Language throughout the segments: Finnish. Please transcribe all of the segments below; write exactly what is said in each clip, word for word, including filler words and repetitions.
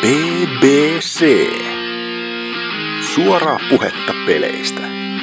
B B C. Suoraa puhetta peleistä.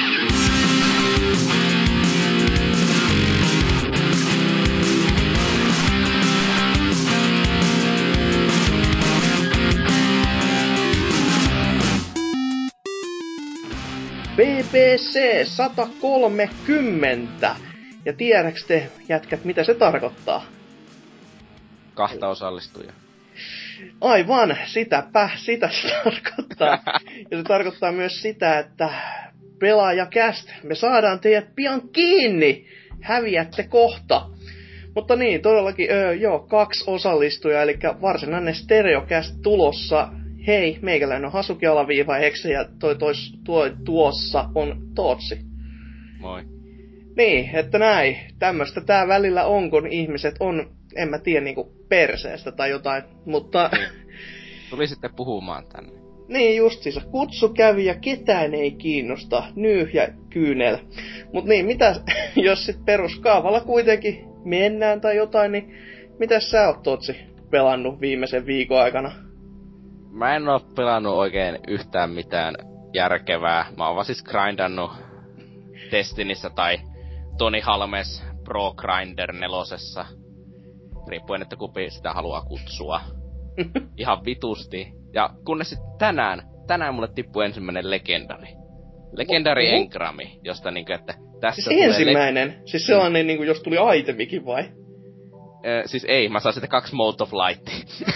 B B C sata kolmekymmentä. Ja tiedäks te, jätkät, mitä se tarkoittaa? Kahta osallistujaa. Aivan, sitäpä, sitä se tarkoittaa. Ja se tarkoittaa myös sitä, että pelaajakäst, me saadaan teidät pian kiinni. Häviätte kohta. Mutta niin, todellakin, öö, joo, kaksi osallistujaa, eli varsinainen stereokäst tulossa. Hei, meikäläinen on Hasuki alaviiva Hexe ja toi, tois, tuo, tuossa on Tootsi. Moi. Niin, että näin. Tämmöstä tää välillä on, kun ihmiset on, en mä tiedä, niinku perseestä tai jotain, mutta... Niin. Tuli sitten puhumaan tänne. Niin justiinsa, kutsu kävi ja ketään ei kiinnosta, nyy ja kyynel. Mut niin, mitä, jos sit peruskaavalla kuitenkin mennään tai jotain, niin mitäs sä oot, Totsi, pelannut viimeisen viikon aikana? Mä en oo pelannut oikein yhtään mitään järkevää. Mä oon vaan siis grindannut Destinissä tai Tony Halmes Pro Grinder nelosessa. Riippuen, että kumpi sitä haluaa kutsua. Ihan vitusti. Ja kunnes sit tänään, tänään mulle tippui ensimmäinen legendari. Legendari Oho. Engrami, josta niinku, että tässä Siis tulee... ensimmäinen? Le- siis sellainen, niinku, jos tuli itemikin vai? Ö, siis ei, mä saan sitten kaksi Mode of Lightia.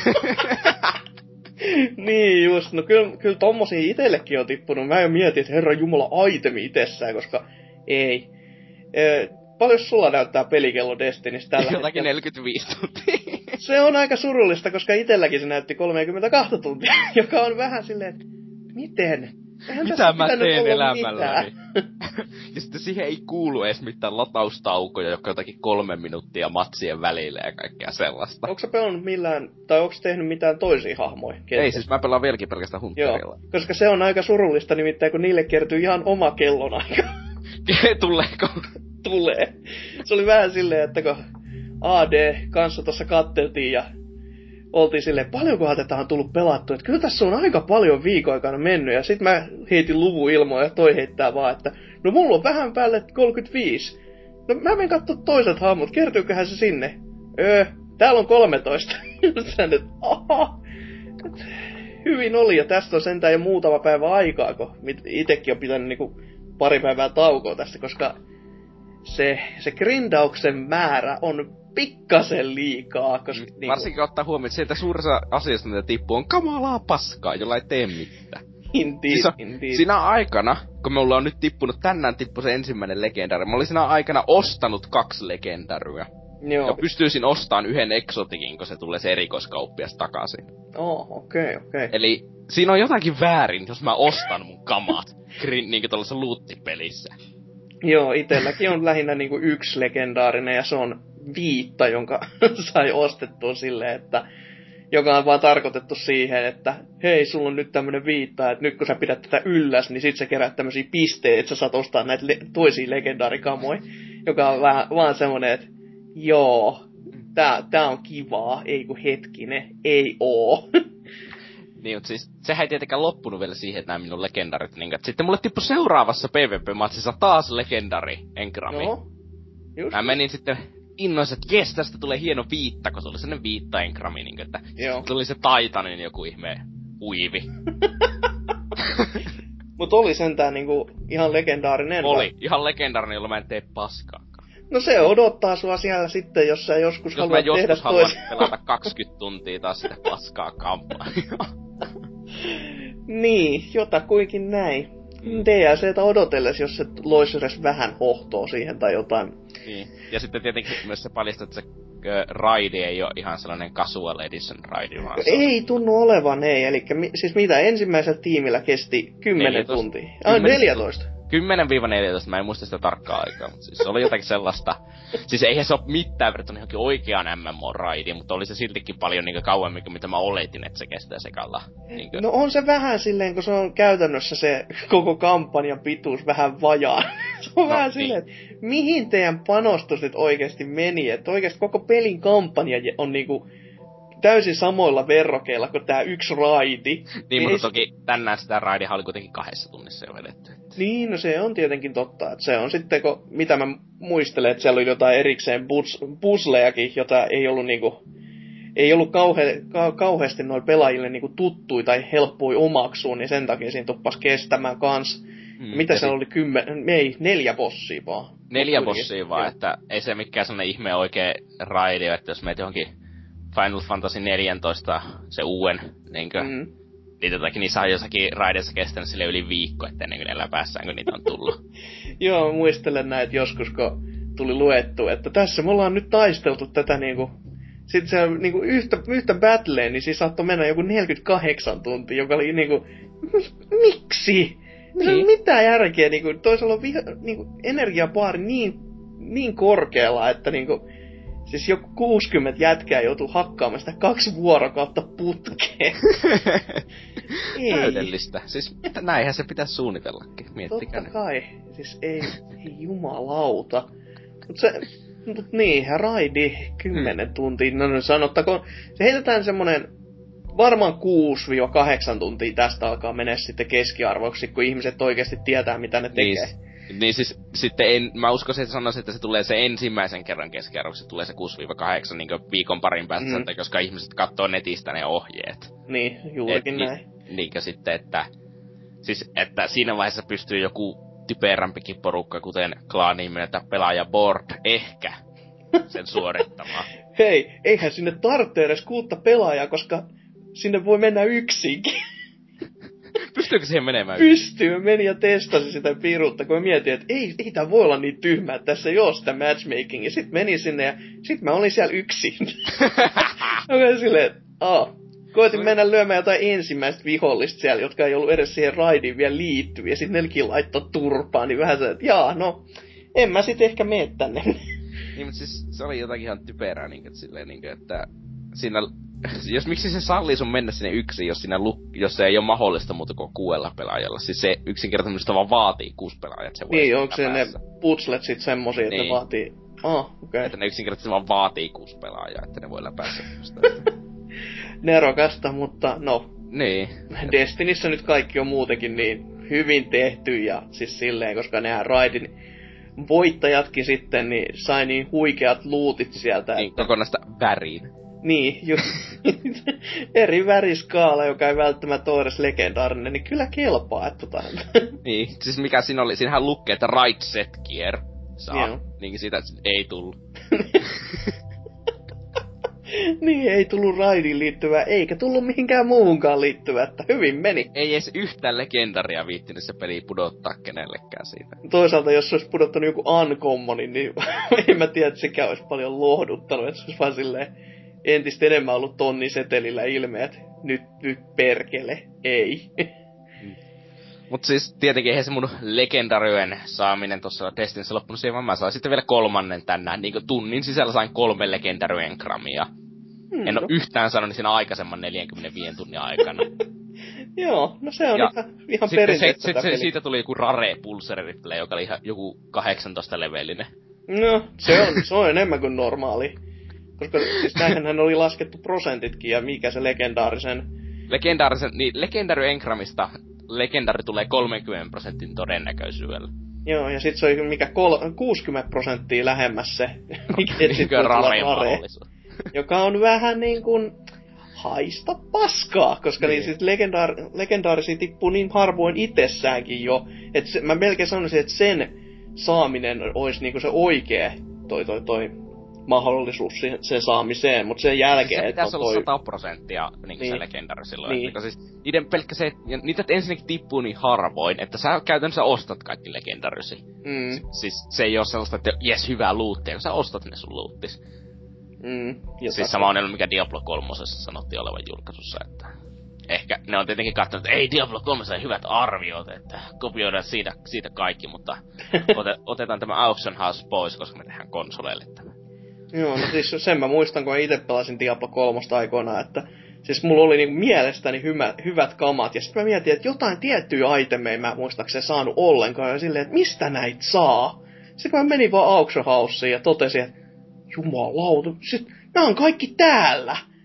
Niin just, no kyllä, kyllä tommosia itellekin on tippunut. Mä jo mietin, että herra jumala itemi itsessään, koska ei. E, paljon sulla näyttää pelikello Destinissä tällä Jotakin hetkellä? neljäkymmentäviisi tuntia. Se on aika surullista, koska itselläkin se näytti kolmekymmentäkaksi tuntia, joka on vähän silleen, että miten? Eihän Mitä tässä mä pitänyt teen olla elämälläni? mitään. Ja sitten siihen ei kuulu edes mitään lataustaukoja, jotka jotakin kolme minuuttia matsien välillä ja kaikkea sellaista. Onko sä pelannut millään, tai onko tehnyt mitään toisia hahmoja? Kenties? Ei, siis mä pelaan vieläkin pelkästään Hunterilla. Joo, koska se on aika surullista nimittäin, kun niille kertyy ihan oma kellonaika. Tuleeko? Tulee. Se oli vähän silleen, että kun A D kanssa tuossa katteltiin ja oltiin silleen, paljonkohan tätä on tullut pelattu, että kyllä tässä on aika paljon viikon aikana mennyt, ja sit mä heitin luvun ilmoja ja toi heittää vaan, että no mulla on vähän päälle kolmekymmentäviisi. No mä menen kattoo toiset hahmot, kertyyköhän se sinne? Öö, täällä on kolmetoista. Sä nyt, aha. Hyvin oli, ja tästä on sentään jo muutama päivä aikaa, kun itekin on pitänyt niinku pari päivää taukoa tästä, koska se, se grindauksen määrä on pikkasen liikaa. Koska, mm, niinku... Varsinkin ottaa huomioon, että sieltä suurissa asiasta, mitä tippuu, on kamalaa paskaa, jolla ei tee mitään. Indeed, siis on, indeed. Siinä aikana, kun me ollaan nyt tippunut, tänään tippu se ensimmäinen legendari, mä olin siinä aikana ostanut kaksi legendaryä. Joo. Ja pystyisin ostamaan yhden eksotikin, kun se tulee se erikoiskauppias takaisin. Oh, okei, okay, okei. Okay. Eli siinä on jotakin väärin, jos mä ostan mun kamat, grin, niinkö tollasessa luuttipelissä. Joo, itelläkin on lähinnä niinku yksi legendaarinen, ja se on viitta, jonka sai ostettua silleen, että joka on vaan tarkoitettu siihen, että hei, sulla on nyt tämmönen viitta, että nyt kun sä pidät tätä ylläs, niin sit sä kerät tämmösiä pisteitä, että sä saat ostaa näitä le- toisia legendaarikamoja, joka on vähän, vaan semmonen, että joo, tää, tää on kivaa, ei kun hetkinen, ei oo. Niin, mutta siis sehän ei tietenkään loppunut vielä siihen, että nämä minun legendarit, niin että sitten mulle tippui seuraavassa PvP-matsissa taas legendari Engrami. No, just. Mä menin sitten innoissa, että jes, tästä tulee hieno viitta, kun se oli sellainen viitta Engrami, niin että joo. Tuli se Titanin joku ihme uivi. Mut oli sentään niinku ihan legendaarinen. Oli, vai? ihan legendaarinen, jolla mä en tee paskaakaan. No se odottaa sua siellä sitten, jos sä joskus jos haluat mä tehdä joskus haluan tois... pelata kaksikymmentä tuntia taas sitä paskaa kampanjaa. Niin, jotakuinkin näin. D L C:tä odotelles, jos se loisi edes vähän hohtoa siihen tai jotain. Niin. Ja sitten tietenkin myös se paljastaa, että se ö, raidi ei ole ihan sellainen casual edition raidi, vaan se Ei tunnu olevan, ei. Eli mi- siis mitä ensimmäisellä tiimillä kesti kymmenen neljätoista tuntia. Ah, neljätoista. kymmenen neljätoista, mä en muista sitä tarkkaa aikaa, mutta siis se oli jotakin sellaista. Siis eihän se ole mitään verrattuna johonkin oikeaan M M O-raidiin, mutta oli se siltikin paljon niin kauemmin kuin mitä mä oletin, että se kestää sekalla. Niin No on se vähän silleen, kun se on käytännössä se koko kampanjan pituus vähän vajaa. Se on no, vähän niin. silleen, että mihin teidän panostus nyt oikeasti meni, että oikeasti koko pelin kampanja on niinku täysin samoilla verrokeilla kuin tää yksi raidi. Niin, mutta toki tänään sitä raidia oli kuitenkin kahdessa tunnissa jo vedetty. Että. Niin, no se on tietenkin totta. Että se on sitten, kun, mitä mä muistelen, että siellä oli jotain erikseen puzzlejakin, jota ei ollut niinku... Ei ollut kauhe, ka, kauheasti noin pelaajille niinku tuttui tai helppoi omaksua, niin sen takia siinä tuppas kestämään kans. Mm, mitä siellä oli kymmen... Ei, neljä bossia vaan. Neljä bossia vaan, että ei se mikään sellainen ihme oikee raidi, että jos meet johonkin Final Fantasy neljätoista, se uuden, niinkö, mm. niin totakin niissä on jossakin raidissa kestänyt sille yli viikko, että ennen kuin ne läpäissään, kun niitä on tullut. Joo, muistelen näitä joskus, kun tuli luettu, että tässä me ollaan nyt taisteltu tätä niinku... Sitten se niinku yhtä, yhtä battleen, niin siis saattoi mennä joku neljäkymmentäkahdeksan tuntia, joka oli niinku... Miksi? Niin. Ei ole mitään järkeä, niinku, toisella on viha, niinku, energiapaari niin, niin korkealla, että niinku... Siis joku kuusikymmentä jätkää joutuu hakkaamaan sitä kaksi vuorokautta putkeen. Täydellistä. Siis näinhän se pitäisi suunnitellakin, miettikää. Totta kai. Siis ei, ei jumalauta. Mut se... Mut niin, raidi, kymmenen hmm. tuntia. No, no sanottakoon, se heitetään semmonen varmaan kuusi kahdeksan tuntia tästä alkaa mennä sitten keskiarvoksi, kun ihmiset oikeasti tietää, mitä ne tekee. Niin, niin siis sitten en, mä uskoisin, että sanoisin, että se tulee se ensimmäisen kerran keskiarvoksi, se tulee se kuusi kahdeksan niin viikon parin päästä, hmm. koska ihmiset katsoo netistä ne ohjeet. Niin, juurikin Et, näin. Niin, niinkö sitten, että, siis, että siinä vaiheessa pystyy joku typerämpikin porukka, kuten klaaniin nimeltä pelaaja Board, ehkä sen suorittamaan. Hei, eihän sinne tarvitse edes kuutta pelaajaa, koska sinne voi mennä yksinkin. Pystyykö siihen menemään? Pystyy, meni ja testasi sitä piruutta, kun mä mietin, että ei, ei tää voi olla niin tyhmää, että tässä ei oo sitä matchmakingia. Sitten meni sinne ja sit mä olin siellä yksin. Mä silleen, että aah. Koitin mennä lyömään jotain ensimmäistä vihollista siellä, jotka ei ollut edes siihen raidiin vielä liittyviä, ja sit nekin laittoi turpaan, niin vähän se, että jaa, no, en mä sit ehkä mene tänne. Niin, mutta siis se oli jotakin ihan typerää, niin että silleen, niin että siinä, jos miksi se sallii sun mennä sinne yksin, jos, siinä lu, jos se ei ole mahdollista muuta kuin kuudella pelaajalla. Siis se yksinkertaisesti vaan vaatii kuusi pelaajat. Se niin, onko se ne putslet sit semmosia, että niin. Ne vaatii, ah, okei. Okay. Että ne yksinkertaisesti vaan vaatii kuusi pelaajaa, että ne voi läpäistä. Nerokasta, mutta no. Niin. Destinissä nyt kaikki on muutenkin niin hyvin tehty ja siis silleen, koska nehän raidin voittajatkin sitten niin sai niin huikeat lootit sieltä. Niin, että... kokonaista väriin. Niin, just eri väriskaala, joka ei välttämättä ole edes legendaarinen, niin kyllä kelpaa, että tota... Niin, siis mikä siinä oli, siinähän lukee, että right set gear saa, Joo. Niin siitä ei tullut. Niin, ei tullut raidiin liittyvää, eikä tullut mihinkään muuhunkaan liittyvää, että hyvin meni. Ei edes yhtään legendaria viittinyt se peli pudottaa kenellekään siitä. Toisaalta, jos se olisi pudottanut joku uncommonin, niin en mä tiedä, että sekään olisi paljon lohduttanut, että se olisi vaan silleen entistä enemmän ollut tonni setelillä ilmeet. Nyt, nyt perkele, ei. Mut siis tietenkin eihän se mun legendarioen saaminen tossa Destinissä loppunut siihen, vaan mä sain sitten vielä kolmannen tänään. Niinku tunnin sisällä sain kolme legendarioen gramia. Hmm, en oo no. yhtään saanut siinä aikaisemman neljänkymmenenviiden tunnin aikana. Joo, no se on ja ihan, ihan perinteistä. Sitten se, se, siitä tuli joku rare pulseri replay, joka oli ihan joku kahdeksantoista levelinen. No, se on, se on enemmän kuin normaali. Koska siis näinhän oli laskettu prosentitkin ja mikä se legendaarisen... Legendaarisen, niin legendario engramista legendari tulee kolmenkymmenen prosentin todennäköisyydellä. Joo, ja sit se oli mikä kol- kuusikymmentä prosenttia lähemmäs se, mikä sitten rare, rare. Joka on vähän niin kuin haista paskaa, koska niin. Niin siis legendaar- legendaarisia tippuu niin harvoin itsessäänkin jo, että se, mä melkein sanoisin, että sen saaminen olisi niinku se oikea toi toi toi mahdollisuus sen saamiseen, mutta sen jälkeen... Siis se pitäisi olla toi... sata prosenttia niin niin. Se legendari silloin. Niin. Että, siis niiden pelkkä se, ja niitä ensinnäkin tippuu niin harvoin, että sä käytännössä ostat kaikki legendarisi. Mm. Si- siis se ei oo sellaista, että jes, hyvää loottia, kun sä ostat ne sun loottis. Mm. Siis sama on mikä Diablo kolmosessa sanottiin olevan julkaisussa, että... Ehkä ne on tietenkin katsonut, että ei Diablo kolme sai hyvät arviot, että kopioidaan siitä, siitä kaikki, mutta ote, otetaan tämä Auction House pois, koska me tehdään konsoleille tämä. Joo, no siis sen mä muistan, kun mä ite pelasin Diablo kolme aikoinaan, että siis mulla oli niinku mielestäni hyvä, hyvät kamat, ja sitten mä mietin, että jotain tiettyjä itemeja mä muistaakseni saanut ollenkaan, ja silleen, että mistä näitä saa? Sitten mä menin vaan Auction Houseen ja totesin, että jumalauta, sit nää on kaikki täällä!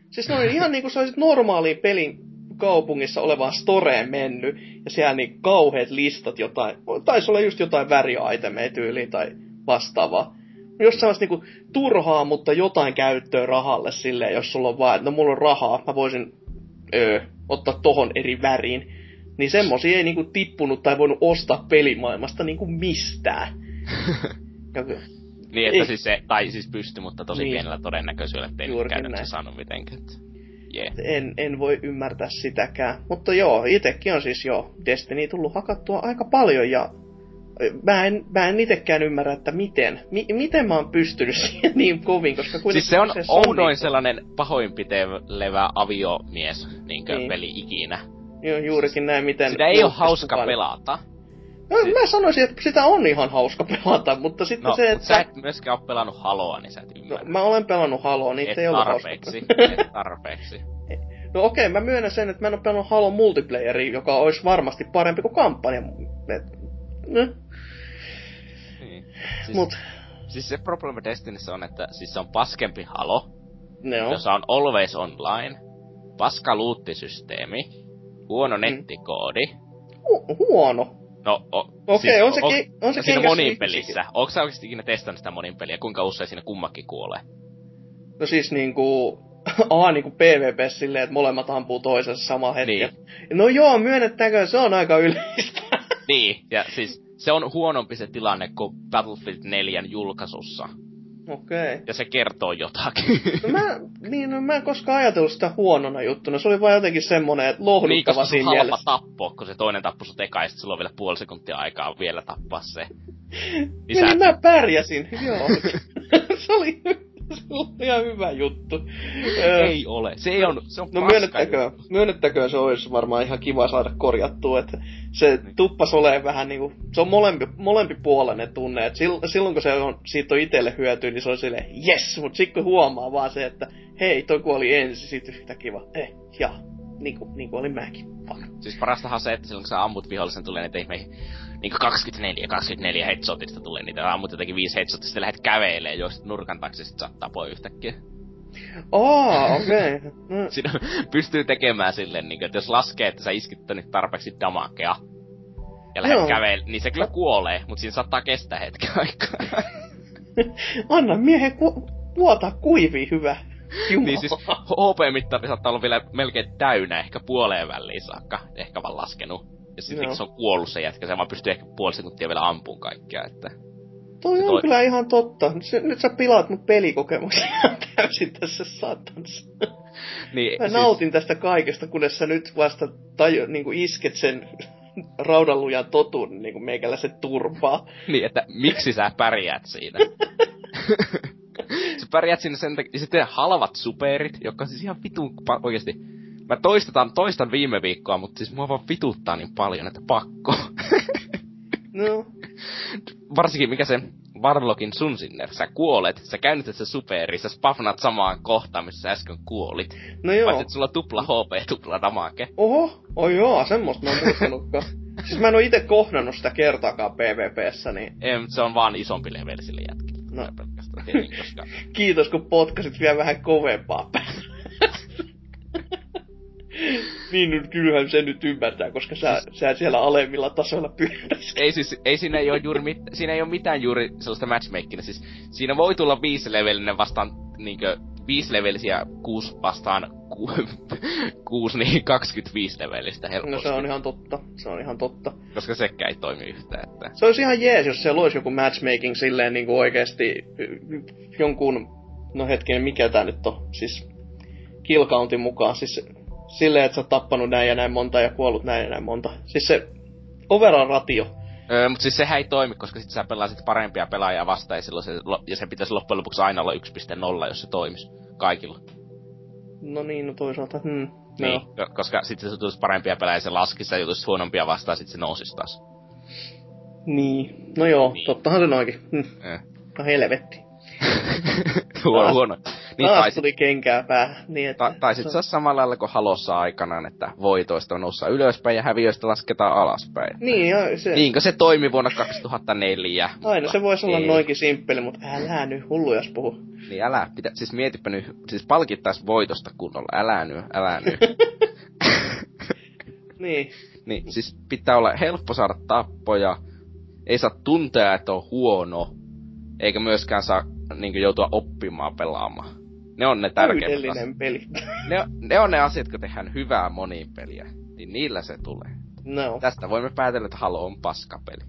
Siis ne oli ihan niinku sä olisit normaaliin pelin kaupungissa olevaan storeen mennyt, ja siellä niin kauheat listat jotain, taisi olla just jotain väriaitemeja tyyliin tai vastaavaa. Jossain vaiheessa niinku turhaa, mutta jotain käyttöä rahalle silleen, jos sulla on vaan, että no mulla on rahaa, mä voisin öö, ottaa tohon eri väriin. Niin semmosia ei niinku tippunut tai voinut ostaa pelimaailmasta niinku mistään. Ja, niin, että ei. siis se, tai siis pysty, mutta tosi niin. pienellä todennäköisyydellä, ettei nyt käytännössä saanut mitenkään. Yeah. En, en voi ymmärtää sitäkään. Mutta joo, itekin on siis jo Destiny tullut hakattua aika paljon ja mä en, mä en itekään ymmärrä, että miten. Mi, miten mä oon pystynyt siihen niin kovin, koska kuitenkin siis se on se oudoin niin sellainen pahoinpitelevä aviomies niinkö niin. peli ikinä. Joo, juurikin näin, miten... Sitä ei oo hauska kukaan pelata. No, si- mä sanoisin, että sitä on ihan hauska pelata, mutta sitten no, se, että... No, sä et myöskään oo pelannut Haloa, niin sä et ymmärrä. No, mä olen pelannut Haloa, niin et ei ollut tarpeeksi, et tarpeeksi. No okei, okay, mä myönnän sen, että mä en oo pelannut Halo multiplayeria, joka olisi varmasti parempi kuin kampanja. Et, no. Niin. Siis, Mut... siis se problema Destinyssä on, että siis se on paskempi Halo, no. jossa on always online, paska luuttisysteemi, huono mm. nettikoodi. Hu- huono? No, o, okei, siis, on se, o, ki- on se siinä monin pelissä. Ootko sä oikeesti ikinä testannut sitä monin peliä? Kuinka usein siinä kummakin kuolee? No siis niinku... A, niinku PvP silleen, että molemmat ampuu toisensa samaan hetkeen. Niin. No joo, myönnettäkö, se on aika yleistä. Niin, ja siis se on huonompi se tilanne kuin Battlefield neljän julkaisussa. Okei. Okay. Ja se kertoo jotakin. No mä, niin, no mä en koskaan ajatellut sitä huonona juttuna. Se oli vaan jotenkin semmonen, että lohduttava siinä mielessä. Niin, koska se on halpa tappo, kun se toinen tappoi sut eka, ja sit sulla on vielä puoli sekuntia aikaa vielä tappaa se. Niin, niin mä pärjäsin, joo. se oli... Se on ihan hyvä juttu. Ei äh, ole. Se ei on, se on no myönnettäkö, myönnettäkö se olisi varmaan ihan kiva saada korjattua, että se tuppas olee vähän niinku, se on molempi, molempi puolinen tunne, että silloin kun se on, siitä on itselle hyötyä, niin se on silleen, yes, mut sit kun huomaa vaan se, että hei, toi kuoli ensin, sit yhtä kiva, eh, ja, niinku, niinku olin mäkin. Fuck. Siis parastahan se, että silloin kun sä ammut vihollisen, tulee niitä ihmeihin, niinku kaksikymmentäneljä, kaksikymmentäneljä headshotista tulee niitä, ammut jotenkin viisi headshotista, sitten lähdet kävelee, juokset nurkan taakse, sit sä tapoi yhtäkkiä. Aa, okei. Okay. Mm. Siinä pystyy tekemään silleen, niin, että jos laskee, että sä iskittynyt tarpeeksi damakea, ja lähdet kävelee, niin se kyllä kuolee, mut siinä saattaa kestää hetken aikaa. Anna miehen ku- vuotaa kuivia, hyvä. Jumala. Niin siis H P-mittari saattaa olla vielä melkein täynnä, ehkä puoleen väliin saakka, ehkä vaan laskenut. Ja sitten no. se on kuollut se jätkä, se vaan pystyy ehkä puoli sekuntia vielä ampuun kaikkea, että... Toi on toi... kyllä ihan totta. Se, nyt sä pilaat mun pelikokemuksia täysin tässä satanassa. Niin, mä siis... nautin tästä kaikesta, kunnes sä nyt vasta taju, niinku isket sen raudanlujan totun niinku meikäläiset turpaa. Niin, että miksi sä pärjäät siinä? Sä pärjäät siinä sen takia, ja sitten halvat superit, jotka on siis ihan vitun oikeesti... Mä toistetaan, toistan viime viikkoa, mutta siis mua vaan vituttaa niin paljon, että pakko. No. Varsinkin mikä se Warlockin Sunsinner, sä kuolet, sä käynnytät se superi, sä spafnaat samaan kohtaan, missä sä äsken kuolit. No joo. Vaikka sulla on tupla H P, tupla damage. Oho, oi joo, semmoista mä oon muistanutkaan. Siis mä en oo ite kohdannut sitä kertaakaan PvPssä, niin... Ei, mutta se on vaan isompi level sille jätkille. No. Tietenkin, koska... Kiitos, kun potkasit vielä vähän kovempaa päälle. Niin, nyt kyllähän se nyt ymmärtää, koska sä, siis... sä siellä alemmilla tasoilla pyörässä. Ei siis, ei siinä ei oo juuri mit, siinä ei oo mitään juuri sellaista matchmakingia. Siis siinä voi tulla viisilevelinen vastaan niinkö viisilevelisiä kuusi vastaan ku, kuusi niin kaksikymmentäviisi levelistä helposti. No se on ihan totta, se on ihan totta. Koska sekään ei toimi yhtään, että... Se olisi ihan jees, jos siellä olisi joku matchmaking silleen niinku oikeesti jonkun, no hetkinen, mikä tää nyt on, siis kill countin mukaan, siis silleen, että sä oot tappanut näin ja näin monta ja kuollut näin ja näin monta. Siis se overall ratio. Öö, mut siis sehän ei toimi, koska sit sä pelaisit parempia pelaajia vastaan ja silloin se, ja se pitäisi loppujen lopuksi aina olla yksi piste nolla, jos se toimisi. Kaikilla. No niin, no toisaalta, hmm. Niin, no. Koska sit se tulisi parempia pelaajia, se laskisi ja joutuisi huonompia vastaan, sit se nousisi taas. Niin, no joo, niin. Tottahan se noikin. Hm. Eh. No helvetti. huono, huono. niin, taas tai tuli sit, kenkää päähän. Niin, ta, tai sit se on samalla lailla kuin Halossa aikanaan, että voitoista noussa ylöspäin ja häviöistä lasketaan alaspäin. Niin, ja se... Niinkö se toimi vuonna kaksituhattaneljä? Aina se voisi olla noinkin simppeli, mutta älä nyt hullujas puhu. Niin älä, pitä, siis mietipä nyt, siis palkittais voitosta kunnolla, älä nyt, älä nyt. Niin. Niin, siis pitää olla helppo saada tappoja, ei saa tuntea, että on huono, eikä myöskään saa niinku joutua oppimaan pelaamaan. Ne on ne tärkeimmät asiat. peli. Ne, ne on ne asiat, jotka tehdään hyvää moniin peliä, niin niillä se tulee. No. Tästä voimme päätellä, että Halo on paskapeli.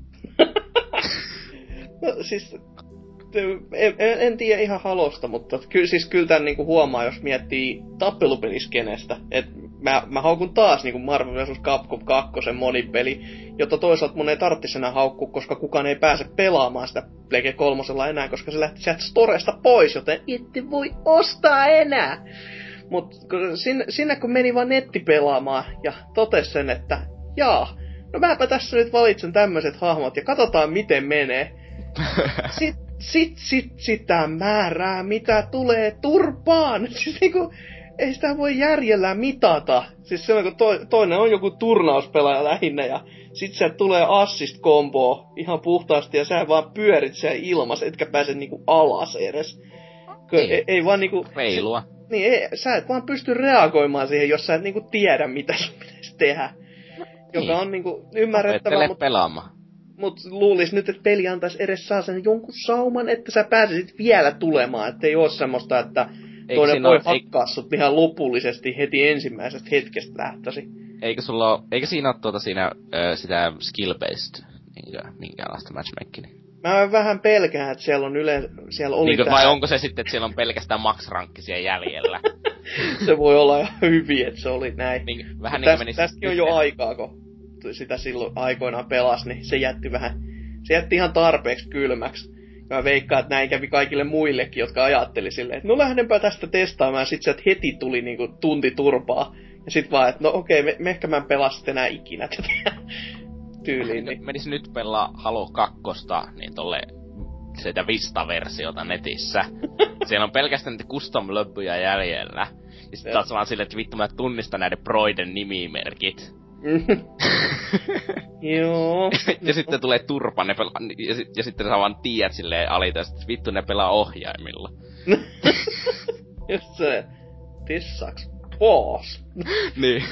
No siis, en, en tiedä ihan Halosta, mutta ky, siis kyllä tämän niinku huomaa, jos miettii tappelupeliskenestä. Että mä, mä haukun taas niinku Marvel versus. Capcom kaksi monipeli, jotta toisaalta mun ei tarvitsisi enää haukkua, koska kukaan ei pääse pelaamaan sitä Plege kolmosella enää, koska se lähti sieltä storesta pois, joten ette voi ostaa enää. Mut sinne, sinne kun meni vaan netti pelaamaan ja totesi sen, että jaa, no mäpä tässä nyt valitsen tämmöiset hahmot ja katsotaan miten menee. Sit, sit, sit, sitä määrää, mitä tulee turpaan. Siis niinku, ei sitä voi järjellä mitata. Siis se on, kun to, toinen on joku turnauspelaaja lähinnä ja sit sieltä tulee assist-komboa ihan puhtaasti ja sä vaan pyörit siellä ilmassa, etkä pääse niinku alas edes. Ei, ei, ei vaan niinku... Reilua. Se, niin, ei, sä et vaan pysty reagoimaan siihen, jos sä et niinku tiedä, mitä sun pitäisi tehdä. Joka niin. On niinku ymmärrettävää, mutta... pelaamaan. Mut luulis nyt, että peli antais edes saa sen jonkun sauman, että sä pääsisit vielä tulemaan. Että ei oo semmoista, että toinen voi ole, hakkaa eik... sut ihan lopullisesti heti ensimmäisestä hetkestä lähtösi. Eikö sulla oo, eikö siinä oo tuota siinä äh, sitä skill-based minkäänlaista matchmakingia? Mä vähän pelkään, että siellä on yleensä, siellä oli niin, tää... Vai onko se sitten, että siellä on pelkästään max-rankkisia jäljellä? Se voi olla ihan hyvin, että se oli näin. Niin, vähän niin kuin tästäkin on jo aikaa, kun sitä silloin aikoinaan pelasi, niin se jätti vähän, se jätti ihan tarpeeksi kylmäksi. Ja mä veikkaan, että näin kävi kaikille muillekin, jotka ajatteli silleen, että no lähdenpä tästä testaamaan, sit sieltä heti tuli niinku tunti turpaa. Ja sit vaan, että no okei, me, me ehkä mä en pelaa sitten enää ikinä tätä tyyliin. Niin. Menis nyt pelaa Halo kakkosta, niin tolle sitä Vista-versiota netissä. Siellä on pelkästään niitä custom-löppyjä jäljellä. Ja sit taas vaan silleen, että vittu mä tunnistan näiden broiden nimimerkit. Joo. Ja sitten tulee turpa, ne pelaa, ja, sit, ja sitten sä vaan tiedät silleen alita, että vittu ne pelaa ohjaimilla. Just se, this sucks balls. Niin.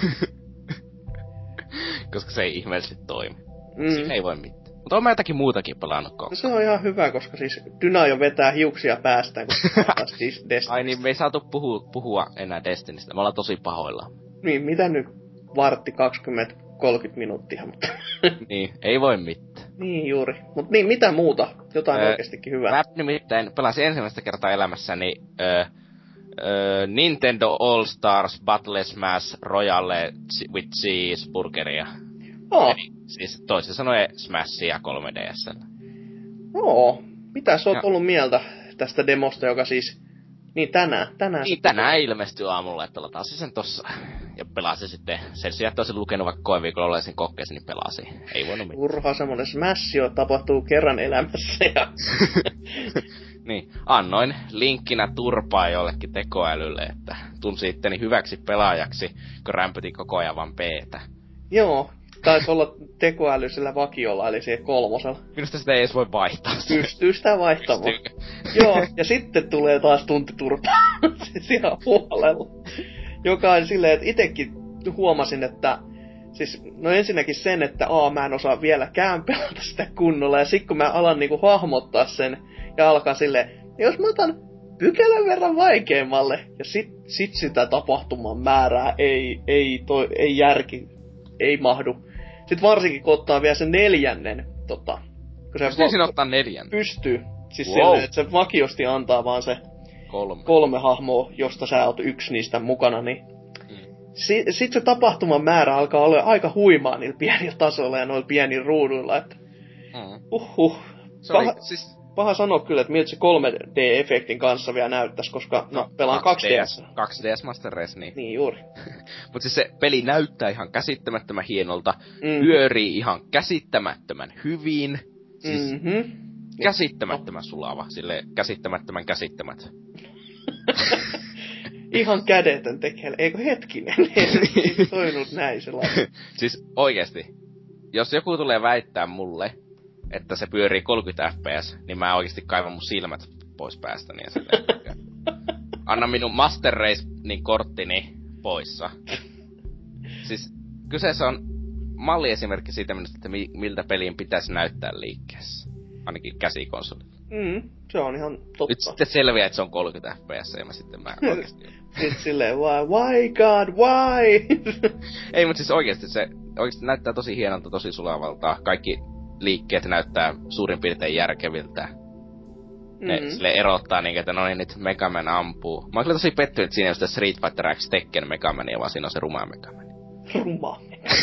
Koska se ei ihmeellisesti toimi. Mm. Siinä ei voi mitään. Mutta oon mä jotakin muutakin pelannut koko. Se on ihan hyvä, koska siis Dyna jo vetää hiuksia päästään, kun siis Destinistä. Ai niin, me ei saatu puhua, puhua enää Destinistä. Me ollaan tosi pahoilla. Niin, mitä nyt? Vartti kaksikymmentä kolmekymmentä minuuttia, mutta... Niin, ei voi mitään. Niin juuri. Mut niin, mitä muuta? Jotain öö, oikeestikin hyvää. Mä nimittäin pelasin ensimmäistä kertaa elämässäni öö, öö, Nintendo All Stars Battle Smash Royale with Cheeseburgeria. Oh. Eli siis toisin sanoen Smashia kolme D S:llä. Oo. Mitä sä oot no. ollut mieltä tästä demosta, joka siis... Niin tänään. tänään niin tänään ilmestyi aamulla, että lataan sen tossa. Ja pelasin sitten. Sen sijaan, että olisin lukenut vaikka koeviikolla olisin kokkeessa, niin pelasin. Ei voinut mitään. Turha semmonen Smash jo tapahtuu kerran elämässä ja... Niin, annoin linkkinä turpaa jollekin tekoälylle, että tunsi itteni hyväksi pelaajaksi, kun rämpytin koko ajan vaan B:tä. Joo, taisi olla tekoäly sillä vakiolla, eli siellä kolmosella. Minusta sitä ei edes voi vaihtaa. Pystyy sitä vaihtamaan. Joo, ja sitten tulee taas tunti turpaa. Siis ihan huolella. Joka on silleen, että itekin huomasin, että... Siis, no ensinnäkin sen, että aa, mä en osaa vieläkään pelata sitä kunnolla. Ja sit kun mä alan niinku hahmottaa sen ja alkaa silleen, jos mä otan pykälän verran vaikeammalle. Ja sit, sit sitä tapahtuman määrää ei, ei, toi, ei järki, ei mahdu. Sitten varsinkin kun ottaa vielä sen neljännen, tota... Kun se va- ottaa neljännen? Pystyy. Siis wow. Silleen, että se vakiosti antaa vaan se kolme, kolme hahmoa, josta sä oot yksi niistä mukana, niin... Sitten sit se tapahtuman määrä alkaa olla aika huimaa niillä pienillä tasoilla ja noilla pienillä ruuduilla, että... Mm. Uhuh. Paha, siis... paha sanoa kyllä, että miltä se kolme D-efektin kanssa vielä näyttäisi, koska no, no pelaan kaksi D S. kaksi D S Master Race, niin. Niin juuri. Mut siis se peli näyttää ihan käsittämättömän hienolta, mm. pyörii ihan käsittämättömän hyvin. Siis mm-hmm. käsittämättömän sulava, silleen käsittämättömän käsittämät. Ihan kädetön tekee. Eikö hetkinen? Ei se toiminut näin sellainen. Siis oikeesti, jos joku tulee väittää mulle, että se pyörii kolmekymmentä F P S, niin mä oikeesti kaivan mun silmät pois päästäni ja silleen. Anna minun Master Race niin korttini poissa. Siis kyseessä on malliesimerkki siitä minusta, että mi- miltä pelin pitäisi näyttää liikkeessä. Ainakin käsikonsolilla. Mm, se on ihan totta. Nyt sitten selviää, että se on kolmekymmentä F P S ja mä sitten mä oikeesti... Sitten silleen, why, why god, why? Ei, mut siis oikeesti se oikeesti näyttää tosi hienolta, tosi sulavalta. Kaikki liikkeet näyttää suurin piirtein järkeviltä. Ne mm-hmm. sille erottaa niinkö, että no niin nyt Mega Man ampuu. Mä oon kyllä tosi pettynyt siinä, jos Street Fighter X Tekken Mega Mania, vaan siinä on se ruma Mega Man. Ruma.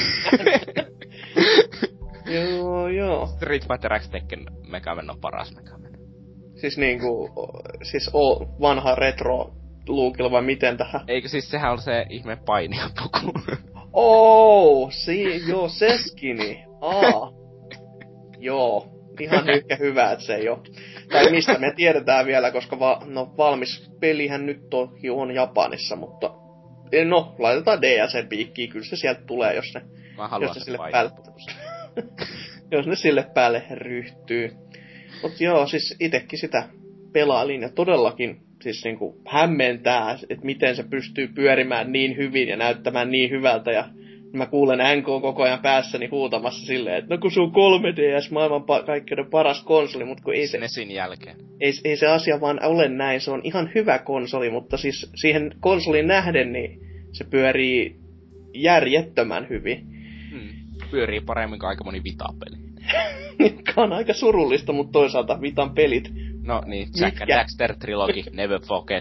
Joo, joo. Street Fighter X Tekken Mega Man on paras Mega Man. Siis niinku, siis o, vanha retro luukilla vai miten tähän? Eikö siis sehän on se ihme painijapuku? Oh, si, joo, se skini. Aa. Joo, ihan yhtä hyvä, että se ei oo. Tai mistä me tiedetään vielä, koska va, no, valmis pelihän nyt toki on Japanissa, mutta no, laitetaan D L C-piikkiin, kyllä se sieltä tulee, jos ne, jos ne sille päälle, jos ne sille päälle ryhtyy. Mut joo, siis itekin sitä pelailin ja todellakin siis niinku hämmentää, että miten se pystyy pyörimään niin hyvin ja näyttämään niin hyvältä ja mä kuulen N K koko ajan päässäni huutamassa silleen, että no kun se on kolme D S maailman pa- kaikkeuden paras konsoli, mutta kun ei se... Nesin jälkeen. Ei, ei se asia vaan ole näin, se on ihan hyvä konsoli, mutta siis siihen konsolin nähden, niin se pyörii järjettömän hyvin. Hmm. Pyörii paremmin kuin aika moni Vita-peli. Mikä on aika surullista, mutta toisaalta Vitan pelit. No niin, Jack and Daxter Trilogy, Never Forget.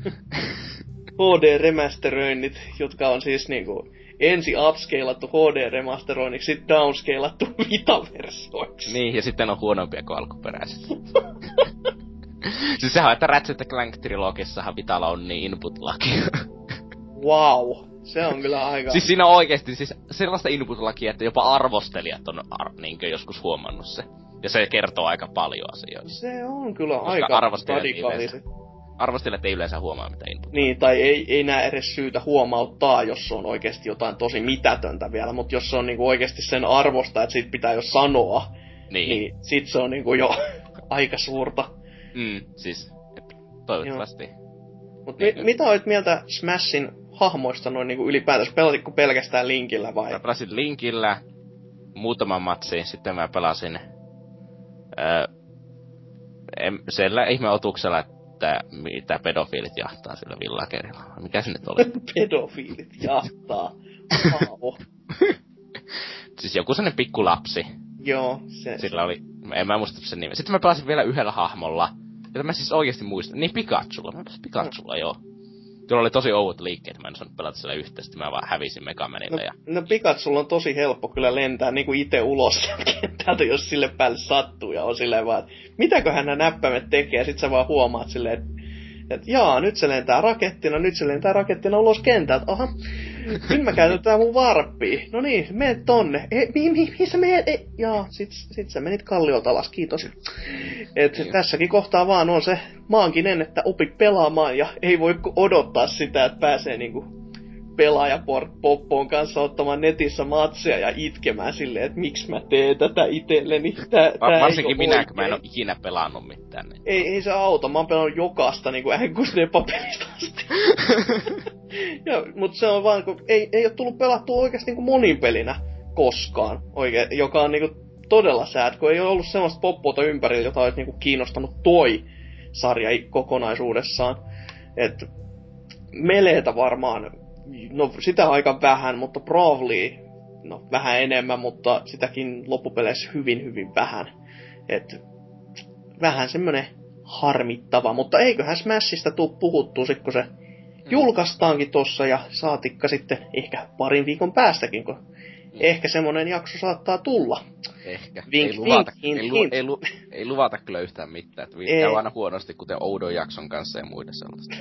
H D-remasteröinnit, jotka on siis niinku... ensi upscalattu H D-remasteroinniksi, sit downscalattu Vita-versioiksi. Niin, ja sitten on huonompia kuin alkuperäiset. Siis sehän on, että Ratchet Clank-trilogissahan Vitalla on niin input-lakia. Wow, se on kyllä aika... Siis siinä on oikeesti siis sellaista input-lakia, että jopa arvostelijat on ar- niinkö joskus huomannut se. Ja se kertoo aika paljon asioita. Se on kyllä koska aika radikaalisesti. Arvostelijat ei yleensä huomaa mitä input. Niin, tai ei, ei näe edes syytä huomauttaa, jos se on oikeesti jotain tosi mitätöntä vielä, mutta jos se on niinku oikeesti sen arvosta, että siitä pitää jo sanoa, niin, niin sit se on niinku jo aika suurta. Mm, siis, toivottavasti. Mut mi- mitä olit mieltä Smashin hahmoista noin niinku ylipäätänsä? Pelasitko pelkästään Linkillä vai? Mä pelasin Linkillä muutaman matsin, sitten mä pelasin öö, em, sillä ihmeotuksella, että mitä pedofiilit jahtaa sillä villakerilla. Mikä se nyt oli? Pedofiilit jahtaa. Wow. Siis joku sellainen pikku lapsi. Joo, se... Sillä oli, en mä muista sen nimen. Sitten mä pelasin vielä yhdellä hahmolla, jota mä siis oikeesti muistan. Niin Pikachulla, mä pelasin Pikachulla, joo. Tuolla oli tosi oudot liikkeet, mä en saanut pelata sillä yhtä, sitten mä vaan hävisin Mega Manille. No, ja... no Pikachulla on tosi helppo kyllä lentää niinku ite ulos kentältä, jos sille päälle sattuu ja on silleen vaan, että mitäköhän nämä näppäimet tekee, ja sit sä vaan huomaat silleen, että et, jaa, nyt se lentää rakettina, nyt se lentää rakettina ulos kentältä, aha, nyt mä käytän tää mun varppia, no niin, meet tonne, e, mi, mi, mihin sä meet, e, jaa, sit, sit sä menit kalliolta alas, kiitos. Et Niin. tässäkin kohtaa vaan on se maankinen, että opit pelaamaan, ja ei voi odottaa sitä, että pääsee niinku pelaajapoppon kanssa ottamaan netissä matseja ja itkemään silleen, että miksi mä teen tätä itselleni. Tää, Va- tää varsinkin minä, oikein. kun mä en oo ikinä pelannut mitään. Niin. Ei, ei se auta, mä oon pelannut jokaista niinku Änkusnepa-pelistä asti. ja, mut se on vaan, kun ei, ei oo tullut pelattua oikeesti niinku moninpelinä koskaan, oikein, joka on niinku todella säät, kun ei oo ollut semmoista poppota ympärillä, jota olisi niinku kiinnostanut toi sarja kokonaisuudessaan. Et Meleetä varmaan, no sitä aika vähän, mutta Brawlia, no vähän enemmän, mutta sitäkin loppupeleissä hyvin hyvin vähän. Et vähän semmonen harmittava, mutta eiköhän Smashista tuu puhuttua sit kun se mm. julkaistaankin tossa ja saatikka sitten ehkä parin viikon päästäkin, kun mm. ehkä semmonen jakso saattaa tulla. Ehkä. Vink, ei, luvata, vink, ei, hint, lu, hint. ei, lu, ei luvata kyllä yhtään mitään. Että Ei. käy aina huonosti, kuten Oudon jakson kanssa ja muiden sellaista.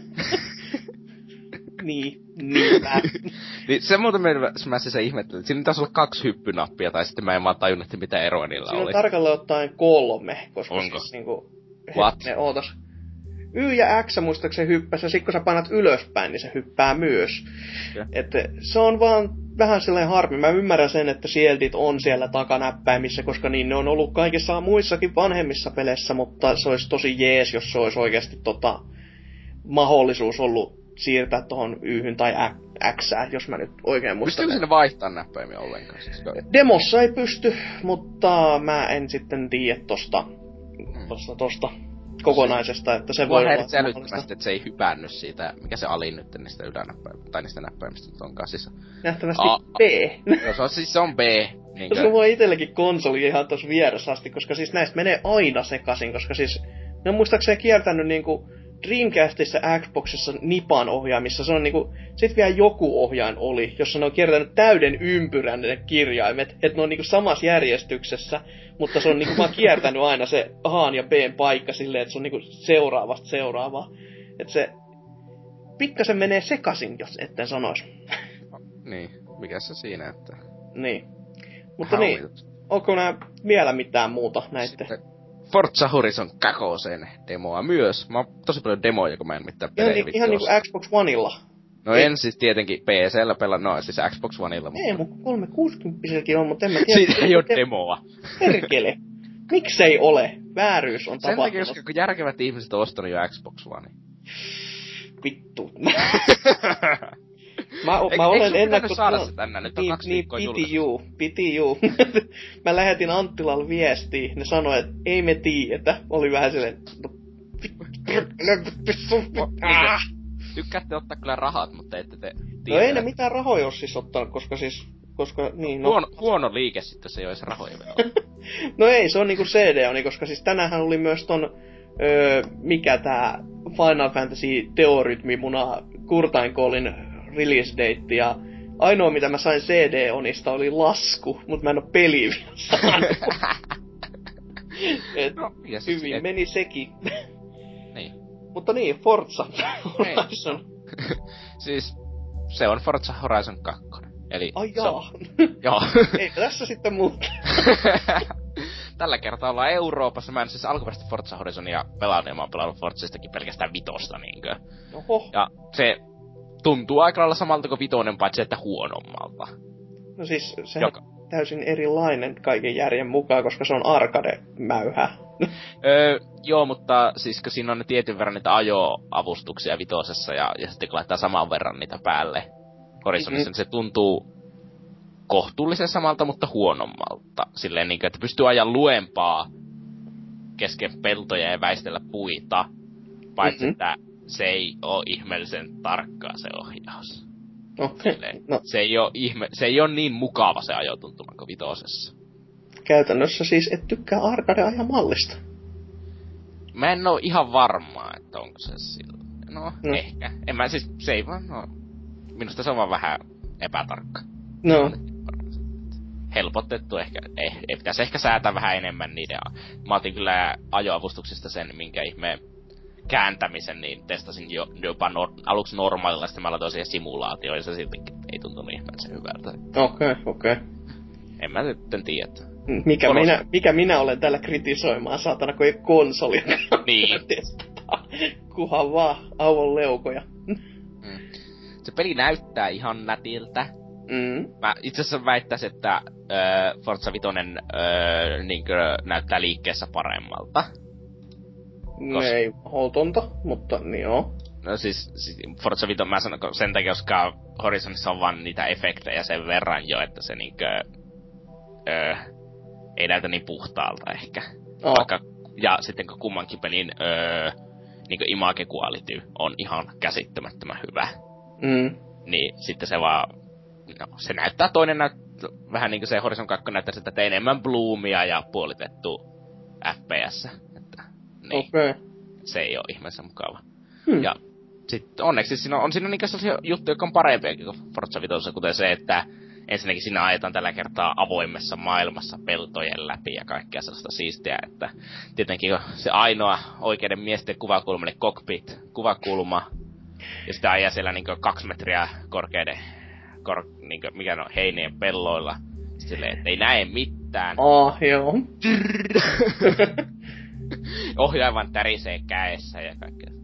niin, niinpä. Niin se muuten meidän Smashissa ihmettelin. Siinä taisi olla kaksi hyppynappia, tai sitten mä en vaan tajunnut, että mitä eroa niillä Siinä oli. on tarkalleen ottaen kolme, koska Onko? siis niinku... What? Ne ootas. Y ja X muistaakseni hyppäsi, ja sit kun sä painat ylöspäin, niin se hyppää myös. Okay. Että se on vaan vähän silleen harmi. Mä ymmärrän sen, että shieldit on siellä takanäppäimissä, koska niin ne on ollut kaikissa muissakin vanhemmissa peleissä, mutta se olisi tosi jees, jos se olisi oikeasti tota, mahdollisuus ollut siirtää tohon Y:hyn tai Xään, jos mä nyt oikein muistan. Pystyykö sinne vaihtamaan näppäimiä ollenkaan? Siis demossa ei pysty, mutta mä en sitten tiedä tosta, tosta, tosta kokonaisesta, että se voi olla älyttömästi, että se ei hypännyt siitä, mikä se alin nyt niistä ylänäppäimistä, tai niistä näppäimistä nyt onkaan siis. Nähtävästi A- B. No se on siis se on B. Niin se voi itsellekin konsoli ihan tossa vieressä asti, koska siis näistä menee aina sekaisin, koska siis ne on muistaakseni kiertänyt niinku Dreamcastissa ja Xboxissa Nipan ohjaimissa, se on niinku, sit vielä joku ohjain oli, jossa ne on kiertänyt täyden ympyrän ne kirjaimet, että ne on niinku samassa järjestyksessä, mutta se on niinku vaan kiertänyt aina se A:n ja B:n paikka silleen, että se on niinku seuraavasta seuraavaa. Että se pikkasen menee sekaisin, jos etten sanois. Niin, mikä se siinä, että... Niin. Mutta How niin, onko nää vielä mitään muuta näitte? Forza Horizon kakkosen demoa myös. Mä oon tosi paljon demoja, kun mä en mitään pelejä Ihan, ihan niinku Xbox Oneilla. No ei. En siis tietenkin P C:llä pelannut, no siis Xbox Oneilla. Ei, mutta kolmesataakuusikymmentäkin on, mutta en mä tiedä. Siitä ei oo demoa. Perkele. Miksei ole? Vääryys on sen tapahtunut. Sen takia, kun järkevät ihmiset on ostanut jo Xbox One. Vittu. Mä, Eik, mä olen ennakko... saada se tänään? Nyt on niin, kaksi niin, viikkoa piti julkaistu. juu, piti juu. Mä lähetin Anttilalle viestiä. Ne sanoi, että ei me tiedetä. Oli vähän silleen... No, tykkäätte ottaa kyllä rahat, mutta ette te tiedä. No ei ne mitään rahoja oo siis ottanut, koska siis... Koska, niin, no... huono, huono liike sitten, se ei ois rahoja vielä. No ei, se on niinku C D-oni, koska siis tänäänhän oli myös ton... Öö, mikä tää Final Fantasy Theorytmimuna Kurtain Callin release date, ja ainoa mitä mä sain C D-onista oli lasku, mut mä en oo peliä vielä saanut. Et no, hyvin siis, et... meni sekin. Niin. Mutta niin, Forza Horizon. Siis se on Forza Horizon kaksi. Eli ai jaa. Joo. Ei tässä sitten muuta. Tällä kertaa ollaan Euroopassa. Mä en siis alkuperäisesti Forza Horizonia pelannut, ja mä oon pelannut Forzistakin pelkästään vitosta niinkö. Oho. Ja se tuntuu aika lailla samalta kuin vitonen, paitsi että huonommalta. No siis sehän Joka... täysin erilainen kaiken järjen mukaan, koska se on arcade-mäyhä. öö, joo, mutta siis kun siinä on ne tietyn verran niitä ajo-avustuksia vitosessa, ja, ja sitten kun laittaa saman verran niitä päälle Horizonissa, mm-hmm. niin se tuntuu kohtuullisen samalta, mutta huonommalta. Silleen niin kuin, että pystyy ajaa luempaa kesken peltoja ja väistellä puita, paitsi mm-hmm. että se ei oo ihmeellisen tarkkaa se ohjaus. Okay. No. Se ei oo ihme, se ei oo niin mukava se ajotuntuma kuin vitosessa. Käytännössä siis et tykkää arcade-ajan mallista. Mä en oo ihan varmaa, että onko se sillä. No, no, ehkä. En mä siis, se ei vaan, no, minusta se on vaan vähän epätarkka. No. Helpotettu ehkä, ei, ei pitäisi ehkä säätää vähän enemmän niiden. Mä otin kyllä ajoavustuksista sen, minkä ihmeen kääntämisen, niin testasin jo, jopa nor, aluksi normaalilla, sitten mä laitoin siihen simulaatioon, ja se silti ei tuntunut ihmeellisen hyvältä. Okei, okay, okei. Okay. En mä sitten tiedä. Mikä minä, mikä minä olen täällä kritisoimaan, saatana, kun ei konsolia niin. testata. Kuhan vaan auon leukoja. Mm. Se peli näyttää ihan nätiltä. Mm. Mä itse asiassa väittäisin, että äh, Forza Vitoinen äh, niinkö näyttää liikkeessä paremmalta. Kos... Ei holtonta, mutta niin joo. No siis, siis Forza Vito mä sanon sen takia, koska Horizonissa on vaan niitä efektejä sen verran jo, että se niinkö öö, ei näytä niin puhtaalta ehkä. Oh. Vaikka, ja sitten kun kummankin pelin öö, niinkö image quality on ihan käsittämättömän hyvä. Mm. Niin sitten se vaan, no se näyttää toinen näyt, vähän niinku se Horizon kaksi näyttää sitä, että enemmän bloomia ja puolitettu F P S. Niin. Okay. Se ei oo ihmeessä mukava. Hmm. Ja sit onneksi siinä on, on siinä niinkö sellaisia juttuja, jotka on parempiakin kuin Forza Vitossa, kuten se, että ensinnäkin siinä ajetaan tällä kertaa avoimessa maailmassa peltojen läpi ja kaikkea sellaista siistiä, että tietenkin se ainoa oikeiden miesten kuvakulma, eli cockpit kuvakulma, ja sitä ajaa siellä niinkö kaksi metriä korkeiden, kor, niinkö, mikä on heinien pelloilla, silleen, että ei näe mitään. Oh, joo. Ohjaavan tärisee käessä ja kaikkea.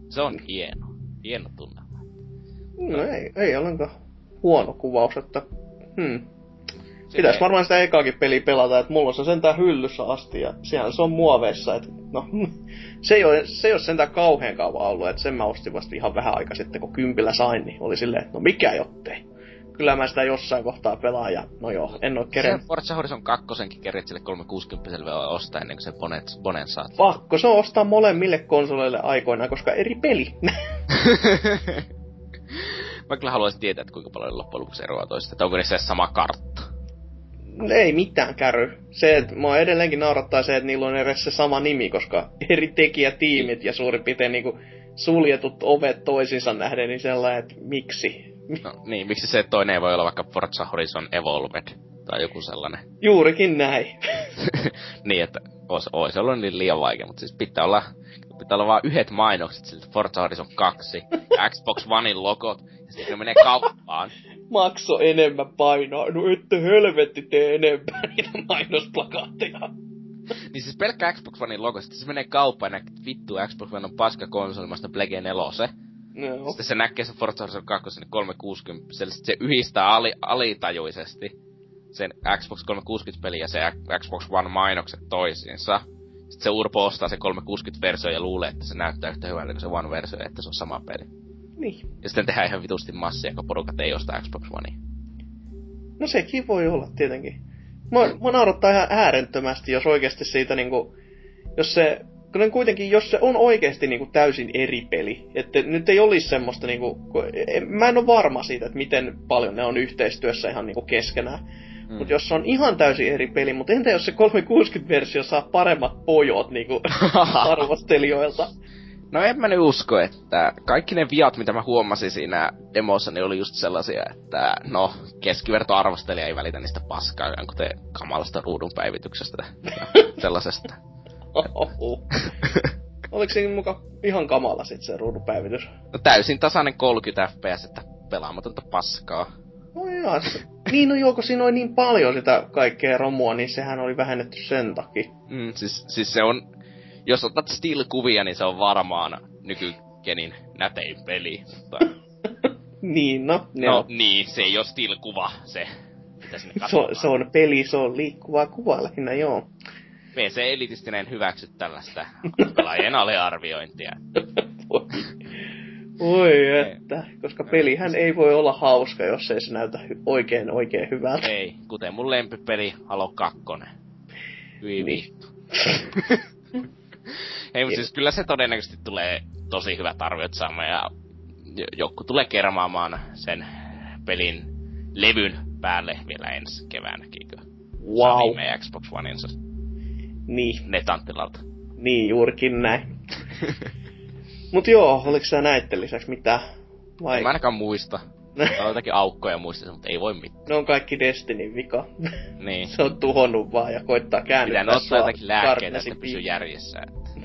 Se on hieno. Hieno tunnelma. No ei, ei ollenkaan huono kuvaus, että hmm. Pitäis varmaan sitä ekaakin peliä pelata, että mulla on se sentään hyllyssä asti ja siellä se on muoveissa, että no se ei ole, se ei ole sentään kauhean kauan ollut, että sen mä ostin vasta ihan vähän aikaa sitten, kun kympillä sain, niin oli silleen, että no mikä jottei. Kyllä mä sitä jossain kohtaa pelaan ja no joo, en oo kerennyt. Se Forza Horizon kakkosenkin kerit sille kolmesataakuusikymmentä ostaa ennen kuin se Bonen, Bonen saat. Pakko se on ostaa molemmille konsoleille aikoinaan, koska eri peli. Mä kyllä haluaisin tietää, että kuinka paljon loppujen lopuksi eroaa toista, että onko ne se sama kartta. Ei mitään käry. Se, että mua edelleenkin naurattaa se, että niillä on edes se sama nimi, koska eri tekijätiimit ja suurin piirtein niinku suljetut ovet toisiinsa nähden, niin sellainen, että miksi? No niin, miksi se toinen ei voi olla vaikka Forza Horizon Evolved tai joku sellainen? Juurikin näin. Niin, että ois, ois ollut niin liian vaikea, mutta siis pitää olla, pitää olla vaan yhdet mainokset siltä Forza Horizon kaksi, Xbox Onein logot, ja sitten ne menee kauppaan. Makso enemmän painoa. No ette helvetti tee enempää niitä mainosplakaatteja. Niin siis pelkkä Xbox Onein logo, sitten se menee kauppaan ja vittu Xbox One on paska konsolimasta Plege neljä. No. Sitten se näkee se Forza Horizon kaksi sinne kolmesataakuusikymmentä, sitten se yhdistää ali, alitajuisesti sen Xbox kolmesataakuusikymmentä-peli ja se Xbox One mainokset toisiinsa. Sitten se Urpo ostaa se kolmesataakuusikymmentä-versio ja luulee, että se näyttää yhtä hyvältä kuin se One-versio, että se on sama peli. Niin. Ja sitten tehdään ihan vitusti massia, kun porukat ei osta Xbox Onea. No sekin voi olla tietenkin. Mua, mua naurattaa ihan äärettömästi, jos oikeesti siitä niinku... Jos se... Kun kuitenkin, jos se on oikeesti niinku täysin eri peli, että nyt ei olisi semmoista niinku... Mä en oo varma siitä, että miten paljon ne on yhteistyössä ihan niinku keskenään. Mm. Mut jos se on ihan täysin eri peli, mutta entä jos se kolmesataakuusikymmentä-versio saa paremmat pojot niinku arvostelijoilta? No en mä nyt usko, että kaikki ne viat, mitä mä huomasin siinä demossa, niin oli just sellaisia, että no, keskivertoarvostelija ei välitä niistä paskaa, kuten kamalasta ruudun päivityksestä ja sellaisesta. Oliko se muka ihan kamala sit se ruudun päivitys? No täysin tasainen kolmekymmentä F P S, että pelaamatonta paskaa. No joo, niin no joo, kun siinä oli niin paljon sitä kaikkea romua, niin sehän oli vähennetty sen takia. Mm, siis, siis se on... Jos otat still-kuvia, niin se on varmaan nykykenin nätein peli, mutta... niin, no. No, no niin, se ei oo still-kuva, se... Mitä sinne se, on, se on peli, se on liikkuvaa kuvaa lähinnä, joo. P C-elitistinen hyväksy tällaista pelaajien aliarviointia. Oi että, koska pelihän ei voi olla hauska, jos ei se näytä hy- oikein oikein hyvältä. Ei, kuten mun lempipeli Halo kaksi. Hyi vittu. Ei, mutta siis kyllä se todennäköisesti tulee tosi hyvät arviot saamaan ja joku tulee kermaamaan sen pelin levyn päälle vielä ensi keväänäkin, kun wow. saa viimein Xbox Oneinsa niin. netanttilalta. Niin, juurikin näin. Mut joo, oliko sä näitten lisäksi mitään? Vai? En mä ainakaan muista. On jotakin aukkoja muistissa, mutta ei voi mitään. Ne on kaikki Destinyn vika. Niin. Se on tuhonnut vaan ja koittaa käännyttää pitää ottaa jotakin lääkkeitä, että pysyy järjessä.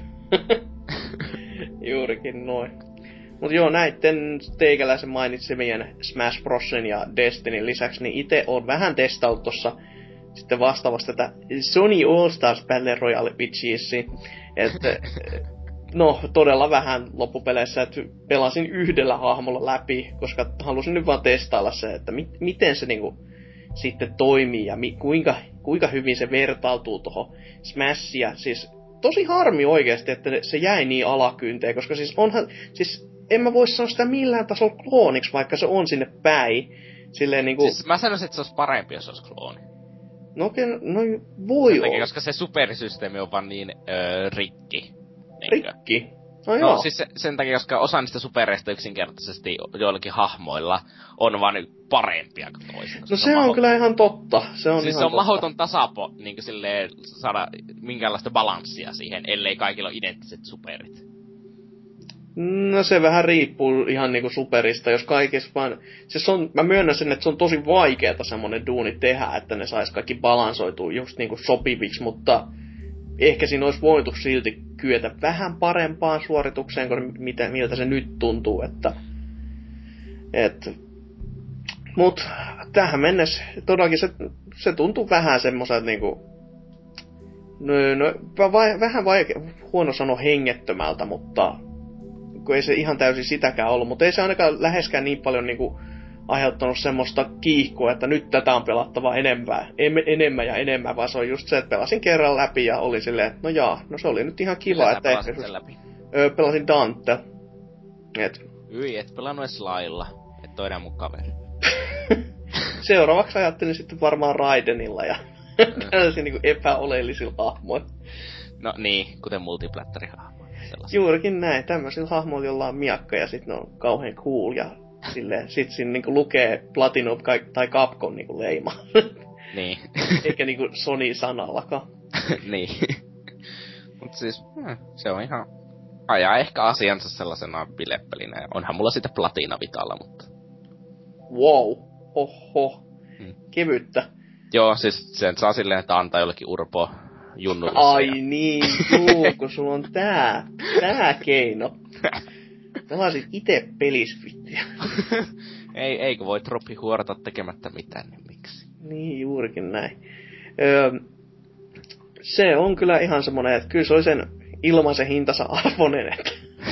Juurikin noin. Mut joo, näitten teikäläisen mainitsemien Smash Brosin ja Destinyn lisäksi, niin ite on vähän testaut tossa sitten vastaavasti tätä Sony All Stars Battle Royale bitchiesi. Että no, todella vähän loppupeleissä, että pelasin yhdellä hahmolla läpi, koska halusin nyt vaan testailla se, että mi- miten se niinku sitten toimii ja mi- kuinka, kuinka hyvin se vertautuu tuohon Smashia. Siis tosi harmi oikeesti, että se jäi niin alakynteen, koska siis onhan, siis en mä voi sanoa sitä millään tasolla klooniksi, vaikka se on sinne päin. Silleen niinku... Siis mä sanoisin, että se olisi parempi, jos se olisi klooni. No okei, no voi olla. Koska se superisysteemi on vaan niin öö, rikki. Rikki? No, no joo. siis se, sen takia, koska osa niistä supereista yksinkertaisesti joillakin hahmoilla on vaan parempia kuin toisilla. No se, se on, on kyllä ihan totta. Se on siis ihan se on totta. mahdoton tasapo niin silleen saada minkäänlaista balanssia siihen, ellei kaikilla ole identtiset superit. No se vähän riippuu ihan niinku superista, jos kaikessa vaan... Siis on, mä myönnän sen, että se on tosi vaikeeta semmonen duuni tehdä, että ne sais kaikki balansoitua just niinku sopiviksi, mutta... Ehkä siinä olisi voitu silti kyetä vähän parempaan suoritukseen, kuin mitä, miltä se nyt tuntuu, että... Et, mut tähän mennessä todellakin se, se tuntuu vähän semmoiselta niinku... No, no vai, vähän vaike, huono sanoa hengettömältä, mutta... kun ei se ihan täysin sitäkään ollut, mutta ei se ainakaan läheskään niin paljon niinku aiheuttanut semmoista kiihkoa, että nyt tätä on pelattava enemmän, em, enemmän ja enemmän, vaan se on just se, että pelasin kerran läpi ja oli silleen, että no jaa, no se oli nyt ihan kiva, Kyllä että ehkä... sen läpi? Öö, pelasin Dante. Et... Yi, et pelannut edes lailla. Et ole enää mun kaveri. Seuraavaksi ajattelin sitten varmaan Raidenilla ja tällaisia niinku epäoleellisilla hahmoilla. No niin, kuten multiplättärihahmoilla. Juurikin näin, tämmöisillä hahmoilla, joilla on miakka ja sit ne on kauhean cool ja silleen, sit siinä niinku lukee Platinum tai Capcom niinku leima. Niin. Eikä niinku Sony-sanallakaan. Niin. Mut siis, hmm, se on ihan... Ajaa ehkä asiansa sellaisena bileppelinä. Onhan mulla sitä Platina Vitalla, mutta... Wow. Oho. Hmm. Kevyttä. Joo, siis sen saa silleen, että antaa jollekin Urpo junnulle. Ai ja... niin, juu, kun sulla on tää, tää keino. Pelasit ite pelisvittiä. ei, ei, kun voi troppi huorata tekemättä mitään, niin miksi? Niin, juurikin näin. Öö, se on kyllä ihan semmonen, että kyllä se oli sen ilmaisen hintansa arvoinen, että...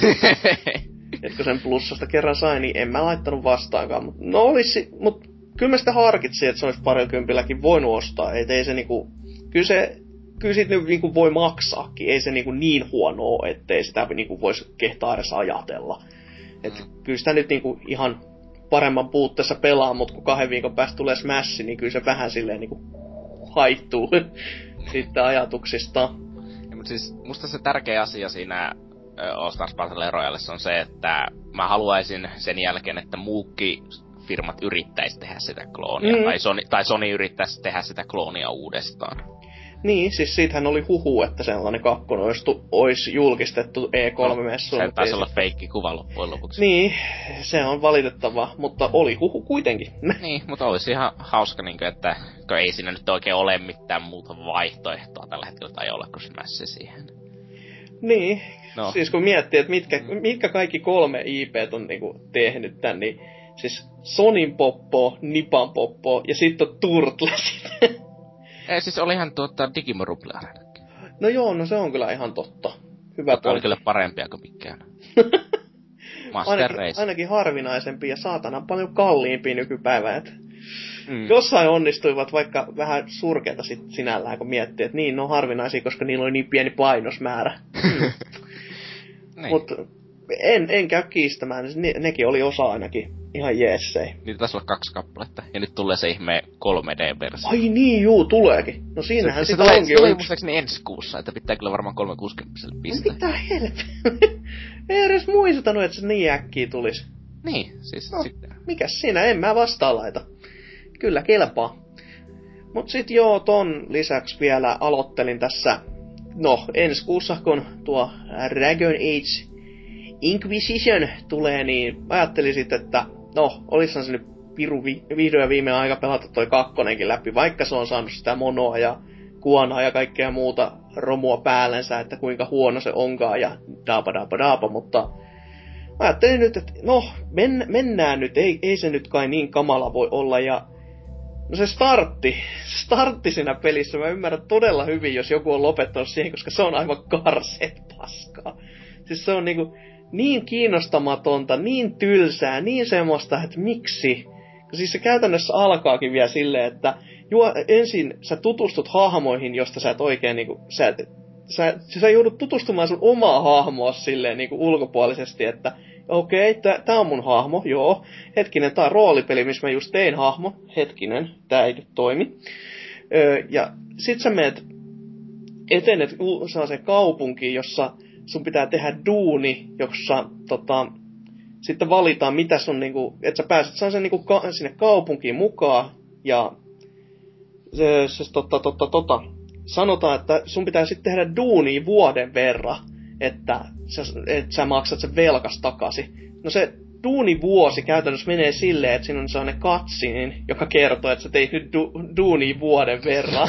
et kun sen plussasta kerran sai, niin en mä laittanut vastaankaan. Mut, no olisi, mut kyllä mä sitä harkitsin, että se olisi parikympilläkin voinut ostaa. Et ei se niinku... Kyllä se... Kyllä siitä nyt niinku voi maksaakin. Ei se niinku niin huonoa, ettei sitä niinku voisi kehtaa edes ajatella. Et mm. Kyllä sitä nyt niinku ihan paremman puutteessa pelaa, mutta kun kahden viikon päästä tulee Smash, niin kyllä se vähän silleen niinku haittuu sitten ajatuksista. Ja, mutta siis musta se tärkeä asia siinä All Stars Battle Royalessa on se, että mä haluaisin sen jälkeen, että muukin firmat yrittäisi tehdä sitä kloonia, mm. tai, Sony, tai Sony yrittäisi tehdä sitä kloonia uudestaan. Niin, siis siitähän oli huhu, että sellainen kakkonen olisi, olisi julkistettu E kolme-messuun. No, se taisi olla feikki kuva loppujen lopuksi. Niin, se on valitettavaa, mutta oli huhu kuitenkin. Niin, mutta olisi ihan hauska, niin kuin, että ei siinä nyt oikein ole mitään muuta vaihtoehtoa tällä hetkellä tai olla kuin Smash siihen. Niin, no. Siis kun miettii, että mitkä, mitkä kaikki kolme I P:t on niinku tehnyt tän, niin siis Sonin Poppo, Nipan Poppo ja sitten on Turtlesit. Ei, siis olihan tuota Digimon ainakin. No joo, no se on kyllä ihan totta. Hyvä pointti. Oli kyllä parempia kuin mikään. Master ainakin, Race. ainakin harvinaisempi ja saatana paljon kalliimpi nykypäivä. Mm. Jossain onnistuivat, vaikka vähän surkeita sit sinällään, kun miettii, että niin, ne on harvinaisia, koska niillä oli niin pieni painosmäärä. Mm. niin. Mutta en, en käy kiistämään, ne, nekin oli osa ainakin ihan jeessei. Niitä taisi olla kaksi kappaletta, ja nyt tulee se ihme kolme D-versio. Ai niin, juu, tuleekin. No siinähän se, sitä se onkin. Se tulee muistaakseni ensi kuussa, että pitää kyllä varmaan kolmesataakuusikymmentä pistää. No mitä helvetti? Ei edes muistanut, että se niin äkkiä tulisi. Niin, siis no, sitten. Mikäs siinä, en mä vastaan laita. Kyllä kelpaa. Mut sit joo, ton lisäksi vielä aloittelin tässä, no ensi kuussa kun tuo Dragon Age Inquisition tulee, niin ajattelin sitten, että no, olishan se nyt piru vi- vihdoin ja viimein aika pelata toi kakkonenkin läpi, vaikka se on saanut sitä monoa ja kuonaa ja kaikkea muuta romua päällensä, että kuinka huono se onkaan ja daapa daapa daapa, mutta ajattelin nyt, että no, men- mennään nyt, ei, ei se nyt kai niin kamala voi olla ja no se startti, startti siinä pelissä, mä ymmärrän todella hyvin, jos joku on lopettanut siihen, koska se on aivan karseet paskaa. Siis se on niinku niin kiinnostamatonta, niin tylsää, niin semmoista, että miksi? Siis se käytännössä alkaakin vielä silleen, että juo, ensin sä tutustut hahmoihin, josta sä et oikein niinku, sä, et, sä, sä joudut tutustumaan sun omaa hahmoa silleen niinku ulkopuolisesti, että okei, okay, tää, tää on mun hahmo, joo. Hetkinen, tää on roolipeli, missä mä just tein hahmo. Hetkinen, tää ei nyt toimi. Öö, ja sit sä meet, etenet sellaiseen kaupunkiin, jossa sun pitää tehdä duuni, jossa tota, sitten valitaan, mitä sun niinku, että sä pääset sellaisen niinku ka, sinne kaupunkiin mukaan, ja se, se tota, tota, tota, sanotaan, että sun pitää sitten tehdä duunia vuoden verran, että sä, et sä maksat sen velkas takaisin. No se duunivuosi käytännössä menee silleen, että siinä on sellainen cutscene, joka kertoo, että sä teit nyt du, duunia vuoden verran.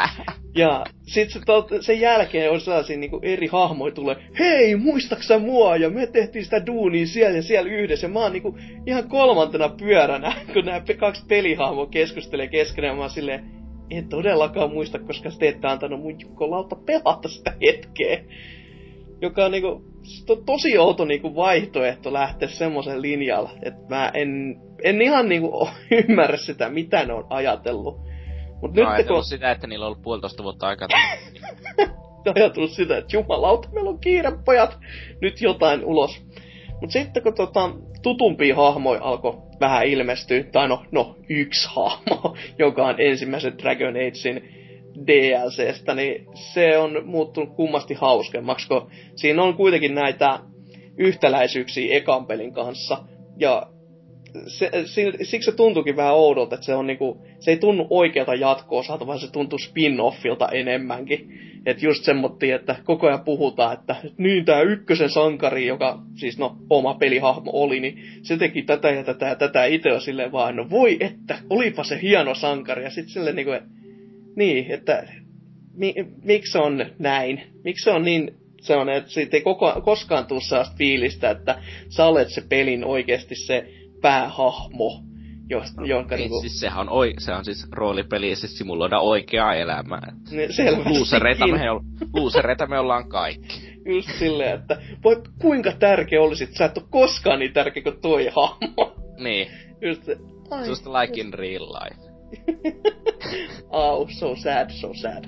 Ja sit se, tot, sen jälkeen on sellaisia niinku eri hahmoja tulee, hei, muistaksä mua? Ja me tehtiin sitä duunia siellä ja siellä yhdessä. Ja mä oon niinku ihan kolmantena pyöränä, kun nämä kaksi pelihahmoa keskustelee keskenään. Mä oon silleen, en todellakaan muista, koska te ette antanut mun jukkolauta pelata sitä hetkeä. joka on niinku to, tosi outo niinku vaihtoehto lähteä semmoisen linjalla, että mä en, en ihan niinku ymmärrä sitä, mitä ne on ajatellut. Mut no, nyt ajatellut kun... sitä, että niillä on ollut puolitoista vuotta aikaa. ajatellut sitä, että jumalauta, meillä on kiire, pojat, nyt jotain ulos. Mut sitten kun tota, tutumpia hahmoja alkoi vähän ilmestyä, tai no, no yksi hahmo, joka on ensimmäisen Dragon Agein D L C:stä, niin se on muuttunut kummasti hauskemmaksi, kun siinä on kuitenkin näitä yhtäläisyyksiä ekan pelin kanssa. Ja se, se, siksi se tuntuukin vähän oudolta, että se on niinku, se ei tunnu oikealta jatko-osalta, vaan se tuntuu spin-offilta enemmänkin. Että just semmoittiin, että koko ajan puhutaan, että niin tää ykkösen sankari, joka siis no oma pelihahmo oli, niin se teki tätä ja tätä ja tätä itse on silleen vaan, no voi että, olipa se hieno sankari. Ja sit silleen niinku, niin, että mi, miksi se on näin? Miksi se on niin sellainen, että siitä ei koko, koskaan tule sellaista fiilistä, että sä olet se pelin oikeasti se päähahmo, jonka niin, niinku... siis sehän on, oi, se on siis roolipeli ja siis simuloida oikeaa elämää. Niin, selvästikin. Luusereita me, luusereita me ollaan kaikki. Just silleen, että voi, kuinka tärkeä olisit, sä et ole koskaan niin tärkeä kuin toi hahmo. Niin. Just se. Just like in real life. Au, so sad, so sad.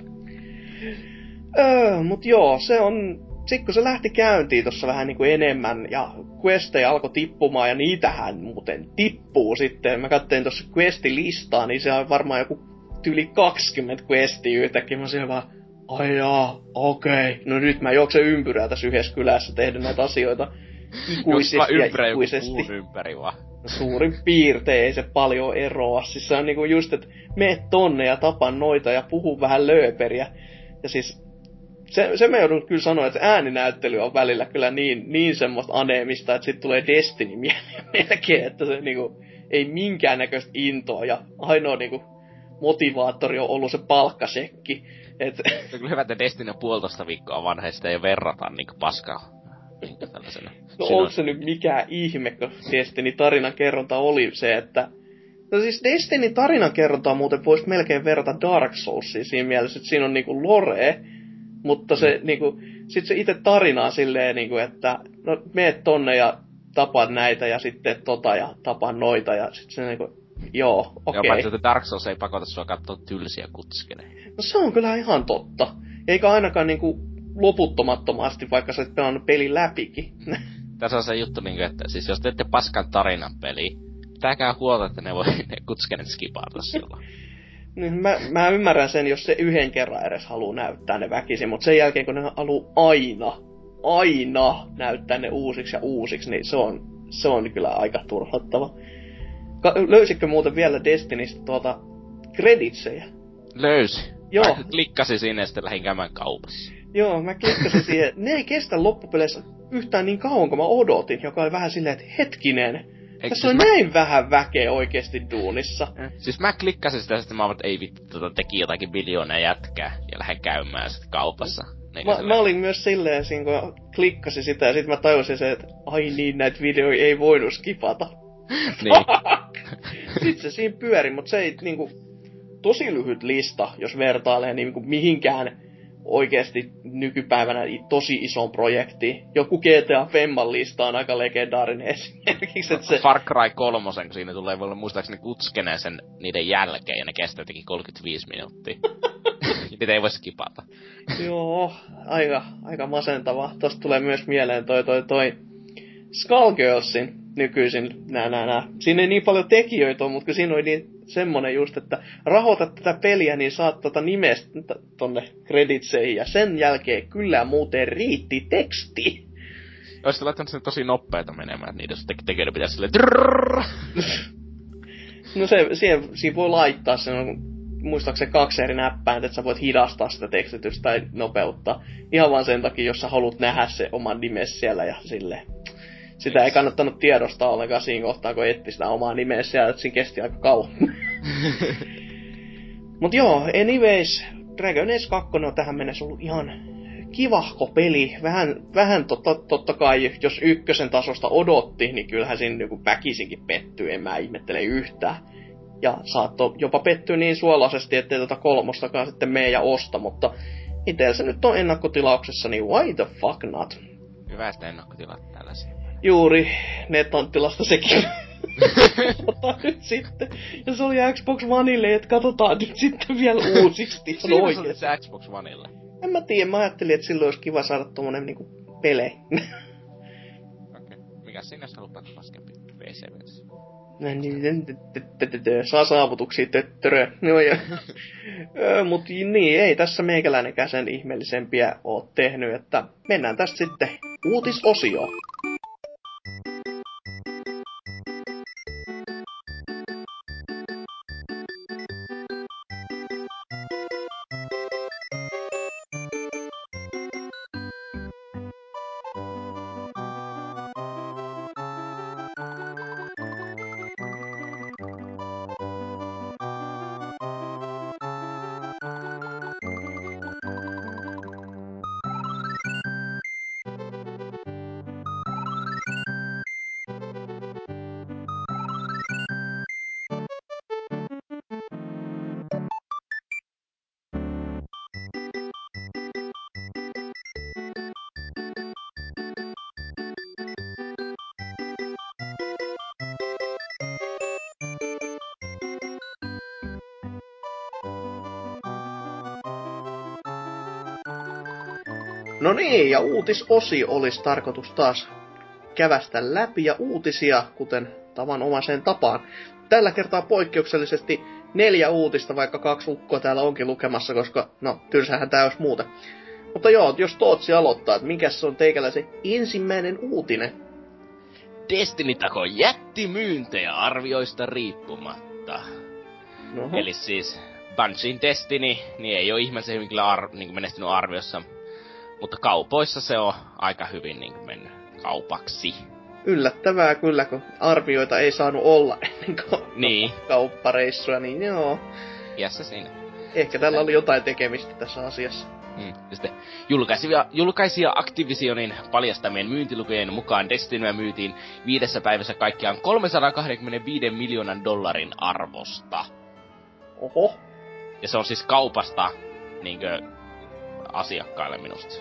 Öö, mut joo, se on... Sitten kun se lähti käyntiin tossa vähän niinku enemmän ja questeja alkoi tippumaan ja niitähän muuten tippuu sitten. Mä katsoin tossa questilistaa, niin se on varmaan joku yli kaksikymmentä questia yhtäkkiä. Mä siellä vaan, ai jaa, okei. Okay. No nyt mä juoksen ympyrää tässä yhdessä kylässä tehdä näitä asioita ikuisesti ja ikuisesti. Ympäri vaan. No, suurin piirtein ei se paljon eroa. Siis se on niinku just, että mene tonne ja tapan noita ja puhu vähän lööperiä. Ja siis se, se mä joudun kyllä sanoa, että ääninäyttely on välillä kyllä niin, niin semmoista aneemista, että sit tulee Destiny melkein, että se niinku ei minkäännäköistä intoa ja ainoa niinku motivaattori on ollut se palkkasekki. Et... Se on kyllä hyvä, että Destiny on puolitoista viikkoa vanha ja sitä ei verrata niinku paskaa. Niinku tällaisena. No onko se nyt mikään ihme, kun Destiny tarinan kerronta oli se, että... No siis Destiny tarinan kerrontaa muuten voisi melkein verrata Dark Soulsiin siinä mielessä, että siinä on niinku lore, mutta se mm. niinku... Sit se itse tarinaa silleen niinku, että... No meet tonne ja tapaat näitä ja sitten tota ja tapaan noita ja sit se niinku... Joo, okei. Okay. Joo, paitsi että Dark Souls ei pakota sua katsoa tylsiä kutskeneja. No se on kyllä ihan totta. Eikä ainakaan niinku loputtomattomasti, vaikka sä et pelannut pelin läpikin. Tässä on se juttu, niinku, että siis jos teette paskan tarinan peliä, pitääkää huolta, että ne voi ne kutskenet skipata silloin. Niin, mä, mä ymmärrän sen, jos se yhden kerran edes haluu näyttää ne väkisin, mutta sen jälkeen kun ne haluu aina, aina näyttää ne uusiksi ja uusiksi, niin se on, se on kyllä aika turhauttava. Ka- löysitkö muuten vielä Destinistä tuota creditsejä? Löysi. Joo. Mä klikkasin sinne ja sitten lähdin käymään kaupassa. Joo, mä klikkasin siihen. Ne ei kestä loppupeleissä yhtään niin kauan kuin mä odotin, joka oli vähän silleen, että hetkinen, Eikö tässä siis on mä... näin vähän väkeä oikeesti duunissa. Eh. Siis mä klikkasin sitä, että mä että ei vittu, tota, teki jotakin biljoonaa jätkää ja lähden käymään sit kaupassa. Niin mä, mä olin myös silleen, siinä, kun klikkasin sitä ja sit mä tajusin se, että ai niin, näitä videoja ei voinut skipata. Niin. Sitten se siinä pyöri, mutta se ei niinku... Tosi lyhyt lista, jos vertailee niinku mihinkään oikeesti nykypäivänä tosi isoon projektiin. Joku G T A Femman lista on aika legendaarinen esimerkiksi, että se... Far Cry kolmosen, kun siinä tulee voi muistaakseni kutskeneen sen niiden jälkeen, ja ne kestää jotenkin kolmekymmentäviisi minuuttia. Niitä ei voi skipata. Joo, aika, aika masentavaa. Tosta tulee myös mieleen toi toi toi Skullgirlsin nykyisin nää nää nää. Siinä ei niin paljon tekijöitä ole, mutta kun siinä oli niin semmonen just, että rahoitat tätä peliä, niin saat tota nimestä tonne kreditseihin, ja sen jälkeen kyllä muuten riitti teksti. Oisit laittanut sen tosi nopeeta menemään, että niiden tekijöiden pitäisi silleen... No se, siihen, siihen voi laittaa sen, muistaakseni kaksi eri näppäintä, että sä voit hidastaa sitä tekstitystä tai nopeuttaa. Ihan vaan sen takia, jos sä haluat nähdä se oman nimes siellä ja silleen. Sitä yes. Ei kannattanut tiedostaa ollenkaan siinä kohtaa, kun etti sitä omaa nimeä siellä, että siinä kesti aika kauan. Mut joo, anyways, Dragon Age kaksi on tähän mennessä ollut ihan kivahko peli. Vähän, vähän totta, totta kai, jos ykkösen tasosta odotti, niin kyllähän siinä joku väkisinkin pettyy, en mä ihmettele yhtään. Ja saattoi jopa pettyä niin suolaisesti, ettei tota kolmostakaan sitten mene ja osta, mutta Itellä se nyt on ennakkotilauksessa, niin why the fuck not? Hyvästä ennakkotilat tällaisia. Juuri, nettonttilasta sekin. Katsotaan nyt sitten. Ja se oli Xbox Oneille, että katsotaan nyt sitten vielä uusiksi. Siinä on se Xbox Oneille. En mä tiedä, mä ajattelin, että silloin olisi kiva saada tommonen niinku pele. Okei. Okay. Mikäs siinä jos haluat laskempi P C-versio? Saa saavutuksia töttörö. Joo ja. Mut niin, ei tässä meikäläinenkään sen ihmeellisempiä oo tehnyt, että mennään tästä sitten uutisosioon. No niin, ja uutisosio olisi tarkoitus taas kävästä läpi, ja uutisia, kuten tavanomaiseen tapaan. Tällä kertaa poikkeuksellisesti neljä uutista, vaikka kaksi ukkoa täällä onkin lukemassa, koska no, tylsähän tää olisi muuten. Mutta joo, jos Tootsi aloittaa, että mikäs on teikäläisen ensimmäinen uutinen? Destiny takoo jättimyyntejä arvioista riippumatta. Noho. Eli siis Bungien Destiny, niin ei oo ihmeellisen hyvin kyllä ar- niin menestynyt arviossa. Mutta kaupoissa se on aika hyvin niin mennyt kaupaksi. Yllättävää kyllä, kun arvioita ei saanut olla ennen kuin niin. kauppareissua, niin joo. Jässä siinä. Ehkä tällä oli jotain tekemistä tässä asiassa. Mm. Ja sitten julkaisija, julkaisija Activisionin paljastamien myyntilukujen mukaan Destinyä myytiin viidessä päivässä kaikkiaan kolmesataakaksikymmentäviisi miljoonan dollarin arvosta. Oho. Ja se on siis kaupasta niinkö asiakkaille minusta.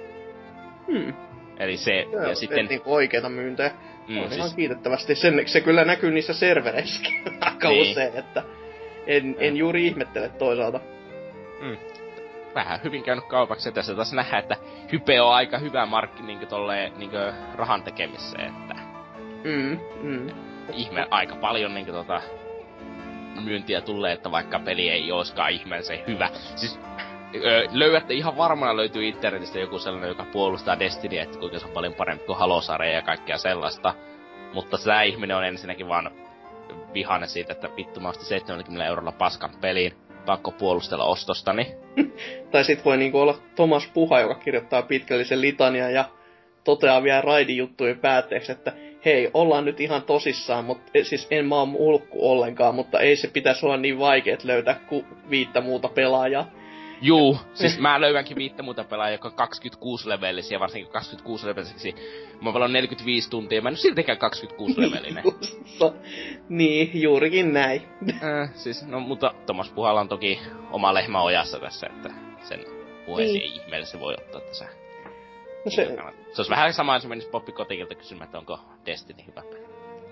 Hmm. Eli se, Joo, ja sitten niinku oikeita myyntejä. Mm, on siis ihan kiitettävästi. Sen, se kyllä näkyy niissä servereissäkin aika niin. usein, että en, en juuri ihmettele toisaalta. Mm. Vähän hyvin käynyt kaupaksi, ja tässä taas nähdään, että hype on aika hyvä markki niinkö tolleen niinkö rahan tekemiseen, että Mm, mm. ihme aika paljon niinkö tota myyntiä tulee, että vaikka peli ei ooskaan ihmeellisen hyvä. Siis öö, löydätte ihan varmana löytyy internetistä joku sellainen, joka puolustaa Destinyä, että kuinka se on paljon parempi kuin Halo-sarja ja kaikkea sellaista. Mutta tää ihminen on ensinnäkin vaan vihane siitä, että vittu mä ostin seitsemänkymmentä eurolla paskan peliin. Pakko puolustella ostostani. Tai sit voi niinku olla Thomas Puha, joka kirjoittaa pitkällisen litanian ja toteaa vielä raidijuttujen päätteeksi, että hei, ollaan nyt ihan tosissaan, mutta siis en mä oo mulkku ollenkaan, mutta ei se pitäisi olla niin vaikeet löytää ku viittä muuta pelaajaa. Juu, siis mä löydänkin viittä muuta pelaajaa, joka on kaksikymmentäkuusi levelisiä, varsinkin kaksikymmentäkuusi levelisiksi. Mä oon pelannut neljäkymmentäviisi tuntia, mä en oo siltikään kaksikymmentäkuusi levelinen. Niin, juurikin näin. Äh, siis, no mutta Thomas Puhalla on toki oma lehmä ojassa tässä, että sen puheisiin niin. Ihmeellisesti voi ottaa tässä. No se... se olisi vähän sama, jos menisi Poppi Kotikilta kysymään, että onko Destiny hyvä peli.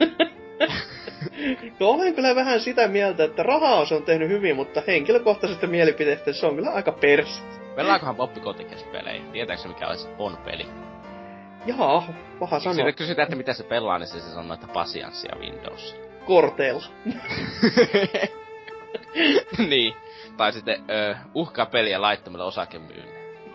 No olen kyllä vähän sitä mieltä, että rahaa se on tehnyt hyvin, mutta henkilökohtaisesta mielipiteestä se on kyllä aika persi. Pelaakohan Poppi Kotikes pelejä? Tietääkö mikä olisi on peli? Jaa, paha sanoa. Sitten kysytään, että mitä se pelaa, niin se, se sanoo, että pasianssia Windows. Korteilla. Niin. Tai sitten ö, uhkaa peliä laittomilla osakemyynnillä.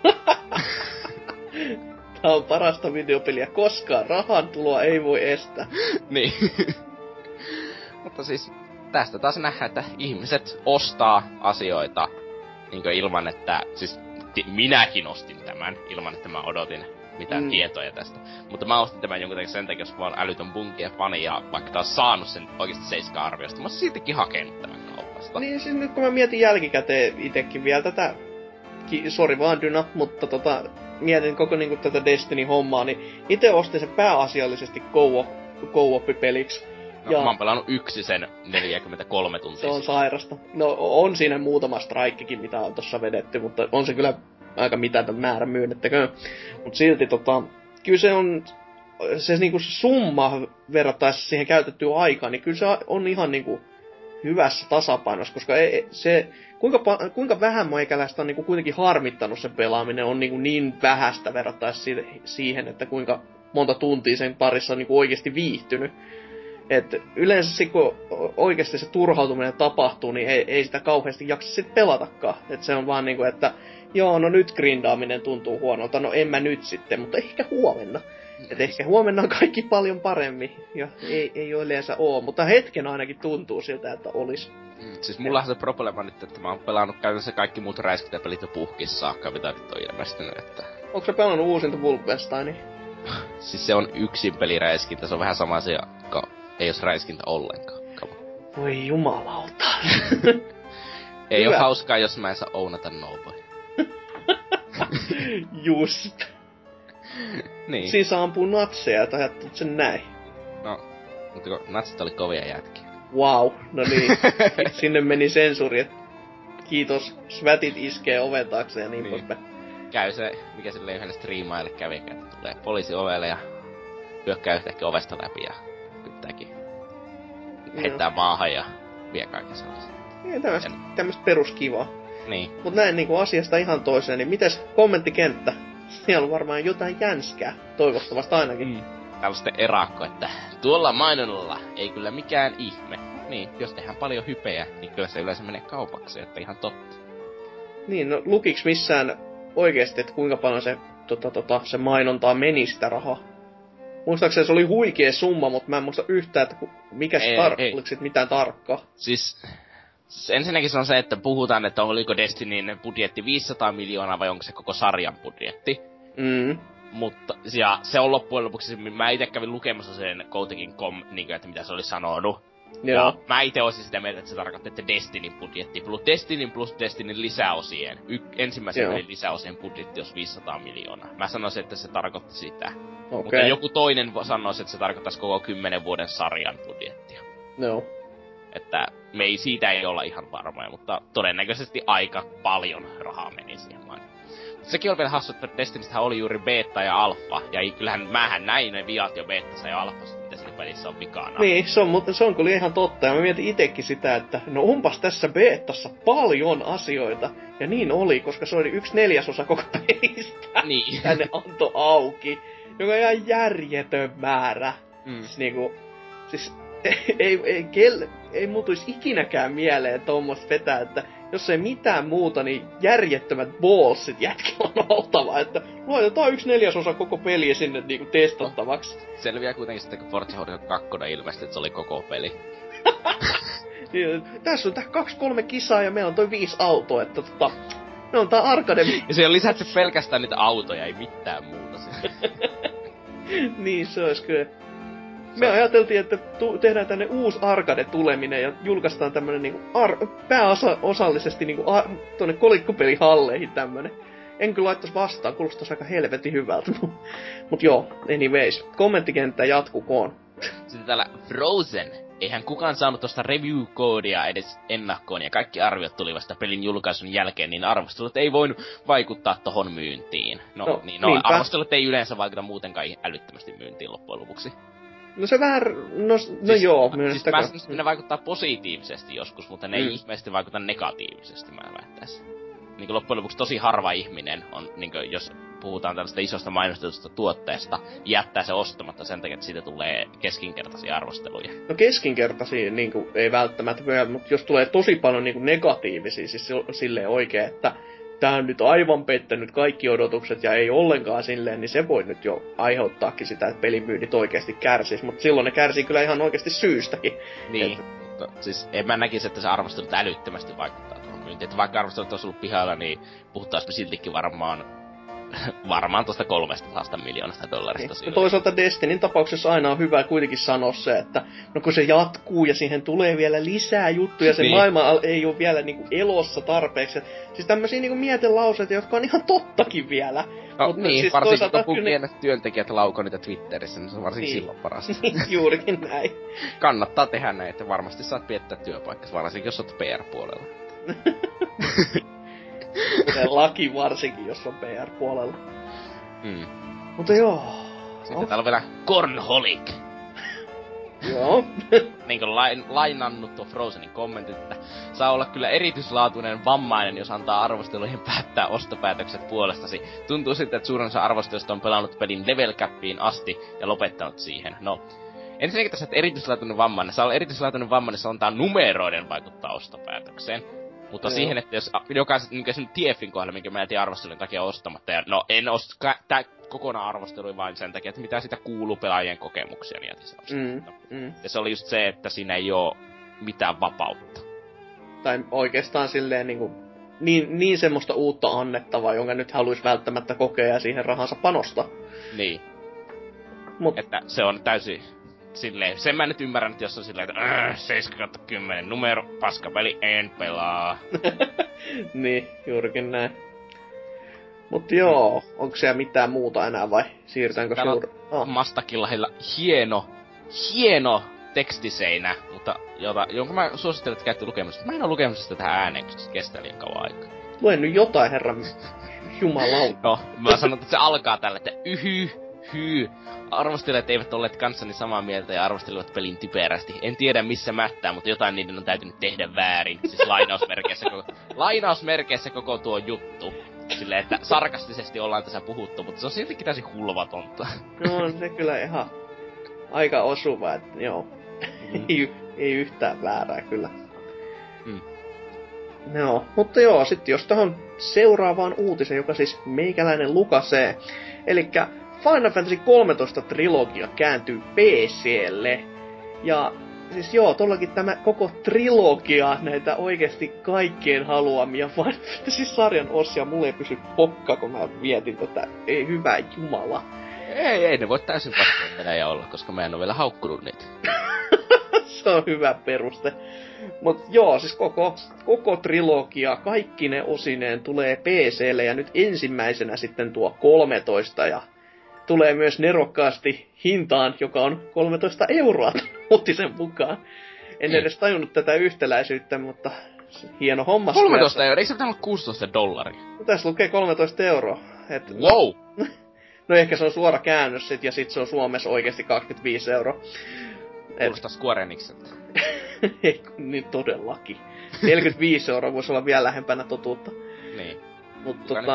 Tää on parasta videopeliä koskaan. Rahan tuloa ei voi estää. Niin. Mutta siis tästä taas nähdään, että ihmiset ostaa asioita niin ilman, että... Siis t- minäkin ostin tämän ilman, että mä odotin mitään mm. tietoja tästä. Mutta mä ostin tämän jonkun takia sen takia, jos mä oon älytön bunkia fani ja vaikka taas saanut sen oikeesti seitsemän arviosta. Mä oon siltikin hakenut tämän kaupasta. Niin siis nyt kun mä mietin jälkikäteen itekin vielä tätä... Ki- sori vaan Dyna, mutta tota... Mietin koko niinku tätä Destiny-hommaa, niin ite ostin sen pääasiallisesti co-op-peliksi. No, ja... mä oon pelannut yksi sen neljäkymmentäkolme tuntia. Se on sairasta. No, on siinä muutama strikekin, mitä on tossa vedetty, mutta on se kyllä aika mitätön määrä myönnettäköön. Mut silti tota, kyllä se on, se niinku se summa verrattaessa siihen käytettyyn aikaan, niin kyllä se on ihan niinku hyvässä tasapainossa, koska ei, se, kuinka, kuinka vähän meikäläistä on niinku kuitenkin harmittanut se pelaaminen, on niinku niin vähäistä verrattaessa siihen, että kuinka monta tuntia sen parissa on niinku oikeasti viihtynyt. Et yleensä kun oikeasti se turhautuminen tapahtuu, niin ei, ei sitä kauheasti jaksa sit pelatakaan. Et se on vaan niinku, että joo, no nyt grindaaminen tuntuu huonolta, no en mä nyt sitten, mutta ehkä huomenna. Et ehkä huomenna on kaikki paljon paremmin, ja ei, ei ole yleensä oo, mutta hetken ainakin tuntuu siltä, että olis. Mm, siis mulla on se problema nyt, että mä oon pelannut käytännössä kaikki muut räiskintäpelit jo puhkissa saakka, mitä nyt on ilmestynyt, että... Onko sä pelannut uusinta Wolfensteinia? Siis se on yksin peliräiskintä, se on vähän sama asia, ka- ei jos räiskintä ollenkaan. Kama. Voi jumalauta. Ei oo hauskaa, jos mä en saa ounata Noboy. Just. Niin. Siis ampuu natseja, että ajattelut sen näin. No, mutta kun natsit oli kovia jätkiä. Wow, no niin. Sinne meni sensuri, että kiitos, svätit iskee oven taakse ja niin, niin. poispäin. Käy se, mikä silleen yhdelle striimaille kävi, että tulee poliisi ovelle ja hyökkää yhtäkkiä ovesta läpi ja pitääkin heittää no. maahan ja vie kaiken sellaisen. Niin, tämmöstä, tämmöstä peruskivaa. Niin. Mut näin niinku asiasta ihan toiseen, niin mites kommenttikenttä? Siellä on varmaan jotain jänskää, toivottavasti ainakin. Mm. Täällä on sitten erakko, että tuolla mainonnalla ei kyllä mikään ihme. Niin, jos tehdään paljon hypeä, niin kyllä se yleensä menee kaupaksi, että ihan totta. Niin, no lukiks missään oikeesti, että kuinka paljon se, tota, tota, se mainontaa meni sitä rahaa? Muistaakseni se oli huikea summa, mutta mä en muista yhtään, että mikä se tar- oliko sit mitään tarkkaa. Siis... Ensinnäkin se on se, että puhutaan, että oliko Destinyn budjetti viisisataa miljoonaa vai onko se koko sarjan budjetti. Mm. Mutta, ja se on loppujen lopuksi, mä ite kävin lukemassa sen Koutakin piste com, niin kuin, että mitä se oli sanonut. Joo. Ja mä ite olisin sitä mieltä, että se tarkoitti, että Destinyn budjetti plus Destinyn plus Destinyn lisäosien. Y- ensimmäisen pelin lisäosien budjetti olisi viisisataa miljoonaa. Mä sanoisin, että se tarkoitti sitä. Okay. Mutta joku toinen sanoisi, että se tarkoittaisi koko kymmenen vuoden sarjan budjettia. No. Että me ei siitä ei olla ihan varmoja, mutta todennäköisesti aika paljon rahaa meni siihen vain. Sekin on vielä hassu, että Destinystähän oli juuri beta ja alfa, ja ei, kyllähän mähän näin ne viat jo betassa ja alfassa, mitä siinä pelissä on vikana. Niin, se on, mutta se on kyllä ihan totta, ja mä mietin itekin sitä, että no onpas tässä betassa paljon asioita, ja niin oli, koska se oli yksi neljäsosa koko pelistä. Niin. Tänne antoi auki, joka on ihan järjetön määrä. Mm. Siis niinku, siis ei, ei, kel, ei muutuisi ikinäkään mieleen tommoista vetää, että jos ei mitään muuta, niin järjettömät ballsit jätkellä on oltava, että laitetaan yksi neljäsosa koko peliä sinne niinku testattavaksi. No, selviää kuitenkin sitten, kun Forza Horizon kaksi ilmeisesti, että se oli koko peli. Niin, tässä on tää kaksi kolme kisaa ja meillä on toi viisi autoa, että tota, ne on tää arcade. Ja se on lisätty pelkästään niitä autoja, ei mitään muuta. Niin, se olisi kyllä. Me ajateltiin, että tu- tehdään tänne uusi arcade-tuleminen ja julkaistaan tämmönen niinku ar- pääosallisesti niinku ar- tonne kolikkopelihalleihin tämmönen. En kyllä laittais vastaan, kuulostais aika helvetin hyvältä. Mut joo, anyways. Kommenttikenttä jatkukoon. Sitten täällä Frozen. Eihän kukaan saanut tosta review-koodia edes ennakkoon ja kaikki arviot tuli vasta pelin julkaisun jälkeen, niin arvostelut ei voinut vaikuttaa tohon myyntiin. No, no niin, no arvostelut ei yleensä vaikuta muutenkaan älyttömästi myyntiin loppujen lopuksi. No se vähän, no, no siis, joo, siis mä sanoisin, että ne vaikuttaa positiivisesti joskus, mutta ne mm. ei ihmeellisesti vaikuta negatiivisesti, mä väittäisin. Niinku loppujen lopuksi tosi harva ihminen on, niinku jos puhutaan tällaista isosta mainostetusta tuotteesta, jättää se ostamatta sen takia, että siitä tulee keskinkertaisia arvosteluja. No keskinkertaisia niinku ei välttämättä vielä, mutta jos tulee tosi paljon niinku negatiivisia, siis silleen oikein, että tää on nyt aivan pettänyt kaikki odotukset ja ei ollenkaan silleen, niin se voi nyt jo aiheuttaakin sitä, että pelimyynnit oikeesti kärsis, mutta silloin ne kärsii kyllä ihan oikeesti syystäkin. Niin, et... mutta siis en mä näkisi, että se arvostelut älyttömästi vaikuttaa tuohon myyntiin. Että vaikka arvostelut olisi ollut pihalla, niin puhuttaisiin me siltikin varmaan varmaan tuosta kolmestasadasta miljoonasta dollarista. Niin. Ja toisaalta Destinyn tapauksessa aina on hyvä kuitenkin sanoa se, että no kun se jatkuu ja siihen tulee vielä lisää juttuja, se niin. maailma ei ole vielä niinku elossa tarpeeksi. Siis tämmösiä niinku mietelauseita, jotka on ihan tottakin vielä. No Mut niin, siis varsinkin kun puhuu pienet työntekijät laukoo niitä Twitterissä, niin se on varsinkin niin. silloin parasta. Niin, juurikin näin. Kannattaa tehdä näin, että varmasti saat piettää työpaikkas, varsinkin jos oot P R-puolella. Kuten laki varsinkin, jos on P R-puolella. Mm. Mutta joo. Sitten Oh. täällä on vielä Cornholic. Joo. Niinkö lain, lainannut tuo Frozenin kommentit, että saa olla kyllä erityislaatuinen vammainen, jos antaa arvosteluihin päättää ostopäätökset puolestasi. Tuntuu sitten, että suurin osa arvostajista on pelannut pelin level capiin asti ja lopettanut siihen. No, ensinnäkin tässä, että erityislaatuinen vammainen. Saa olla erityislaatuinen vammainen, se antaa numeroiden vaikuttaa ostopäätökseen. Mutta no, siihen, että jos jokaiset, niin sen T F:in kohdalla, minkä mä jätin arvostelun takia ostamatta, ja no en osta tää kokonaan arvosteluja vain sen takia, että mitä sitä kuuluu pelaajien kokemuksia, niin jätin se mm, mm. Ja se oli just se, että siinä ei oo mitään vapautta. Tai oikeastaan silleen niinku, niin, niin semmoista uutta annettavaa, jonka nyt haluaisi välttämättä kokea ja siihen rahansa panosta. Niin. Mut. Että se on täysin silleen, sen mä nyt ymmärrän, että jos on silleen, että seitsemän kautta kymmenen numero, paskapeli, en pelaa. Niin, juurikin näin. Mut joo, onko siellä mitään muuta enää vai siirrytäänkö seura... Oh. Mastakillahilla hieno, hieno tekstiseinä, mutta jota, jonka mä suosittelen, että käytte lukemassa. Mä en oo lukemassa sitä tähän ääneen, koska se kestää liian kauan aikaa. Luen nyt jotain, herran jumalauta. No, mä sanon, että se alkaa tällä, että yhy, hyy. Arvostelijat eivät olleet kanssani samaa mieltä ja arvostelivat pelin typerästi. En tiedä missä mättää, mutta jotain niiden on täytynyt tehdä väärin. Siis lainausmerkeissä koko, lainausmerkeissä koko tuo juttu. Silleen, että sarkastisesti ollaan tässä puhuttu, mutta se on siltikin täysin hulvatonta. No on se kyllä ihan aika osuva, että joo. Mm. ei, ei yhtään väärää kyllä. Mm. Joo, mutta joo, sitten jos tähän seuraavaan uutiseen, joka siis meikäläinen lukasee. Elikkä Final Fantasy kolmetoista trilogia kääntyy P C:lle. Ja siis joo, tollakin tämä koko trilogia, näitä oikeesti kaikkien haluamia Final Fantasy-sarjan osia, mulle ei pysy pokka, kun mä mietin tätä. Ei hyvä jumala. Ei, ei ne voi täysin paskaa olla, koska mä en oo vielä haukkunut niitä. Se on hyvä peruste. Mut joo, siis koko, koko trilogia, kaikki ne osineen tulee P C:lle ja nyt ensimmäisenä sitten tuo kolmetoista ja tulee myös nerokkaasti hintaan, joka on kolmetoista euroa uutisen mukaan. En mm. edes tajunnut tätä yhtäläisyyttä, mutta hieno homma. kolmetoista euroa? Eikö se pitänyt olla kuusitoista dollaria? No, tässä lukee kolmetoista euroa. Et, wow! No, no ehkä se on suora käännös sit, ja sit se on Suomessa oikeesti kaksikymmentäviisi euroa. Kuulostaa Square Enixeltä. Ei, niin todellakin. neljäkymmentäviisi euroa voisi olla vielä lähempänä totuutta. Niin. Mutta tota...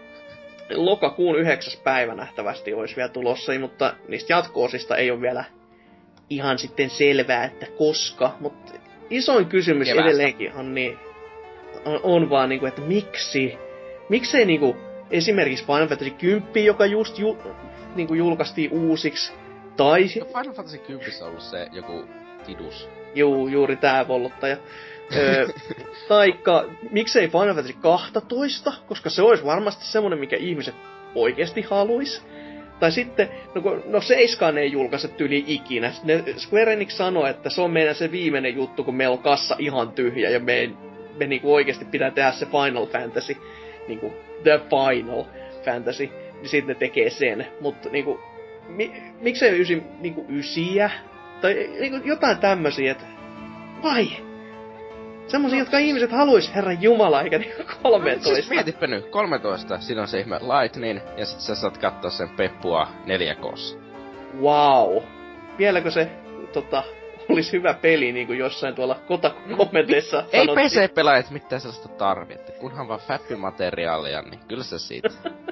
lokakuun yhdeksäs päivä nähtävästi olisi vielä tulossa, mutta niistä jatko-osista ei ole vielä ihan sitten selvää, että koska. Mutta isoin kysymys Keväästä. Edelleenkin on, niin, on, on vaan, niinku, että miksi? Miksei niinku, esimerkiksi Final Fantasy kymmenen, joka just ju, niinku, julkaistiin uusiksi, tai... No Final Fantasy kymmenen on ollut se joku tidus. Juu, juuri tää vollottaja. öö, taikka, miksei Final Fantasy kaksitoista, koska se olisi varmasti semmonen, mikä ihmiset oikeesti haluis. Tai sitten, no, no Seiskaan ei julkaise tyyli ikinä. Ne, Square Enix sanoi, että se on meidän se viimeinen juttu, kun meillä on kassa ihan tyhjä ja me, me niinku oikeesti pitää tehdä se Final Fantasy, niinku The Final Fantasy, niin sitten ne tekee sen. Mutta niinku, mi, miksei ysi, niinku ysiä? Tai niinku jotain tämmösiä, että vai? Semmosia, no, jotka ihmiset haluis, herran jumala, eikä niinku kolmetoista. No, siis mietipä nyt, kolmetoista, siinä on se ihme Lightning, ja sit sä saat katsoa sen Peppua neljä K:ssa. Wow. Vieläkö se, tota, olis hyvä peli, niinku jossain tuolla Kotaku-kommenteissa ei P C-pelaajat mitään sellaista tarvii, että kunhan vaan fappimateriaalia, niin kyllä se siitä.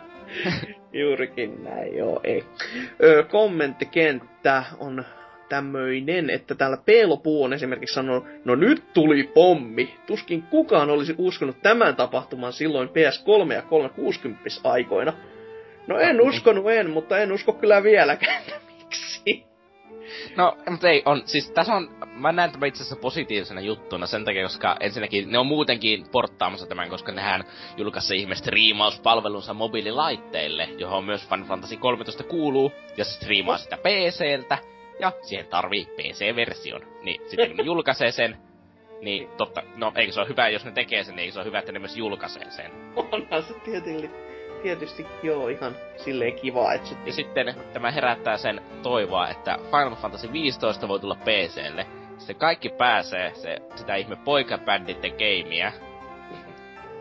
Juurikin näin, joo, ei. Öö, kommenttikenttä on tämmöinen, että täällä Peelopuu on esimerkiksi sanonut, no nyt tuli pommi. Tuskin kukaan olisi uskonut tämän tapahtuman silloin P S kolme ja kolmesataakuusikymmentä aikoina. No en uskonut en, mutta en usko kyllä vieläkään. Miksi? No, mutta ei, on, siis tässä on, mä näen tämän itse asiassa positiivisena juttuna sen takia, koska ensinnäkin ne on muutenkin porttaamassa tämän, koska nehän julkaisi ihmeessä striimauspalvelunsa mobiililaitteille, johon myös Final Fantasy kolmetoista kuuluu, ja se striimaa sitä P C:ltä. Ja siihen tarvii P C-version. Niin sitten kun ne julkaisee sen, niin totta, no eikö se ole hyvä, jos ne tekee sen, niin eikö se ole hyvä, että ne myös julkaisee sen. Onhan se tietysti, tietysti joo ihan silleen kiva, että sitten... Ja sitten tämä herättää sen toivoa, että Final Fantasy viisitoista voi tulla P C:lle. Sitten kaikki pääsee se, sitä ihme poikabänditten gameä.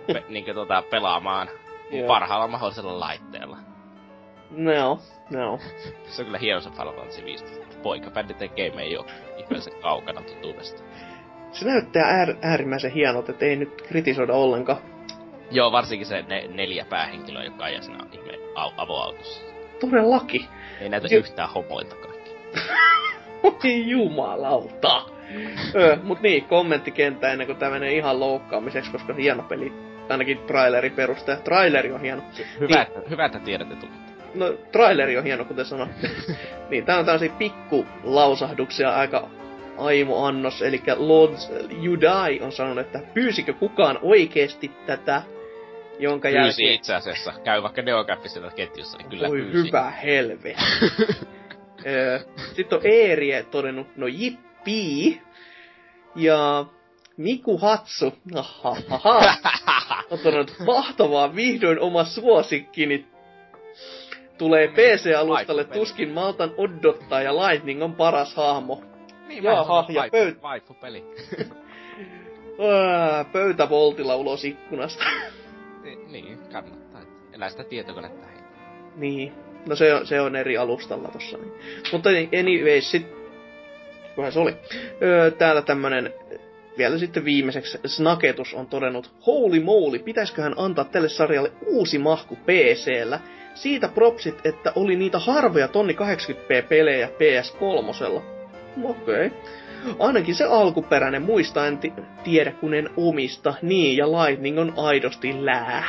pe- niinkö tota pelaamaan Joo. parhaalla mahdollisella laitteella. No, no. Se on kyllä hieno se Final Fantasy viisitoista. Poikabändi tekee me ei oo ihmeellisen kaukana totuudesta. Se näyttää äär, äärimmäisen hienolta, että ei nyt kritisoida ollenkaan. Joo, varsinkin se ne, neljä päähenkilöä, jotka ajaa siinä ihme au- avoautossa. Todellakin. Ei näytä Jo- yhtään homoilta kaikki. Oi jumalauta. Öö, mut niin, kommenttikenttä ennen kuin tää menee ihan loukkaamiseksi, koska hieno peli. Ainakin trailerin perusteella. Traileri on hieno. Hyvä, Niin. että, hyvä, että tiedätte tulette. No, traileri on hieno, kuten sanoin. Niin, tää on tällaisia pikkulausahduksia aika aimo-annos. Elikkä Lord Judai on sanonut, että pyysikö kukaan oikeesti tätä, jonka Pyysi jälkeen... itse asiassa. Käy vaikka Neocampissa ketjussa, niin kyllä Oi pyysi. hyvä helvetti. Öö, Sitten on Eerie todennut, no jippii. Ja Miku Hatsu, ahahaha, on todennut, mahtavaa, vihdoin oma suosikkini tulee P C-alustalle, tuskin maltan odottaa ja Lightning on paras hahmo. Niin, Jaha, ja pöyt- Vaifu-peli. Öö, Pöytävoltilla ulos ikkunasta. Ni- niin, kannattaa. Elää sitä tietokonetta hei. Niin, no se on, se on eri alustalla tossa. Niin. Mutta anyways, sit... Kuhan se oli? Öö, täällä tämmönen... Vielä sitten viimeiseksi Snaketus on todennut, holy moly, pitäisköhän antaa tälle sarjalle uusi mahku P C:llä. Siitä propsit, että oli niitä harvoja tonni kahdeksankymmentä p-pelejä P S kolme. Okei. Okay. Ainakin se alkuperäinen, muista en t- tiedä kun en omista. Niin, ja Lightning on aidosti lää.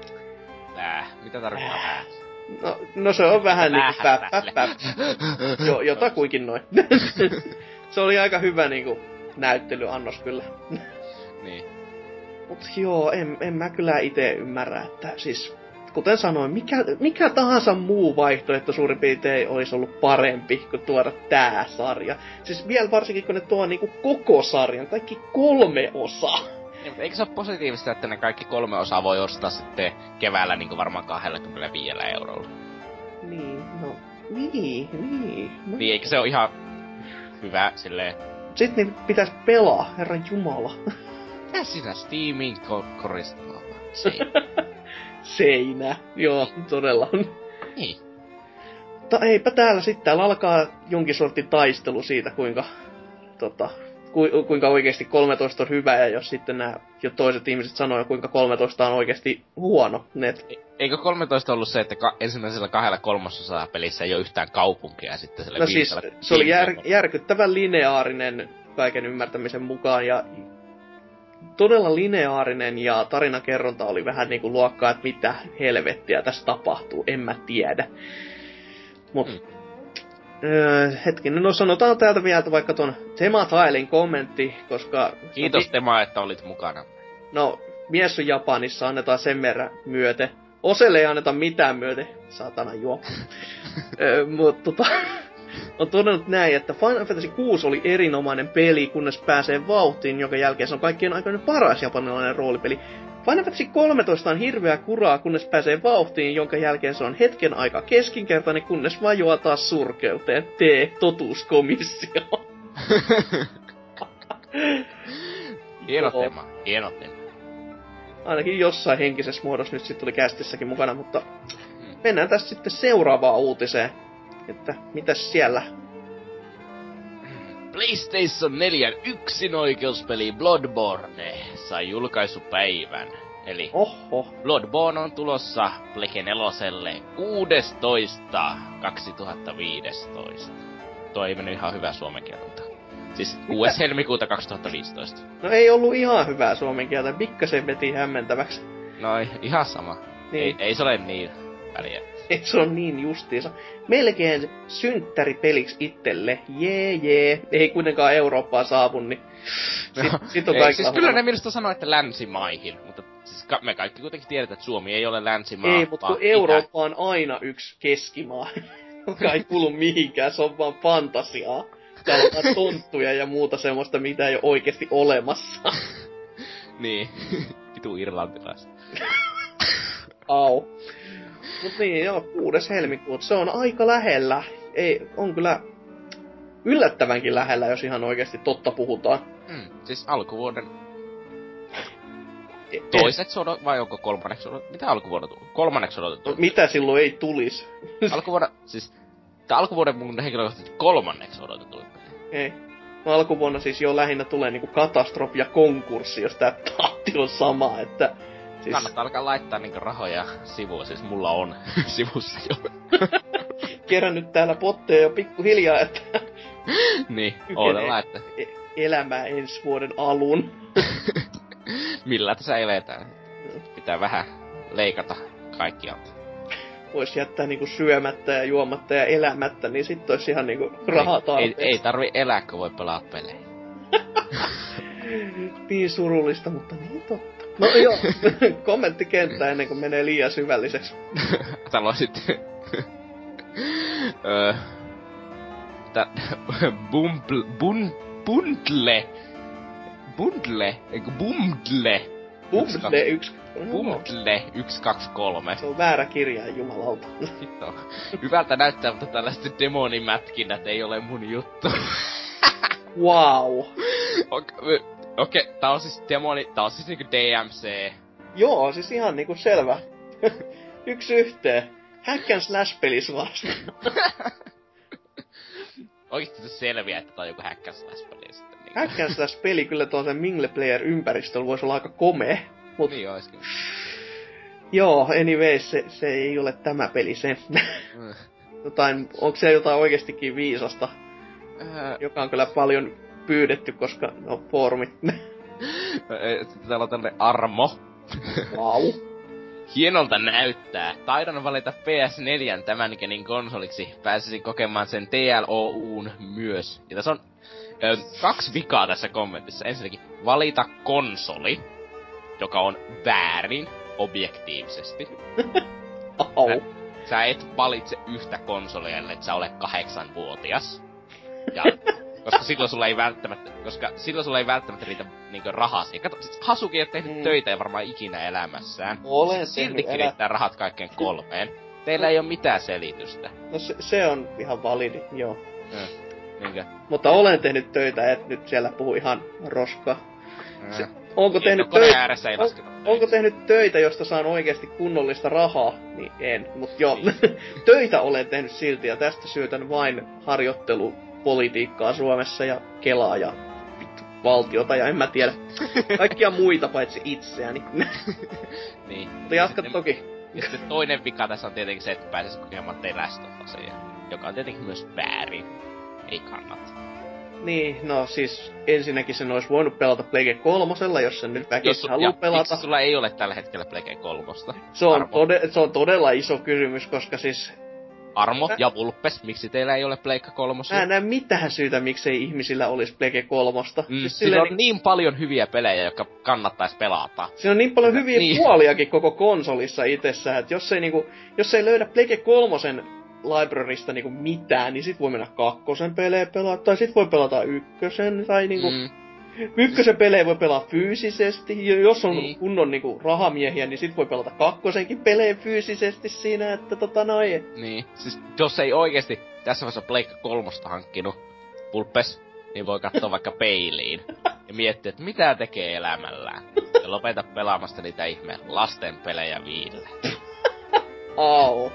Lää. Mitä tarkoittaa lää? No, no se on vähän niinku päp, päp, päp. Jo, jotakuinkin noin. Se oli aika hyvä niinku näyttelyannos kyllä. Niin. Mut joo, en, en mä kyllä ite ymmärrä, että siis... Kuten sanoin, mikä, mikä tahansa muu vaihtoehto suurin piirtein olisi ollut parempi kuin tuoda tää sarja. Siis vielä varsinkin kun ne tuo niinku koko sarjan, kaikki kolme osaa. Niin, mutta eikö se ole positiivista, että ne kaikki kolme osaa voi ostaa sitten keväällä niinku varmaan kaksikymmentäviisi eurolla? Niin, no, niin, niin. No. Niin, eikö se ole ihan hyvä silleen... Sitten niin pitäis pelaa, herran jumala. Mitä sinä Steamiin ko- koristamaan? Se ei. Seinä, joo, todella on. Niin. Mutta eipä täällä sitten, täällä alkaa jonkin sortin taistelu siitä, kuinka, tota, ku, kuinka oikeasti kolmetoista on hyvä, ja jos sitten nämä jo toiset ihmiset sanoo, kuinka kolmetoista on oikeasti huono. Net. E- eikö kolmetoista ollut se, että ka- ensimmäisellä kahdella kolmasosaa pelissä ei ole yhtään kaupunkia, ja sitten sille No siis, se oli jär, järkyttävän lineaarinen kaiken ymmärtämisen mukaan, ja todella lineaarinen, ja tarinakerronta oli vähän niinku luokkaa, että mitä helvettiä tässä tapahtuu, en mä tiedä. Mut, mm. öö, hetkinen, no sanotaan täältä vielä vaikka ton Tematailin kommentti, koska... Kiitos no, Tema, että olit mukana. No, mies on Japanissa, annetaan sen verran myöte. Oselle ei anneta mitään myöte, saatana juo. öö, mut tota... On todennut näin, että Final Fantasy kuusi oli erinomainen peli, kunnes pääsee vauhtiin, jonka jälkeen se on kaikkien aikoinen paras japanilainen roolipeli. Final Fantasy kolmetoista on hirveä kuraa, kunnes pääsee vauhtiin, jonka jälkeen se on hetken aika keskinkertainen, kunnes vajoaa taas surkeuteen. Tee totuuskomissio. Hieno Tema, hieno Tema. Ainakin jossain henkisessä muodossa nyt sitten tuli kästissäkin mukana, mutta mennään tästä sitten seuraavaan uutiseen. Että mitäs siellä? PlayStation neljän yksinoikeuspeli Bloodborne sai julkaisupäivän. Eli Oho. Bloodborne on tulossa Plege neloselle kuudestoista kaksituhattaviisitoista. Tuo ei mennyt ihan hyvää suomen kieltä. Siis kuudes helmikuuta kaksituhattaviisitoista. No ei ollut ihan hyvää suomen kieltä, pikkasen veti hämmentäväksi. No ihan sama. Niin. Ei, ei se ole niin väliä. Et se on niin justiinsa. Melkein synttäripeliksi itselle. Jee jee. Ei kuitenkaan Eurooppaan saavu, niin sit, No, sit on ei, kaikilla siis kyllä huono. ne minusta sanoo, että länsimaihin, mutta siis ka- me kaikki kuitenkin tiedetään, että Suomi ei ole länsimaa. Ei, mutta kun vaan Eurooppa on aina yksi keskimaa, joka ei kuulu mihinkään, se on vaan fantasiaa. Täällä on vaan tonttuja ja muuta semmoista, mitä ei ole oikeesti olemassa. Itä. Niin, vitu irlantilaiset. Au. Mut niin, joo, kuudes helmikuuta, se on aika lähellä. Ei, on kyllä yllättävänkin lähellä, jos ihan oikeesti totta puhutaan. Mm, siis alkuvuoden toiseksi odot... vai onko kolmanneksi odot... Mitä alkuvuonna tuli? Kolmanneksi odotettu. No, mitä silloin ei tulis? Alkuvuonna... Siis... Tää alkuvuoden mun henkilökohtaisesti kolmanneksi odotettu. Ei. No, alkuvuonna siis jo lähinnä tulee niinku katastrofi ja konkurssi, jos tää tahti on sama, että... Siis... Kannattaa alkaa laittaa niinku rahoja sivuun, siis mulla on sivussa jo. Kerännyt täällä potteja jo pikkuhiljaa, että... niin, odotellaan, että... Elämää ensi vuoden alun. Millä tässä eletään? Pitää vähän leikata kaikkialta. Vois jättää niinku syömättä ja juomatta ja elämättä, niin sit ois ihan niinku rahaa tarpeeksi. Ei, ei tarvi elää, kun voi pelaa pelejä. Niin surullista, mutta niin totta. No joo, kommenttikenttä ennen kuin menee liian syvälliseksi. Sanoisit... öö... Tä... Bumble... Bun... Bundle... Bundle... Eiku Bumdle... Bumdle yksi... Bumdle yksi kaksi kolme. Se on väärä kirja, jumalauta. Hitto. Hyvältä näyttää, mutta tällaiset demonimätkinnät ei ole mun juttu. Wow. Okei, okay, tää on siis demoni... Tää on siis niinku D M C. Joo, siis ihan niinku selvä. Yksi yhteen. Hack and slash peli suorastaan. Oikeesti se selviää, että tää on joku hack and slash peli sitten. Niin. Hack and slash peli kyllä tuon sen Mingle Player ympäristöllä voisi olla aika komea. Mut... Niin oiskin. Joo, anyways, se, se ei ole tämä peli se. Mm. Jotain, onko se jotain oikeestikin viisasta? Äh... Joka on kyllä paljon pyydetty, koska no foorumit. Sitten täällä on tällainen Armo. Wow. Hienolta näyttää. Taidan valita P S neljä tämän ikänin konsoliksi. Pääsisin kokemaan sen T L O U:n myös. Ja tässä on ö, kaksi vikaa tässä kommentissa. Ensinnäkin valita konsoli, joka on väärin objektiivisesti. Oh. Sä, sä et valitse yhtä konsolia, ellei sä ole kahdeksanvuotias. Ja koska silloin sulla ei välttämättä, koska silloin sulla ei välttämättä riitä niinkö rahasi. Kato, siis Hasuki ei oo tehnyt mm. töitä ja varmaan ikinä elämässään. Olen siltikin elä... riittää rahat kaikkeen kolmeen. Teillä ei oo mitään selitystä. No se, se on ihan validi, joo. Mm. Niinkö? Mutta olen tehnyt töitä, et nyt siellä puhu ihan roskaa. Mm. Se, onko, tehnyt töitä, on, onko tehnyt töitä, josta saan oikeasti kunnollista rahaa? Niin en, mut joo. Niin. Töitä olen tehnyt silti ja tästä syytän vain harjoittelupolitiikkaa Suomessa ja Kelaa ja vittu, valtiota ja en mä tiedä. Kaikkia muita paitsi itseäni. Niin. Mutta jatka toki. Ja sitten toinen vika tässä on tietenkin se, että pääsis kokemaan The Last of Usia, joka on tietenkin myös väärin. Ei kannata. Niin, no siis ensinnäkin sen olisi voinut pelata Plege kolmosella, jos sen nyt väkisin haluu pelata. Miksi sulla ei ole tällä hetkellä Plege kolmosta? Se on, tode, se on todella iso kysymys, koska siis... Armo mä... ja Vulpes, miksi teillä ei ole Pleikka kolmosia? Mä en näe mitään syytä, miksei ihmisillä olisi Plege kolmosta. Mm, siis siinä on niin... niin paljon hyviä pelejä, jotka kannattais pelata. Siinä on niin paljon hyviä niin. puoliakin koko konsolissa itsessään, että jos ei, niinku, jos ei löydä Plege kolmosen librarysta niinku mitään, niin sit voi mennä kakkosen pelejä pelata, tai sit voi pelata ykkösen, tai niinku... Mm. Ykkösen pelejä voi pelaa fyysisesti, ja jos on niin. kunnon niinku rahamiehiä, niin sit voi pelata kakkosenkin pelejä fyysisesti siinä, että tota noin. Niin, siis jos ei oikeesti tässä vaiheessa Pleikka kolmosta hankkinu Pulppes, niin voi katsoa vaikka peiliin ja miettiä, että mitä tekee elämällään. Ja lopeta pelaamasta niitä ihmeen lasten pelejä viille. Au.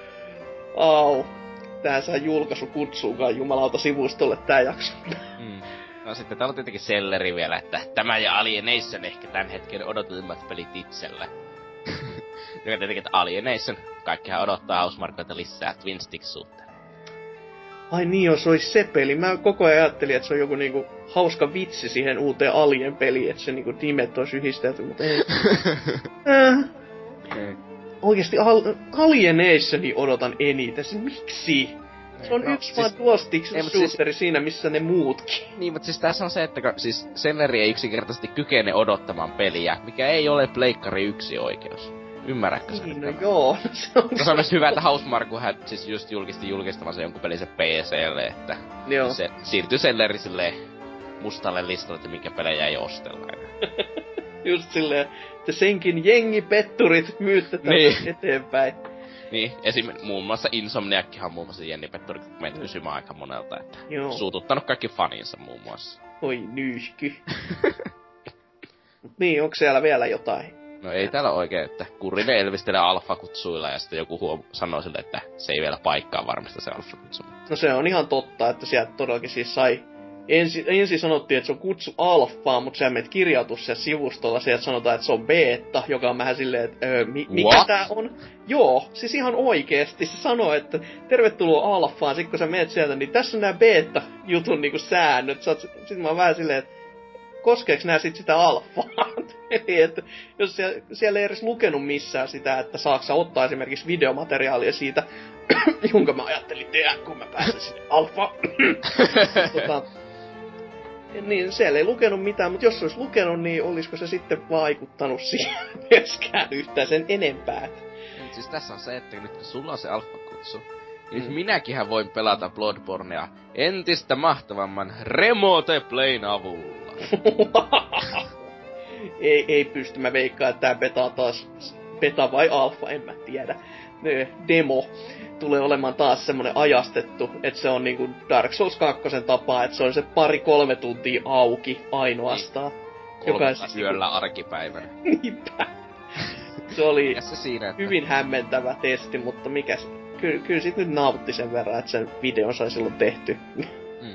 Au. Tää saa julkaisu kutsuukaan jumalauta sivustolle tää jakso. Mm. No sitten täällä on tietenkin selleri vielä, että tämä ja Alienation ehkä tän hetken odotetummat pelit itselle. Joka tietenkin, että Alienation, kaikkihan odottaa hausmarkoita lisää Twin Stick-suutteria. Ai niin jos ois se peli. Mä koko ajan ajattelin, että se on joku niinku hauska vitsi siihen uuteen Alien-peliin, että se niinku nimet ois yhdistelty, mutta ei. äh. Okay. Oikeesti Al- Alienationia odotan eniten. Se miksi? Se on no, yksi siis, vaan tuostiks-shooteri siis, siinä, missä ne muutkin. Niin, mutta siis tässä on se, että siis Selleri ei yksinkertaisesti kykene odottamaan peliä, mikä ei ole Pleikkari yksi oikeus. Ymmärrätkö sä? Niin, no joo. Se on, se on myös hyvä, että Housemarque hän siis just julkisti julkistamansa jonkun pelin se P C:lle, että joo. Se siirtyy Selleri silleen mustalle listalle, että minkä pelejä ei ostella. Just silleen, että senkin jengipetturit myyttetään niin. eteenpäin. Niin, esim. Muun muassa Insomniackihan muun muassa Jenni Petturi meitä kysymään aika monelta, että joo. Suututtanut kaikki faninsa muun muassa. Oi nyyhky. niin, onko siellä vielä jotain? No ei täällä oikein, että Kurinen elvistelee alfa-kutsuilla ja sitten joku huom- sanoo sille, että se ei vielä paikkaa varmista se alfa-kutsu. No se on ihan totta, että sieltä todellakin siis sai... Ensi, ensin sanottiin, että se on kutsu alfaa, mutta sä menet kirjautua siellä sivustolla, sieltä sanotaan, että se on beta, joka on vähän silleen, että öö, mi, mikä What? tää on? Joo, siis ihan oikeesti se sanoo, että tervetuloa alfaan, sit kun sä menet sieltä, niin tässä on nää beta-jutun niinku säännöt. Sä oot, sit mä oon vähän silleen, että koskeeks nää sit sitä alfaa? Eli että jos siellä, siellä ei edes lukenut missään sitä, että saaks sä ottaa esimerkiksi videomateriaalia siitä, jonka mä ajattelin tehdä, kun mä pääsen sinne alfaan. tota, niin siellä ei lukenut mitään, mutta jos se olisi lukenut, niin olisiko se sitten vaikuttanut siihen myöskään yhtään sen enempää. Siis tässä on se, että nyt kun sulla on se alfa-kutsu, niin mm. minäkinhän voin pelata Bloodbornea entistä mahtavamman Remote Playn avulla. ei, ei pysty, mä veikkaan, että tää beta taas, beta vai alfa, en mä tiedä. Demo tulee olemaan taas semmonen ajastettu, että se on niinku Dark Souls kaksi tapaa, että se on se pari-kolme tuntia auki ainoastaan. Kolmesta yöllä niinku... arkipäivänä. Niinpä. Se oli se siinä, että... hyvin hämmentävä testi, mutta mikäs... Ky- kyllä sit nyt nautti sen verran, että sen videon sai silloin tehty. Mm.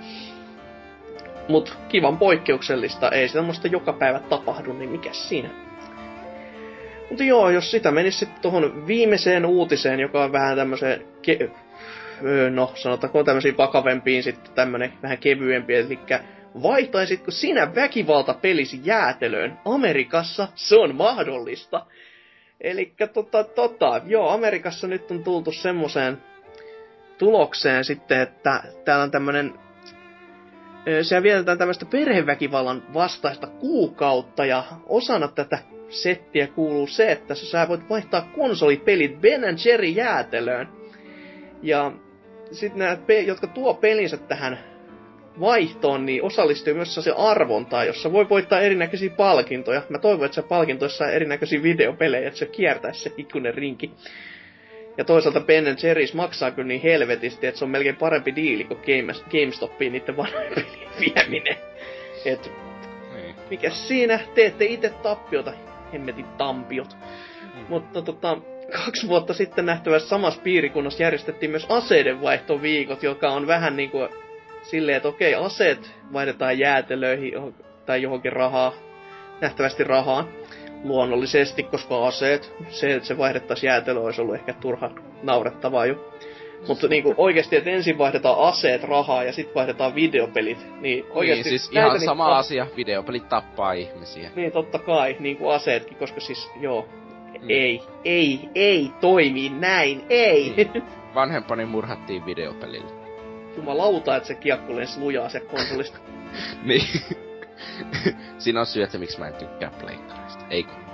Mut kivan poikkeuksellista, ei semmoista joka päivä tapahdu, niin mikäs siinä? Mutta joo, jos sitä menisi sitten tohon viimeiseen uutiseen, joka on vähän tämmöiseen, ke- no sanotaanko tämmöisiin vakavempiin sitten tämmönen vähän kevyempi, eli vaihtaisitko sinä väkivaltapelisi jäätelöön? Amerikassa se on mahdollista. Elikkä tota, tota, joo, Amerikassa nyt on tultu semmoseen tulokseen sitten, että täällä on tämmönen, siellä vietetään tämmöistä perheväkivallan vastaista kuukautta, ja osana tätä settiä kuuluu se, että sä voit vaihtaa konsolipelit Ben and Jerry jäätelöön. Ja sitten nämä, jotka tuo pelinsä tähän vaihtoon, niin osallistuu myös se arvontaa, jossa voi voittaa erinäköisiä palkintoja. Mä toivon, että se palkintoissa on erinäköisiä videopelejä, että se kiertäisi se ikuinen rinki. Ja toisaalta Ben and Jerry's maksaa kyllä niin helvetisti, että se on melkein parempi diili kuin GameStopiin niiden vanhojen pelien vieminen. Et mikäs siinä, teette itse tappiota, hemmetin tampiot. Mm. Mutta tota, kaksi vuotta sitten nähtävässä samassa piirikunnassa järjestettiin myös aseidenvaihtoviikot, joka on vähän niinku silleen, että okei, aseet vaihdetaan jäätelöihin tai johonkin rahaa, nähtävästi rahaan. Luonnollisesti, koska aseet, se, että se vaihdettaisiin jäätelöön, olisi ollut ehkä turha naurettavaa jo. Mutta niinku oikeesti, että ensin vaihdetaan aseet rahaa ja sitten vaihdetaan videopelit, niin oikeesti... Niin, siis ihan sama ta- asia, videopelit tappaa ihmisiä. Niin, totta kai, niin kuin aseetkin, koska siis, joo, mm. ei, ei, ei toimi näin, ei! Niin. Vanhempani murhattiin videopelillä. Jumalauta, että se kiekko lensi lujaa se konsolista. Niin. Siinä on syy, että miksi mä en tykkää pleikkarista. Ei kun.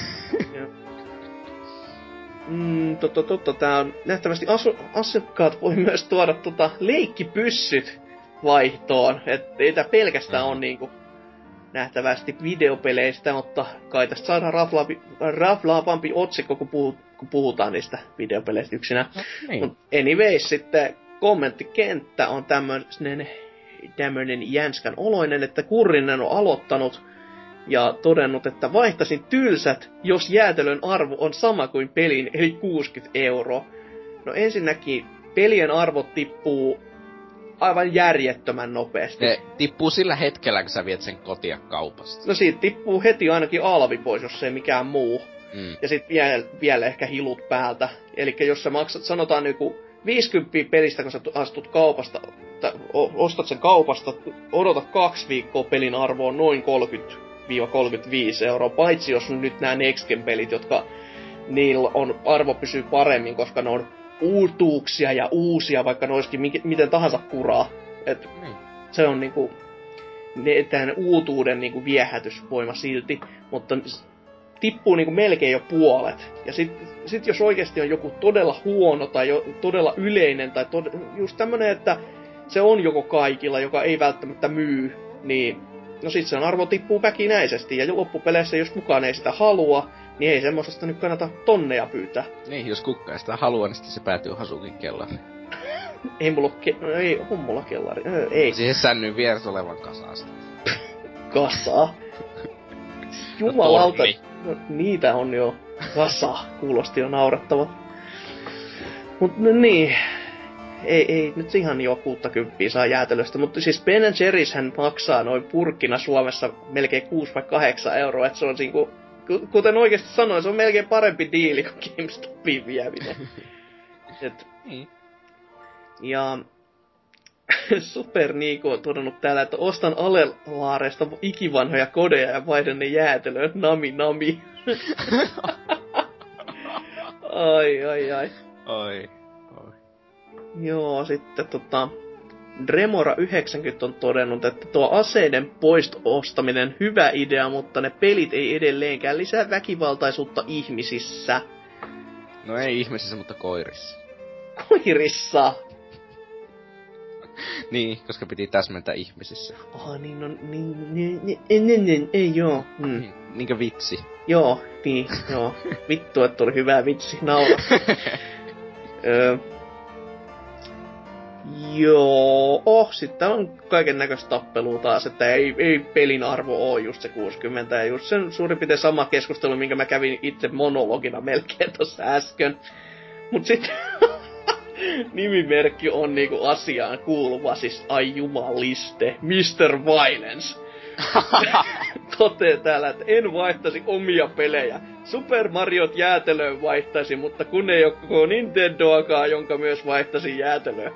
Mm, totta, totta. Tää on nähtävästi asu- asukkaat voi myös tuoda tota leikkipyssyt vaihtoon. Et ei tää pelkästään mm. on niinku nähtävästi videopeleistä, mutta kai tästä saadaan raflaapi, raflaavampi otsikko, kun, puhut, kun puhutaan niistä videopeleistä yksinä. No, niin. Mut anyways, sitten kommenttikenttä on tämmönen, tämmönen jänskän oloinen, että Kurrinen on aloittanut ja todennut, että vaihtaisin tylsät, jos jäätelön arvo on sama kuin pelin, eli kuusikymmentä euroa. No ensinnäkin pelien arvot tippuu aivan järjettömän nopeasti. Ne tippuu sillä hetkellä, kun sä viet sen kotia kaupasta. No siitä tippuu heti ainakin alvi pois, jos ei mikään muu. Mm. Ja sit vielä, vielä ehkä hilut päältä. Elikkä jos sä maksat, sanotaan niinku viisikymmentä pelistä, kun sä astut kaupasta, tai ostat sen kaupasta, odotat kaksi viikkoa, pelin arvo on noin kolmekymmentä kolmekymmentäviisi euroa, paitsi jos on nyt nämä Next Gen-pelit, jotka niillä on arvo pysyy paremmin, koska ne on uutuuksia ja uusia, vaikka ne olisikin mi- miten tahansa kuraa. Et mm. Se on niinku tämän uutuuden niinku viehätysvoima silti, mutta tippuu niinku melkein jo puolet. Ja sit, sit jos oikeesti on joku todella huono tai jo, todella yleinen tai tod- just tämmönen, että se on joko kaikilla, joka ei välttämättä myy, niin no sit sen arvo tippuu väkinäisesti, ja loppupeleissä, jos kukaan ei sitä halua, niin ei semmosesta nyt kannata tonneja pyytää. Niin, jos kukaan ei sitä halua, niin sitten se päätyy Hasukin kellariin. ei mulla ke- no, ei on mulla kellari, öö, ei. Siihen sännyn vieressä olevan kasasta. Kasaa? Jumalauta. No, niitä on jo vasa. Kuulosti jo naurettava. Mut no niin. Ei, ei nyt ihan jo kuusikymmentä saa jäätelöstä, mutta siis Ben and Jerry's hän maksaa noin purkkina Suomessa melkein kuusi vai kahdeksan euroa, että se on niinku, kuten oikeesti sanoin, se on melkein parempi diili kuin GameStopin vieminen. Et, ja Super Nico on todennut täällä, että ostan Alelaareista ikivanhoja kodeja ja vaihdan ne jäätelöön, nami nami. ai ai ai. Oi. Joo, sitten tota... Dremora yhdeksänkymmentä on todennut, että tuo aseiden poisto ostaminen hyvä idea, mutta ne pelit ei edelleenkään lisää väkivaltaisuutta ihmisissä. No ei ihmisissä, mutta koirissa. Koirissa? Niin, koska piti täsmentää ihmisissä. Ah, niin on, niin, niin, niin, niin, niin ei joo. Hmm. Niin, niinkö vitsi? Joo, niin, joo. Vittu, että oli hyvä vitsi, naura. öö... Joo, oh, sitten on kaiken näköistä tappelua taas, että ei, ei pelin arvo oo just se kuusikymmentä, ja just sen suurin piirtein sama keskustelu, minkä mä kävin itse monologina melkein tossa äsken. Mut sitten nimimerkki on niinku asiaan kuuluva, siis ai jumaliste, mister Violence. Totee täällä, että en vaihtaisi omia pelejä. Super Mariot jäätelöön vaihtaisin, mutta kun ei oo koko Nintendoakaan, jonka myös vaihtaisin jäätelöön.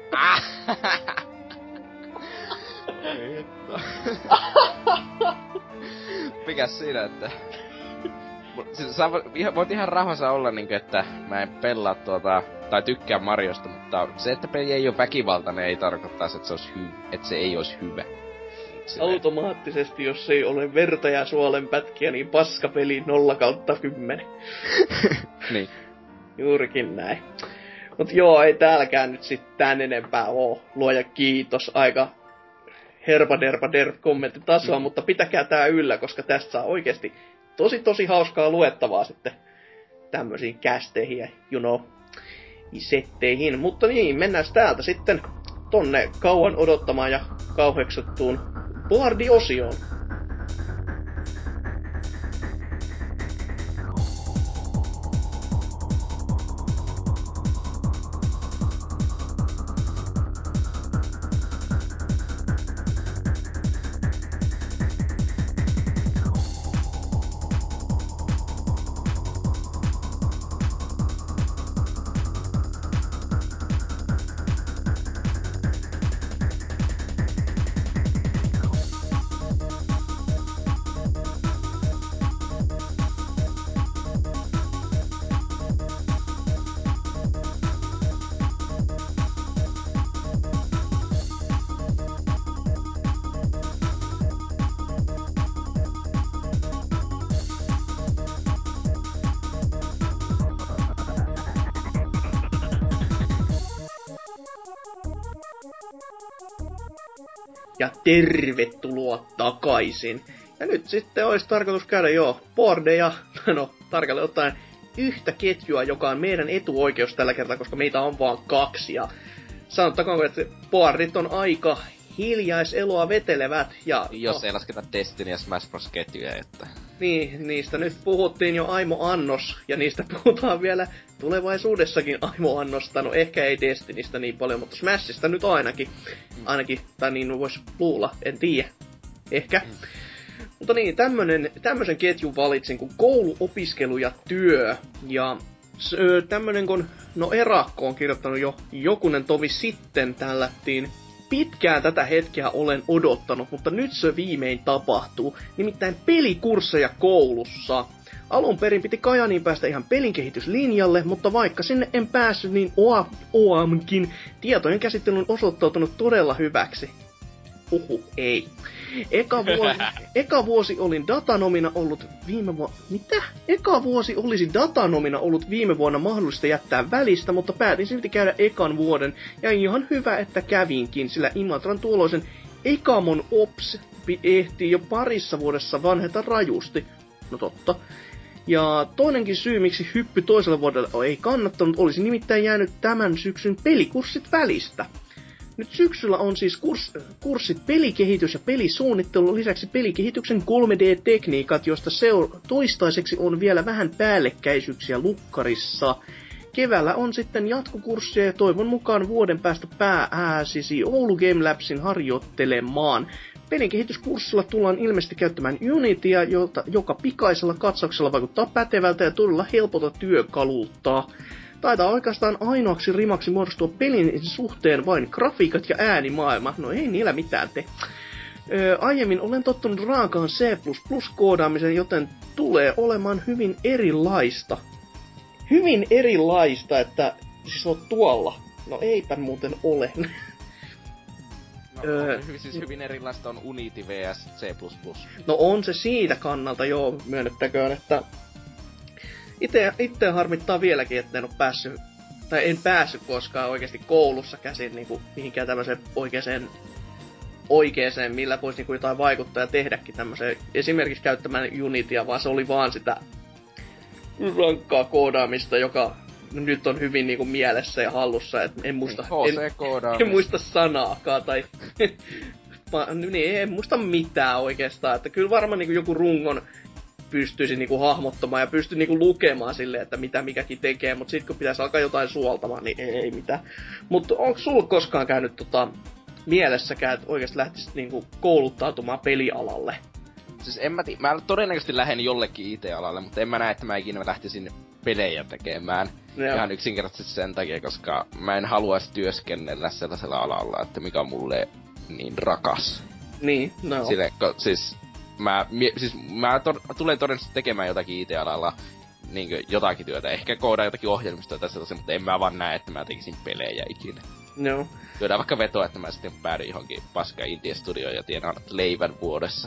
Mikäs siinä, että... Siis sä voit ihan rauhassa olla niinkö, että mä en pelaa tuota... Tai tykkää Mariosta, mutta se, että peli ei oo väkivaltainen, ei tarkoittaa, että se, olisi hy- että se ei olisi hyvä. Silleen. Automaattisesti, jos ei ole verta ja suolenpätkiä, niin paskapeli nolla kautta kymmenen. Niin. Juurikin näin. Mut joo, ei täälläkään nyt sit tän enempää oo. Luoja kiitos, aika herpa derpa derp kommenttitasoa, mm. mutta pitäkää tää yllä, koska tästä saa oikeesti tosi tosi hauskaa luettavaa sitten tämmösiin kästeihin ja you know, setteihin. Mutta niin, mennään täältä sitten tonne kauan odottamaan ja kauheksuttuun Boardi-osioon. Ja tervetuloa takaisin. Ja nyt sitten olisi tarkoitus käydä jo boardeja, no tarkalleen ottaen yhtä ketjua, joka on meidän etuoikeus tällä kertaa, koska meitä on vaan kaksi. Ja sanottakoon, että boardit on aika hiljaiseloa vetelevät. Ja, Jos no, ei lasketa Destiny ja Smash Bros. Ketjuja, että... Niin, niistä nyt puhuttiin jo Aimo Annos, ja niistä puhutaan vielä tulevaisuudessakin Aimo Annosta. No ehkä ei Destinistä niin paljon, mutta Smashista nyt ainakin. Ainakin, tai niin vois luulla, en tiedä. Ehkä. Mm. Mutta niin, tämmönen, tämmösen ketjun valitsin kuin koulu, opiskelu ja työ. Ja tämmönen kun, no Erakko on kirjoittanut jo jokunen tovi sitten tällättiin. Pitkään tätä hetkeä olen odottanut, mutta nyt se viimein tapahtuu. Nimittäin pelikursseja koulussa. Alun perin piti Kajaniin päästä ihan pelinkehityslinjalle, mutta vaikka sinne en päässyt, niin O A M:kin tietojen käsittely on osoittautunut todella hyväksi. Uhu, ei. Eka vuosi, eka vuosi olin datanomina ollut viime vuonna... Mitä? Eka vuosi olisi datanomina ollut viime vuonna mahdollista jättää välistä, mutta päätin silti käydä ekan vuoden. Ja ihan hyvä, että kävinkin, sillä Imatran tuoloisen Ekamon Ops ehtii jo parissa vuodessa vanheta rajusti. No totta. Ja toinenkin syy, miksi hyppy toisella vuodella ei kannattanut, olisi nimittäin jäänyt tämän syksyn pelikurssit välistä. nyt syksyllä on siis kurs, kurssit pelikehitys ja pelisuunnittelu, lisäksi pelikehityksen kolme D-tekniikat, joista seur- toistaiseksi on vielä vähän päällekkäisyyksiä lukkarissa. Keväällä on sitten jatkokurssia ja toivon mukaan vuoden päästä pääsisi Oulu Game Labsin harjoittelemaan. Pelikehityskurssilla tullaan ilmeisesti käyttämään Unitya, jota, joka pikaisella katsauksella vaikuttaa pätevältä ja todella helpota työkalulta. Taitaa oikeastaan ainoaksi rimaksi muodostua pelin suhteen vain grafiikat ja äänimaailma. No ei niillä mitään te. Öö, aiemmin olen tottunut raakaan C plus plus-koodaamiseen, joten tulee olemaan hyvin erilaista. Hyvin erilaista, että siis on tuolla. No eipä muuten ole. No, öö, on, siis hyvin erilaista on Unity vs C plus plus. No on se siitä kannalta, joo, myönnettäköön, että Ite, itse harmittaa vieläkin, että en oo päässyt, tai en päässyt koskaan oikeesti koulussa käsin niinku mihinkään tämmöiseen oikeeseen, oikeeseen, millä voisi niinku jotain vaikuttaa ja tehdäkin tämmöiseen, esimerkiksi käyttämään Unitya, vaan se oli vaan sitä rankkaa koodaamista, joka nyt on hyvin niinku mielessä ja hallussa, et en muista, en, en muista sanaakaan, tai niin, en muista mitään oikeastaan, että kyllä varmaan niinku joku rungon pystyisi niinku hahmottamaan ja pystyi niinku lukemaan silleen, että mitä mikäkin tekee, mutta sit kun pitäisi alkaa jotain suoltamaan, niin ei mitään. Mutta onko sulla koskaan käynyt tota mielessäkään, että oikeesti lähtisit niinku kouluttautumaan pelialalle? Siis en mä tii, mä todennäköisesti lähden jollekin I T-alalle, mutta en mä näe, että mä ikinä lähtisin pelejä tekemään. Joo. Ihan yksinkertaisesti sen takia, koska mä en haluaisi työskennellä sellaisella alalla, että mikä on mulle niin rakas. Niin, no. Sille, ko, siis mä, mie, siis mä to, tulen todennäköisesti tekemään jotakin I T-alalla niinkö jotakin työtä. Ehkä koodaan jotakin ohjelmistoa tässä tosi, mutta en mä vaan näe, että mä tekisin pelejä ikinä. No. Lyödään vaikka vetoa, että mä sitten päädyin johonkin paska Indie-studioon ja tienaan leivän vuodessa.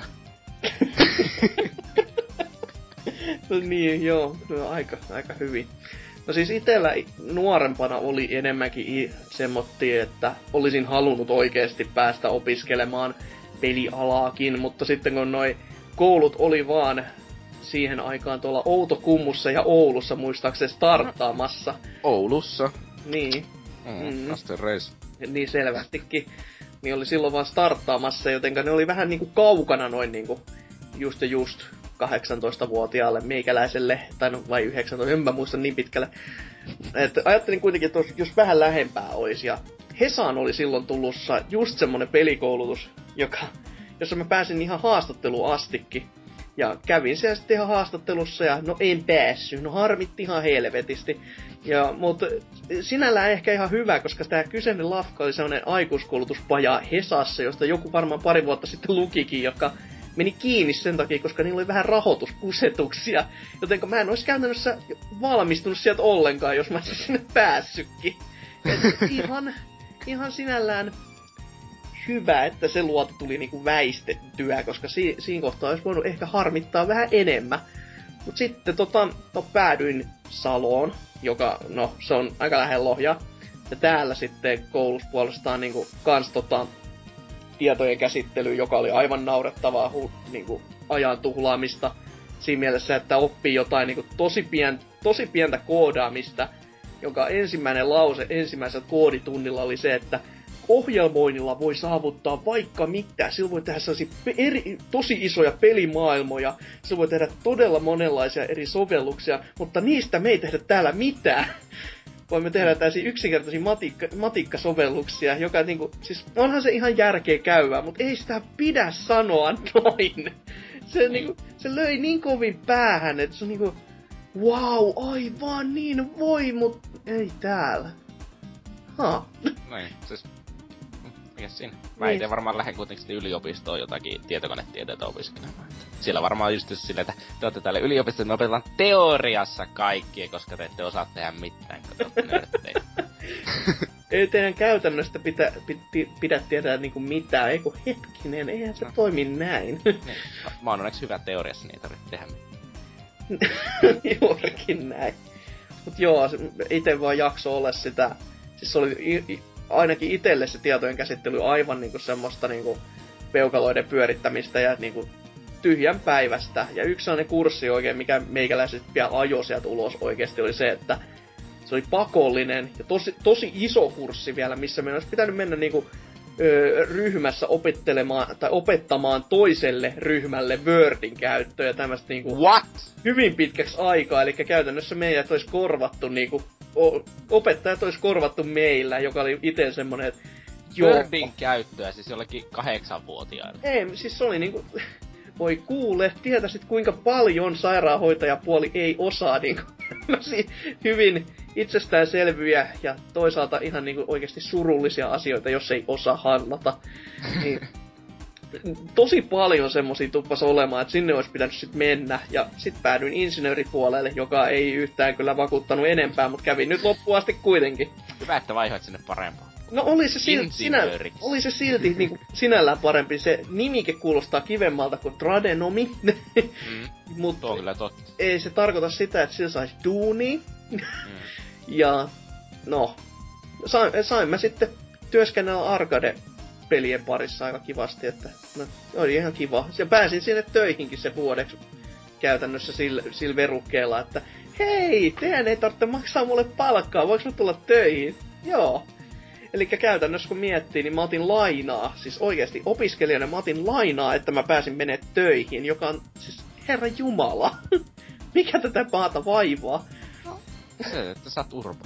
No niin, joo. No, aika, aika hyvin. No siis itellä nuorempana oli enemmänkin semmotti, että olisin halunnut oikeesti päästä opiskelemaan pelialaakin, mutta sitten kun noi koulut oli vaan siihen aikaan tuolla Outokummussa ja Oulussa muistaakseni starttaamassa. Oulussa? Niin. Mm, mm. Master Race. Niin selvästikin. Niin oli silloin vaan starttaamassa, jotenka ne oli vähän niinku kaukana noin niinku just ja just kahdeksantoistavuotiaalle meikäläiselle, tai no vai yhdeksäntoista, en mä muista niin pitkälle. Et ajattelin kuitenkin, että jos vähän lähempää olisi, ja Hesaan oli silloin tullussa just semmonen pelikoulutus, joka, jossa mä pääsin ihan haastatteluun astikin. Ja kävin siellä sitten ihan haastattelussa ja no en päässyt, no harmitti ihan helvetisti. Ja, mutta sinällään ehkä ihan hyvä, koska tämä kyseinen lafka oli sellainen aikuiskoulutuspaja Hesassa, josta joku varmaan pari vuotta sitten lukikin, joka meni kiinni sen takia, koska niillä oli vähän rahoituskusetuksia. Jotenka mä en olisi käytännössä valmistunut sieltä ollenkaan, jos mä olisin sinne päässytkin. Et ihan, ihan sinällään hyvä, että se luoto tuli niinku väistettyä, koska si- siinä kohtaa olisi voinut ehkä harmittaa vähän enemmän. Mut sitten tota, to päädyin Saloon, joka, no, se on aika lähellä Lohjaa. Ja täällä sitten koulussa puolestaan niinku kans tota tietojen käsittely, joka oli aivan naurettavaa hu- niinku ajan tuhlaamista. Siinä mielessä, että oppii jotain niinku tosi, pien, tosi pientä koodaamista, jonka ensimmäinen lause ensimmäisellä kooditunnilla oli se, että ohjelmoinnilla voi saavuttaa vaikka mitä. Sillä voi tehdä sellaisia eri, tosi isoja pelimaailmoja. Sillä voi tehdä todella monenlaisia eri sovelluksia, mutta niistä me ei tehdä täällä mitään. Voimme tehdä tällaisia yksinkertaisia matikka, matikkasovelluksia, joka niinku, siis onhan se ihan järkeä käyvää, mutta ei sitä pidä sanoa noin. Se, niinku, se löi niin kovin päähän, että se on niinku, wow, aivan niin voi, mut ei täällä. Ha. Näin, siis mikäs siinä? Mä ite varmaan lähden kuitenkin yliopistoon jotakin tietokonetieteitä opiskelemaan. Siellä varmaan just silleen, että te ootte täällä yliopistossa, me opetetaan teoriassa kaikki, koska te ette osaa tehdä mitään, kun te ootte nörttejä. Ei teidän käytännöstä pitä, pitä, pidä tietää niinku mitään, eiku hetkinen, eihän se no. toimi näin. Niin. Mä oon onneksi hyvä teoriassa, niin ei tarvitse tehdä mitään. Juurikin näin. Mut joo, ite vaan jakso olla sitä, siis se oli i, i, ainakin itelle se tietojen käsittely aivan niinku semmoista niinku peukaloiden pyörittämistä ja niinku tyhjän päivästä. Ja yksi sellainen kurssi oikein, mikä meikäläiset vielä ajoi sieltä ulos oikeesti, oli se, että se oli pakollinen ja tosi, tosi iso kurssi vielä, missä meidän olisi pitänyt mennä niinku öö, ryhmässä opettelemaan tai opettamaan toiselle ryhmälle Wordin käyttöä ja tämmöistä niinku What? hyvin pitkäksi aikaa, eli käytännössä meidät olisi korvattu niinku, o, opettajat olisi korvattu meillä, joka oli ite semmonen, että joo. Wordin käyttöä, siis jollekin kahdeksanvuotiaille. Ei, siis se oli niinku, voi kuule, tietäisit kuinka paljon sairaanhoitajapuoli ei osaa niinku hyvin itsestäänselvyjä ja toisaalta ihan niinku oikeasti surullisia asioita, jos ei osaa handlata. Niin, tosi paljon semmosia tuppas olemaan, että sinne olisi pitänyt sit mennä. Ja sit päädyin insinööripuolelle, joka ei yhtään kyllä vakuuttanut enempää, mutta kävin nyt loppuun asti kuitenkin. Hyvä, että vaihoit sinne parempaan. No oli se silti, sinä, oli se silti niinku sinällään parempi. Se nimike kuulostaa kivemmalta kuin tradenomi. Mm, Mut tuo on kyllä totta. ei se tarkoita sitä, että sillä saisi duunia. Mm. Ja no, sain, sain mä sitten työskennellä arcade-pelien parissa aika kivasti, että no, oli ihan kiva. Ja pääsin sinne töihinkin se vuodeksi käytännössä sillä, sillä verukkeella, että hei, teidän ei tarvitse maksaa mulle palkkaa, voiko mä tulla töihin? Joo. Elikkä käytännössä kun miettii, niin mä otin lainaa, siis oikeesti opiskelijana mä otin lainaa, että mä pääsin menee töihin, joka on siis herra jumala. Mikä tätä maata vaivaa? Se, että sä oot urba.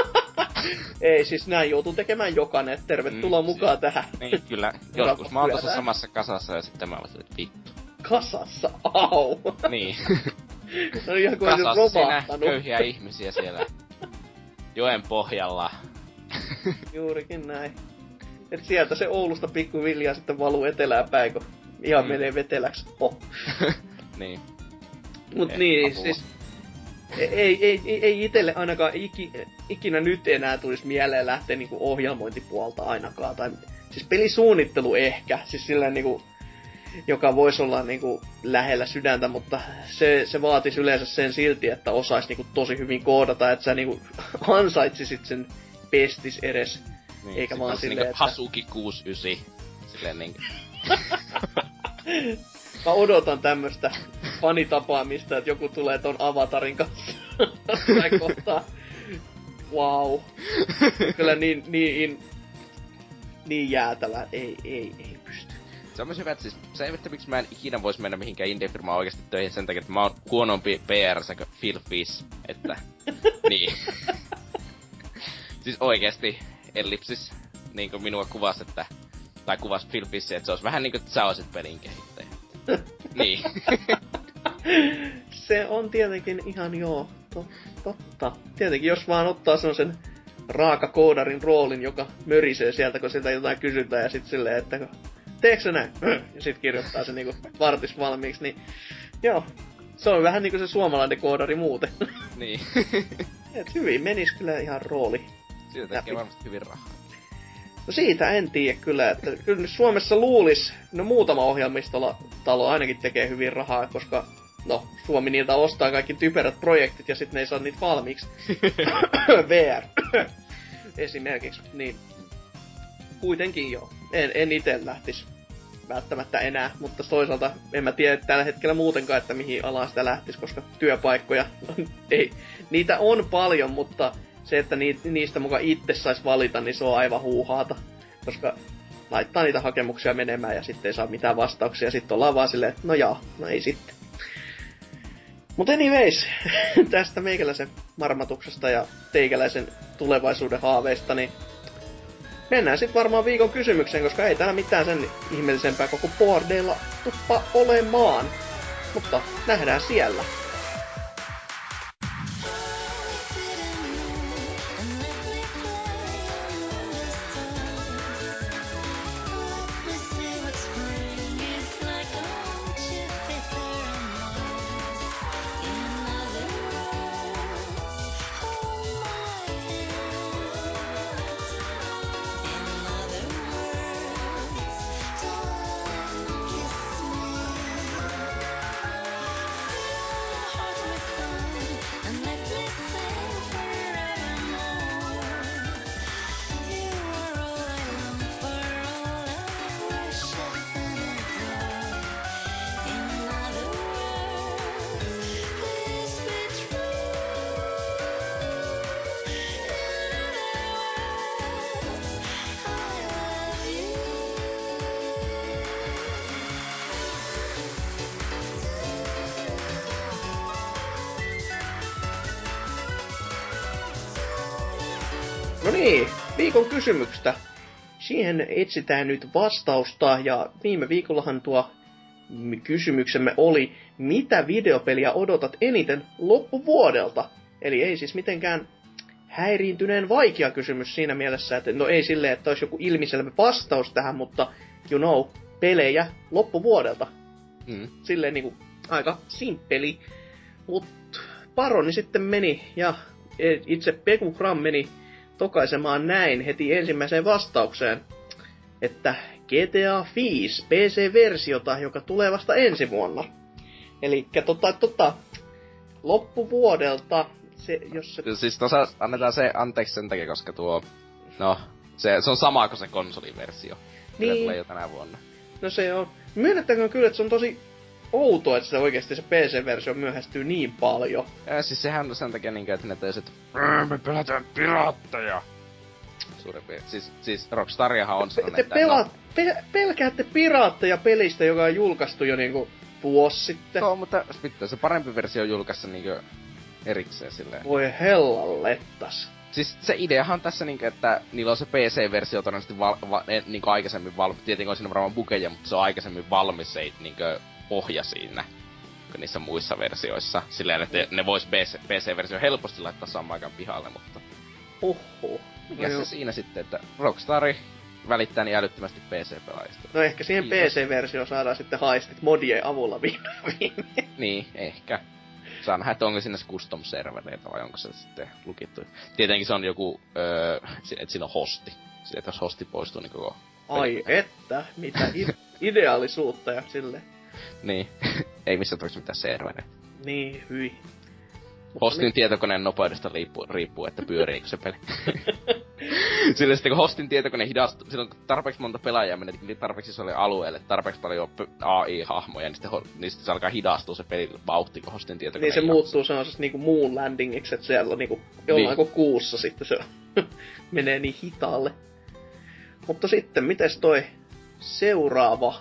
Ei, siis näin joutuu tekemään jokainen, että tervetuloa mm, mukaan siis, tähän. Niin, kyllä. Joskus mä oon tossa samassa kasassa ja sitten mä oon että vittu. Kasassa? Au! Niin. No ihan kuin kasassa siinä köyhiä ihmisiä siellä joen pohjalla. Juurikin näin. Et sieltä se Oulusta pikkuhiljaa sitten valuu etelään päin, kun ihan mm. menee veteläksi. Oh. Niin. Mut eh, niin, apua. Siis ei, ei, ei, ei itelle ainakaan iki, ikinä nyt enää tulisi mieleen lähteä niinku ohjelmointipuolta ainakaan. Tai, siis pelisuunnittelu ehkä, siis silleen niinku, joka voisi olla niinku lähellä sydäntä, mutta se, se vaatisi yleensä sen silti, että osaisi niinku tosi hyvin koodata, että sä niinku ansaitsisit sen pestis edes. Niin, eikä vaan silleen, niinku että Hasuki kuusikymmentäyhdeksän. Silleen niinku. Mä odotan tämmöstä fanitapaamista, että joku tulee ton avatarin kanssa. Tai kohtaa. Wow. Kyllä niin, niin, niin jäätävä. Ei, ei, ei pysty. Se on myös hyvä, että siis se ei, että miksi mä en ikinä vois mennä mihinkään indie-firmaan oikeesti töihin sen takia, että mä oon huonompi P R kuin Phil Fish. Että, niin. Siis oikeesti Ellipsis niinku minua kuvas, että tai kuvas Phil Fish, että se olisi vähän niinku, että sä olisit pelin kehittäjä. Niin. Se on tietenkin ihan joo, to, totta. Tietenkin jos vaan ottaa sen raakakoodarin roolin, joka mörisee sieltä, kun sieltä jotain kysytään ja sit silleen, että teekö se näin? Ja sit kirjoittaa se niinku vartis valmiiksi, niin joo. Se on vähän niinku se suomalainen koodari muuten. Niin. Et hyvin menis kyllä ihan rooli. Siitä tekee varmasti hyvin rahaa. No siitä en tiedä kyllä, että kyllä Suomessa luulis, no muutama ohjelmistotalo ainakin tekee hyvin rahaa, koska no, Suomi niiltä ostaa kaikki typerät projektit ja sitten ne ei saa niitä valmiiksi. V R esimerkiksi, niin kuitenkin joo. En, en ite lähtis välttämättä enää, mutta toisaalta en mä tiedä tällä hetkellä muutenkaan, että mihin alaan sitä lähtis, koska työpaikkoja ei, niitä on paljon, mutta se, että niistä mukaan itse sais valita, niin se on aivan huuhaata. Koska laittaa niitä hakemuksia menemään ja sitten ei saa mitään vastauksia. Sitten ollaan vaan silleen, että no jaa, no ei sitten. Mut anyways, tästä meikäläisen marmatuksesta ja teikäläisen tulevaisuuden haaveista, niin mennään sitten varmaan viikon kysymykseen, koska ei täällä mitään sen ihmeellisempää koko boardeilla tuppa olemaan. Mutta nähdään siellä. No niin, viikon kysymyksestä. Siihen etsitään nyt vastausta, ja viime viikollahan tuo kysymyksemme oli, mitä videopeliä odotat eniten loppuvuodelta? Eli ei siis mitenkään häiriintyneen vaikea kysymys siinä mielessä, että no ei silleen, että olisi joku ilmiselvä vastaus tähän, mutta you know, pelejä loppuvuodelta. Mm. Silleen niinku aika simppeli. Mut Paroni sitten meni, ja itse Peku Kram meni tokaisemaan näin heti ensimmäiseen vastaukseen, että G T A viisi P C-versiota, joka tulee vasta ensi vuonna. Elikkä tota, tota, loppuvuodelta, se, jos se... Siis tosa annetaan se anteeksi sen takia, koska tuo, no, se, se on sama kuin se konsoliversio, niin. Tulee jo tänä vuonna. No se on. Myönnettäkö kyllä, että se on tosi outoa, että se oikeesti se P C-versio myöhästyy niin paljon. Ja siis sehän on sen takia niinkö, että ne teis, että me pelataan piraatteja. Suurin piirtein. Siis, siis Rockstariahan on sanonut, että... Te pelaat, no, pe- pelkäätte piraatteja pelistä, joka on julkaistu jo niinku vuosi sitten. No, mutta pitää se parempi versio julkaista niinkö erikseen silleen. Voi hellallettas. Siis se ideahan tässä niinkö, että niillä on se P C-versio todennäköisesti val- va- niinkö aikaisemmin valmis. Tietenkin on siinä varmaan bugeja, mutta se on aikaisemmin valmis se niinkö pohja siinä niissä muissa versioissa. Silleen, että ne vois P C-versio helposti laittaa samaan aikaan pihalle, mutta... Oho. Ja no se siinä sitten, että Rockstari välittää niin älyttömästi P C-pelaajista. No ehkä siihen P C-versioon saadaan sitten haistit modien avulla viimein. Niin, ehkä. Saa nähdä, että onko sinne custom-servereitä vai onko se sitten lukittu. Tietenkin se on joku, öö, että siinä on hosti. Sitten, että jos hosti poistuu, niin koko... Ai peli. Että, mitä ide- ideaalisuutta ja silleen. Niin, ei missään tapauksessa mitään servereitä. Niin, hyi. Hostin niin... tietokoneen nopeudesta riippuu, riippuu että pyöriikö se peli. Sillä sitten kun hostin tietokone hidastuu, silloin kun tarpeeksi monta pelaajaa menee tarpeeksi isolle alueelle, tarpeeksi paljon A I-hahmoja, niin sitten, ho- niin sitten se alkaa hidastua se pelin vauhti, kun hostin tietokone niin se jaksaa. Muuttuu sellaisesta niinku moon landingiksi, että siellä on niinku jollain niin. kuussa sitten se menee niin hitaalle. Mutta sitten, mites toi seuraava?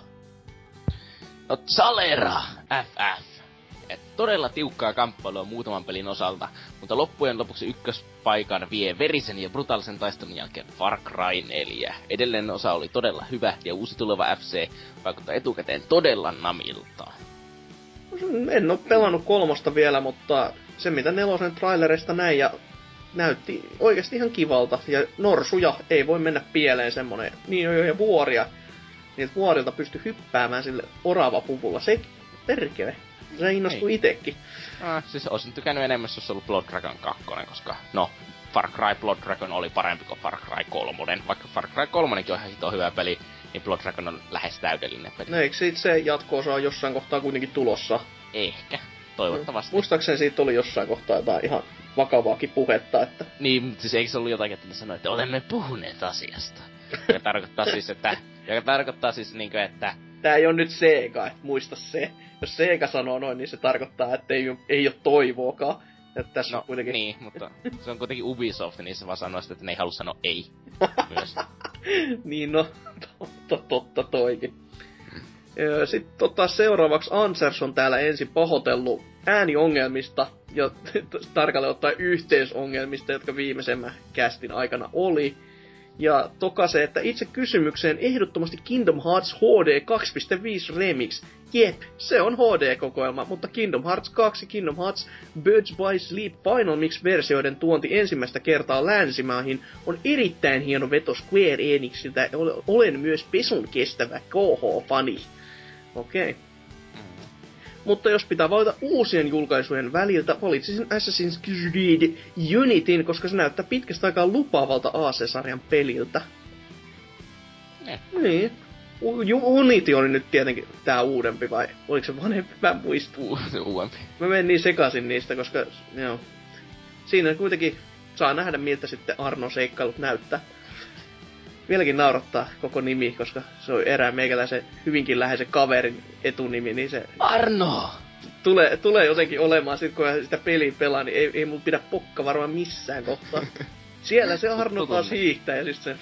No Zalera F F. Et todella tiukkaa kamppailua muutaman pelin osalta, mutta loppujen lopuksi ykköspaikan vie verisen ja brutaalisen taistelun jälkeen Far Cry neljä. Edellinen osa oli todella hyvä ja uusi tuleva F C vaikuttaa etukäteen todella namilta. En oo pelannut kolmosta vielä, mutta se mitä nelosen trailerista näin ja näytti oikeesti ihan kivalta. Ja norsuja ei voi mennä pieleen semmonen, niin jo ja vuoria. Niiltä vuorilta pysty hyppäämään sille oravapuvulla. Se perkele. Se innostui ei. Itekin. Ah, siis olisin tykännyt enemmän, jos olisi ollut Blood Dragon kaksi, koska no, Far Cry Blood Dragon oli parempi kuin Far Cry kolme. Vaikka Far Cry kolme on ihan hito hyvä peli, niin Blood Dragon on lähes täydellinen peli. No eikö siitä se jatko-osa on jossain kohtaa kuitenkin tulossa? Ehkä. Toivottavasti. No, muistaakseni siitä oli jossain kohtaa jotain ihan vakavaakin puhetta, että... Niin, mutta siis eikö se ollut jotakin, että ne sanoi, että olemme puhuneet asiasta. Joka tarkoittaa siis, että... Joka tarkoittaa siis niinkö, että... Tää ei oo nyt Sega, et muista se. Jos Sega sanoo noin, niin se tarkoittaa, että ei, ei oo toivoakaan. Että tässä no, on kuitenkin... niin, mutta se on kuitenkin Ubisoft, niin se vaan sanoo sitä, että ne ei halua sanoa ei. Myös. Niin no, totta, totta toikin. Sitten tota, seuraavaksi Ansers on täällä ensin pahoitellut ääniongelmista ja tarkalleen ottaen yhteisongelmista, jotka viimeisemmän castin aikana oli. Ja toka se, että itse kysymykseen ehdottomasti Kingdom Hearts H D kaksi piste viisi Remix. Jep, se on H D-kokoelma, mutta Kingdom Hearts kaksi, Kingdom Hearts Birds by Sleep Final Mix-versioiden tuonti ensimmäistä kertaa länsimaihin on erittäin hieno veto Square Enixiltä. Olen myös pesun kestävä K H-fani. Okei. Okay. Mutta jos pitää valita uusien julkaisujen väliltä, valitsisin Assassin's Creed Unityn, koska se näyttää pitkästä aikaa lupaavalta A C-sarjan peliltä. Ne. Niin. U- Unity oli nyt tietenkin tää uudempi, vai oliko se vanhempi? Mä en muista. U- se uudempi. Mä menen niin sekaisin niistä, koska joo. Siinä kuitenkin saa nähdä, miltä sitten Arnon seikkailut näyttää. Vieläkin naurattaa koko nimi, koska se on erään meikäläisen hyvinkin läheisen kaverin etunimi, niin se... Arno! Tulee, tulee jotenkin olemaan, sit kun sitä peliä pelaa, niin ei, ei mun pidä pokka varmaan missään kohtaa. Siellä se Arno taas hiihtää ja siis se...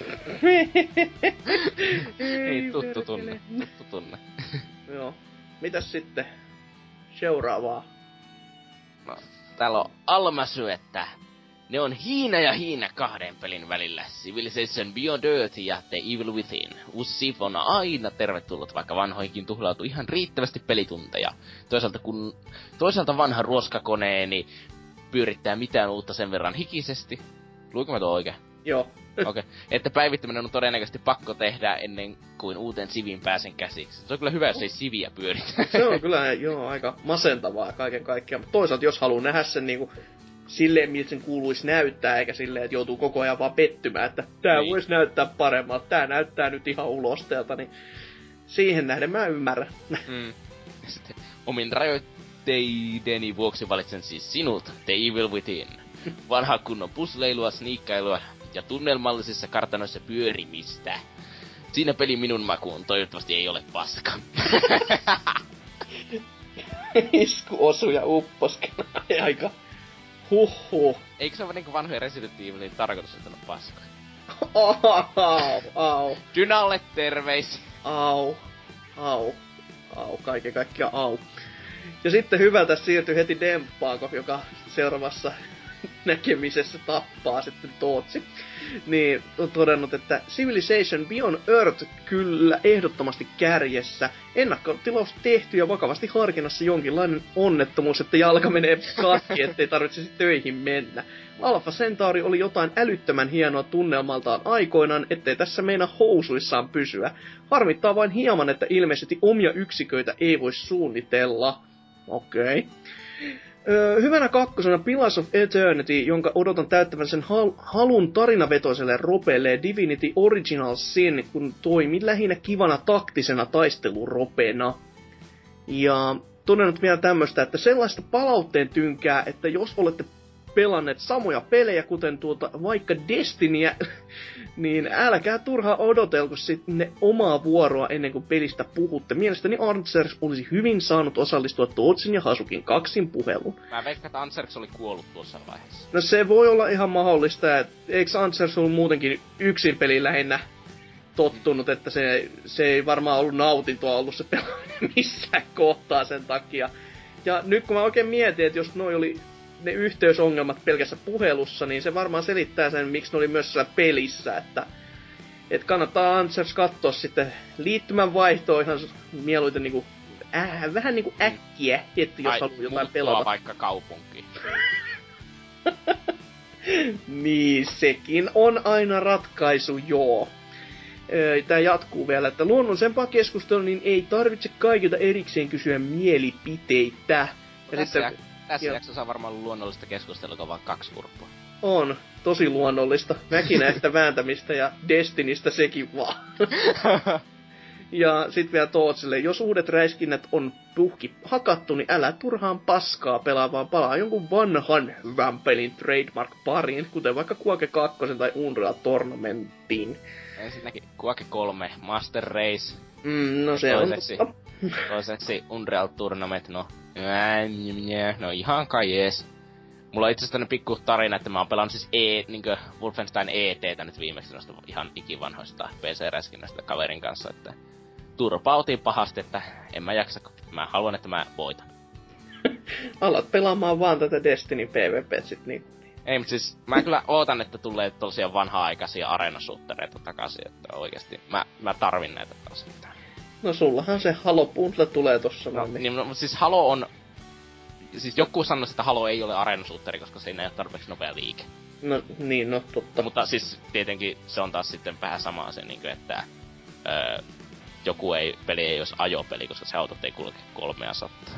Ei, tuttu tunne. Tuttu tunne. Joo. Mitäs sitten? Seuraavaa. No, täällä on Almasy, että Ne on Hiina ja Hiina kahden pelin välillä. Civilization Beyond Earth ja The Evil Within. Uusi Civ on aina tervetullut, vaikka vanhoihinkin tuhlautuu ihan riittävästi pelitunteja. Toisaalta kun toisaalta vanha ruoskakoneeni pyörittää mitään uutta sen verran hikisesti. Luinko mä tuo oikein? Joo. Okei. Okay. Että päivittäminen on todennäköisesti pakko tehdä ennen kuin uuteen Civin pääsen käsiksi. Se on kyllä hyvä, jos ei Civiä pyöritä. Se on kyllä joo, aika masentavaa kaiken kaikkiaan. Mutta toisaalta jos haluaa nähdä sen niinku silleen, miltä sen kuuluisi näyttää, eikä silleen, että joutuu koko ajan vaan pettymään, että tää niin. Voisi näyttää paremmalta, tää näyttää nyt ihan ulosteelta, niin siihen nähden mä ymmärrän. Mm. Sitten omin rajoitteideni vuoksi valitsen siis sinut, The Evil Within. Vanha kunnon pusleilua, sniikkailua ja tunnelmallisissa kartanoissa pyörimistä. Siinä peli minun makuun, toivottavasti ei ole paska. Isku osui ja upposkena. Aika huhhuh. Eikö se ole niinku vanhoja Resident Evilin tarkoitus, että on paska? Au, au. Dynalle terveis. Au, au, au, kaiken kaikkiaan au. Ja sitten hyvältä siirtyi heti Demppaako, joka seuraavassa näkemisessä tappaa sitten Tootsi. Niin on todennut, että Civilization Beyond Earth kyllä ehdottomasti kärjessä. Ennakkotilaus tehty ja vakavasti harkinnassa jonkinlainen onnettomuus, että jalka menee katki, ettei tarvitsisi töihin mennä. Alpha Centauri oli jotain älyttömän hienoa tunnelmaltaan aikoinaan, ettei tässä meina housuissaan pysyä. Harmittaa vain hieman, että ilmeisesti omia yksiköitä ei voi suunnitella. Okei. Okay. Öö, hyvänä kakkosena Pillars of Eternity, jonka odotan täyttävän sen hal- halun tarinavetoiselle ropeelle Divinity Original Sin, kun toimi lähinnä kivana taktisena taisteluropena. Ja todennut vielä tämmöstä, että sellaista palautteen tynkää, että jos olette pelanneet samoja pelejä, kuten tuota vaikka Destinyä, niin älkää turhaan odotelko sitten omaa vuoroa ennen kuin pelistä puhutte. Mielestäni Anserks olisi hyvin saanut osallistua Tootsin ja Hasukin kaksin puheluun. Mä veikkaan, että Anserks oli kuollut tuossa vaiheessa. No se voi olla ihan mahdollista, että eikö Anserks ollut muutenkin yksin peli lähinnä tottunut, että se, se ei varmaan ollut nautintoa ollut se pelaaminen missään kohtaa sen takia. Ja nyt kun mä oikein mietin, että jos noi oli ne yhteysongelmat pelkässä puhelussa, niin se varmaan selittää sen, miksi ne oli myös siellä pelissä, että et kannattaa Answers katsoa sitten liittymän vaihtoa ihan mieluiten niinku, äh, vähän niinku äkkiä, että jos haluaa jotain pelata. Vaikka kaupunkiin. Niin, sekin on aina ratkaisu, joo. Tää jatkuu vielä, että luonnollisempaa keskustelua, niin ei tarvitse kaikilta erikseen kysyä mielipiteitä. Ja tässä sitten, jak- tässä jaksossa on varmaan ollut luonnollista keskustelua, kun on vaan kaksi urppua. On, tosi luonnollista. Mäkinäistä vääntämistä ja Destinistä sekin vaan. Ja sit vielä Tootsille, jos uudet räiskinnät on puhki hakattu, niin älä turhaan paskaa pelaa, vaan palaa jonkun vanhan hyvän pelin trademark-pariin, kuten vaikka Quake kaksi tai Unreal Tournamenttiin. Ensinnäkin Quake kolme, Master Race. Mm, no se toiseksi, on toiseksi Unreal Tournament, no, no ihan kai jees. Mulla on itse asiassa pikku tarina, että mä oon pelannut siis E, niinkö Wolfenstein E T:tä nyt viimeksi noista ihan ikivanhoista P C-räskinnästä kaverin kanssa, että turpautin pahasti, että en mä jaksa, mä haluan, että mä voitan. Alat pelaamaan vaan tätä Destiny PvP sit niin. Ei, mut siis mä kyllä ootan, että tulee tollasia vanha-aikaisia areenasuuttereita takaisin, että oikeesti mä, mä tarvin näitä taas. No sullahan se Halo Bundle tulee tossa no, noin. Niin, no, siis Halo on... Siis joku sanoisi, että Halo ei ole areenasuutteri, koska siinä ei ole tarpeeksi nopea liike. No niin, no totta. Mutta siis tietenkin se on taas sitten vähän sama se, niin kuin, että öö, joku ei, peli ei olisi ajopeli, koska se autot ei kulke kolmea sataa.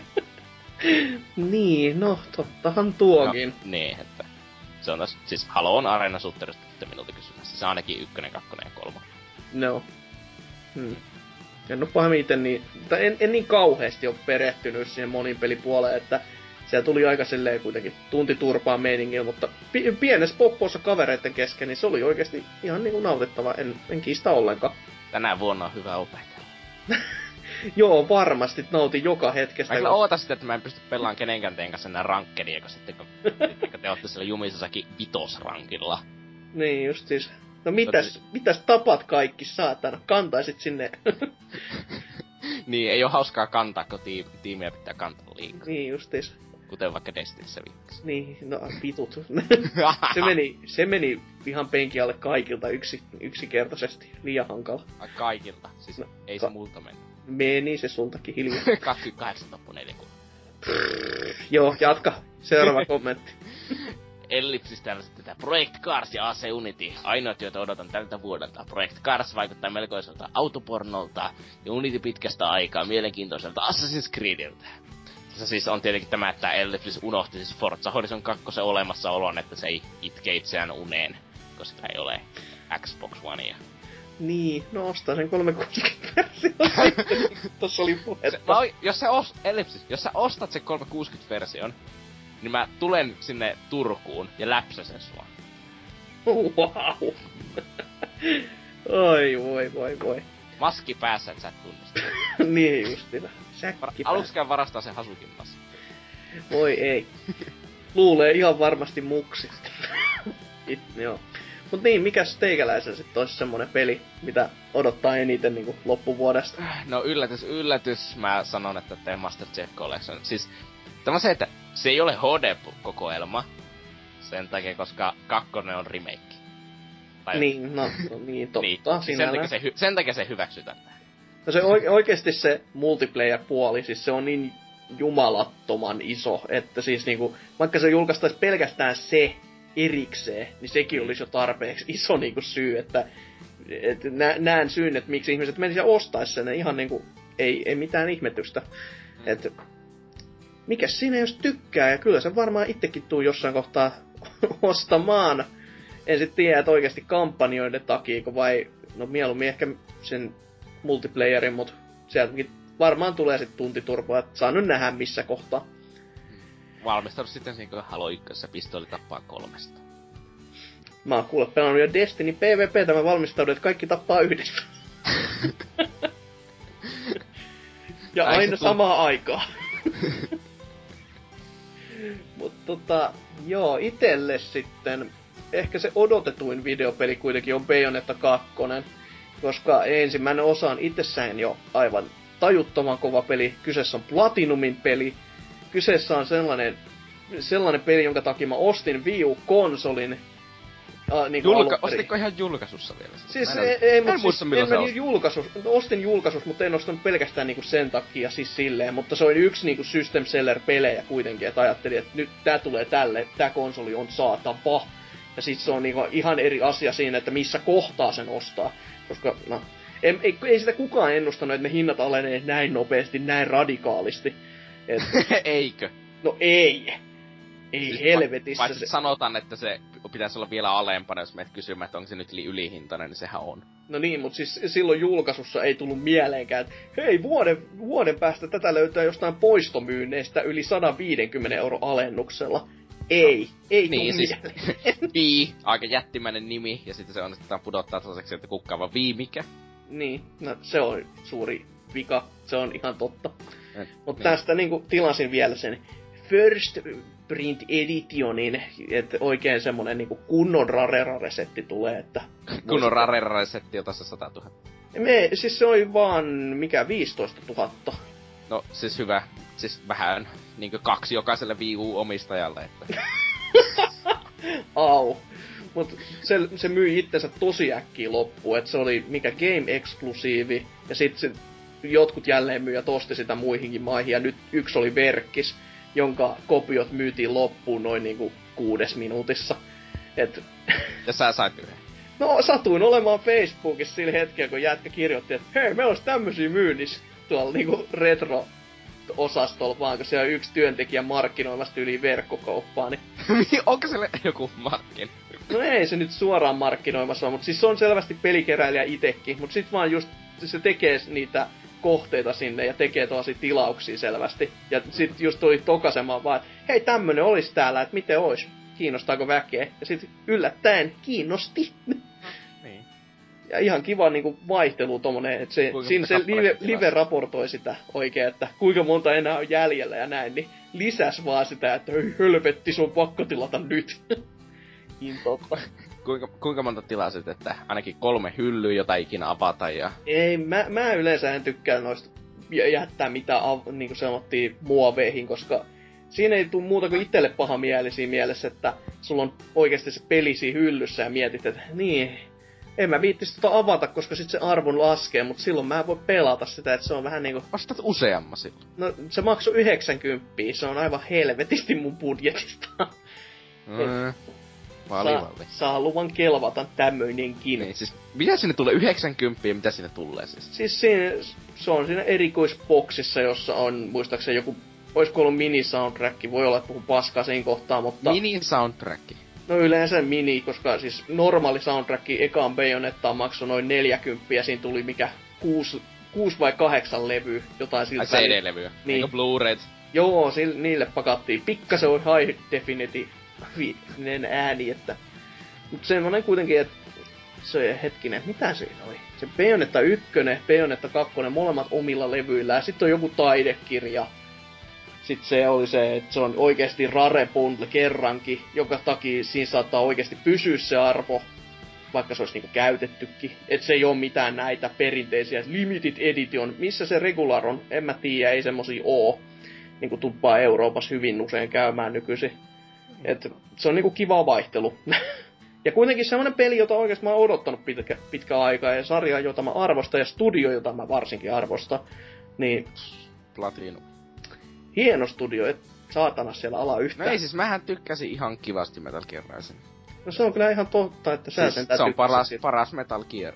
Niin, no tottahan tuokin. No, niin, että se on taas, siis Halo on areenasuutterista sitten minulta kysymässä. Se on ainakin ykkönen, kakkonen ja kolmonen. No. Hmm. En oo pahemmin ite niin, en, en niin kauheesti oo perehtynyt siihen monin pelipuoleen, että siellä tuli aika silleen kuitenkin tuntiturpaa meiningillä, mutta pi- pienessä poppossa kavereiden kesken, niin se oli oikeesti ihan niinku nautittava, en, en kiistä ollenkaan. Tänä vuonna on hyvä opetella. Joo, varmasti nautin joka hetkestä. Mä kyllä ootan sitä, että mä en pysty pelaamaan kenenkään teidän kanssa enää rankkedia, kun sitten kun, sitten, te ootte siellä jumisessakin vitosrankilla. Niin justis. No mitäs, Toti... mitäs tapat kaikki, saatana? Kantaisit sinne. Niin, ei oo hauskaa kantaa, kun tiim- tiimiä pitää kantaa liikaa. Niin justis. Kuten vaikka Destinissä viimeksi. Niin, no vitut. se, meni, se meni ihan penkin alle kaikilta yksi, yksinkertaisesti. Liian hankala. Ai kaikilta? Siis no, ei ka- se multa mennyt. Meni se sultakin hiljaa. kaksikymmentäkahdeksan tappu neljä kuulla. Joo, jatka. Seuraava kommentti. Ellipsis täällä sitten tää Project Cars ja A C Unity. Ainoat, joita odotan tältä vuodelta. Project Cars vaikuttaa melkoiselta autopornolta ja Unity pitkästä aikaa mielenkiintoiselta Assassin's Creediltä. Se siis on tietenkin tämä, että Ellipsis unohti siis Forza Horizon kaksi olemassaolon, että se ei itke itseään uneen, koska ei ole Xbox Onea. Niin, no ostaa sen kolmesataakuusikymmentä-version. Tossa oli puhetta. Se, oon, jos sä ost, Ellipsis, jos sä ostat sen kolmesataakuusikymmentä-version, niin mä tulen sinne Turkuun ja läpsäsen sua. Wow. Oi, voi, voi, voi. Maski päässä, et sä et tunnista. Niin justina. Säkki Var- aluksi käy varastaa sen Hasukin maski. Voi ei. Luulee ihan varmasti muksista. Joo. Mut niin, mikäs teikäläisen sit ois semmonen peli, mitä odottaa eniten niinku loppuvuodesta? No yllätys, yllätys. Mä sanon, että tee Master Chief Collection. Siis tämä se, että se ei ole H D-kokoelma. Sen takia, koska kakkonen on remake. Tai niin, no, no niin, totta. niin, sen, takia se hy- sen takia se hyväksytään. No se oike- oikeesti se multiplayer-puoli, siis se on niin jumalattoman iso, että siis niinku, vaikka se julkaistais pelkästään se erikseen, niin sekin olisi jo tarpeeksi iso niinku syy, että et nä- näen syyn, että miksi ihmiset menis ja ostais sen, ihan niinku, ei, ei mitään ihmetystä. Mm. Et, mikäs siinä jos tykkää, ja kyllä se varmaan itsekin tuu jossain kohtaa ostamaan. En sit tiedä, että oikeesti kampanjoiden takia, vai no mieluummin ehkä sen multiplayerin, mut sieltäkin varmaan tulee sit tuntiturpoa, että saa nyt nähdä missä kohtaa. Valmistanut sitten niin kuin Halo ykkössä pistooli tappaa kolmesta. Mä oon kuule pelannut jo Destiny P V P:tä, mä valmistaudun, että kaikki tappaa yhdessä. ja Ai aina tunt- samaa aikaa. Mut tota, joo, itelle sitten ehkä se odotetuin videopeli kuitenkin on Bayonetta kaksi, koska ensimmäinen osa on itsessään jo aivan tajuttoman kova peli. Kyseessä on Platinumin peli. Kyseessä on sellainen, sellainen peli, jonka takia mä ostin Wii U-konsolin. Äh, niin Julka- ostitko ihan julkaisussa vielä? Siis en, ei, ei en mutta siis, en mä niin julkaisus, ostin julkaisus, mutta en ostanut pelkästään niinku sen takia siis silleen, mutta se on yksi niinku system seller pelejä kuitenkin, että ajattelin, että nyt tää tulee tälle, tää konsoli on saatava. Ja sit se on niinku ihan eri asia siinä, että missä kohtaa sen ostaa, koska no, ei, ei, ei sitä kukaan ennustanut, että ne hinnat alenee näin nopeasti, näin radikaalisti. Et, Eikö? No ei. Ei siis helvetissä va- se. sanotaan, että se pitäisi olla vielä alempana, jos menet kysymään, että onko se nyt ylihintainen, niin sehän on. No niin, mutta siis silloin julkaisussa ei tullut mieleenkään, että hei, vuoden, vuoden päästä tätä löytää jostain poistomyynneistä yli sata viisikymmentä euro alennuksella. Ei, no, ei niin, tuu siis, mieleen. Vii, aika jättimäinen nimi, ja sitten se onnistutaan pudottaa sellaiseksi, että kukkaava Vii mikä. Niin, no se on suuri vika, se on ihan totta. Et, Mutta niin. tästä niinku tilasin vielä sen First Print Editionin, että oikein semmonen niinku kunnon rare-rare-setti tulee, että... Kunnon rare-rare-setti on tässä sata tuhatta. Me, siis se oli vaan, mikä, viisitoista tuhatta. No, siis hyvä. Siis vähän niinkö kaksi jokaiselle Wii U-omistajalle, että... Au. Mut se, se myi itsensä tosi äkkiä loppuun, että se oli mikä Game-eksklusiivi, ja sit se, jotkut jälleenmyyjät osti sitä muihinkin maihin, ja nyt yksi oli verkkis, jonka kopiot myytiin loppuun noin niinku kuudes minuutissa. Et... Ja sä sait yhden. No, satuin olemaan Facebookissa sillä hetkellä, kun jätkä kirjoitti, että hei, meillä olisi tämmösiä myynnissä tuolla niinku retro-osastolla, vaan kun siellä on yksi työntekijä markkinoimasta yli verkkokauppaa, niin... Onko siellä joku markkin? No ei se nyt suoraan markkinoimassa, mutta siis se on selvästi pelikeräilijä itekin, mutta sit vaan just se tekee niitä kohteita sinne ja tekee tosi tilauksia selvästi. Ja sit just tuli tokasemaan vaan, että hei tämmönen olis täällä, että miten ois, kiinnostaako väkeä. Ja sit yllättäen kiinnosti. Niin. Ja ihan kiva niinku vaihtelu tommonen, että se, siinä se live, live raportoi sitä oikein, että kuinka monta enää on jäljellä ja näin, niin lisäs vaan sitä, että hei hölvetti, se on pakko tilata nyt. Niin totta. Kuinka, kuinka monta tilasit, että ainakin kolme hyllyä, jota ikinä avata ja... Ei, mä, mä yleensä en tykkää noista jättää mitään av, niinku sanottiin muoveihin, koska siinä ei tule muuta kuin itselle paha mieli siinä mielessä, että sulla on oikeasti se peli siinä hyllyssä ja mietit, että niin, en mä viittis tota avata, koska sit se arvon laskee, mutta silloin mä en voi pelata sitä, että se on vähän niinku... Ostat useamman silloin. No, se maksoi yhdeksänkymmentä, se on aivan helvetisti mun budjetista. Mm. Vali, saa, vali. saa luvan kelvata tämmöinenkin. Niin, siis mitä sinne tulee yhdeksänkymmentä ja mitä sinne tulee siis? Siis siinä, se on siinä erikoisboksissa, jossa on muistaakseni joku, oisko ollut mini-soundtrack, voi olla, että puhun paskaa siinä kohtaa, mutta... Mini-soundtrack? No yleensä mini, koska siis normaali soundtrack ekaan Bayonettaan maksoi noin neljäkymmentä ja siinä tuli mikä kuusi, kuusi vai kahdeksan levyä, jotain siltä. Ai C D-levyä, niin. eikö Blu-rayt? Joo, sille, niille pakattiin. Pikkasen on high definitiivinen ääni, että... Mut semmonen kuitenkin, että se hetkinen, mitä siinä oli? Se Bayonetta yksi, Bayonetta kaksi, molemmat omilla levyillään. Sitten on joku taidekirja. Sitten se oli se, että se on oikeesti rare bundle kerrankin, joka takia siinä saattaa oikeesti pysyä se arvo, vaikka se olisi niinku käytettykin. Et se ei oo mitään näitä perinteisiä limited edition. Missä se regular on? En mä tiedä, ei semmosia oo. Niinku tuppaa Euroopassa hyvin usein käymään nykyisin. Et se on niinku kiva vaihtelu. Ja kuitenkin semmonen peli, jota oikeesti mä oon odottanut pitkä, pitkä aikaa, ja sarja, jota mä arvostan, ja studio, jota mä varsinkin arvostan. Niin... Platinum. Hieno studio, et saatana siellä ala yhtään. No ei siis, mähän tykkäsin ihan kivasti Metal Gear Rising. No se on kyllä ihan totta, että sä siis sen se on paras, paras Metal Gear.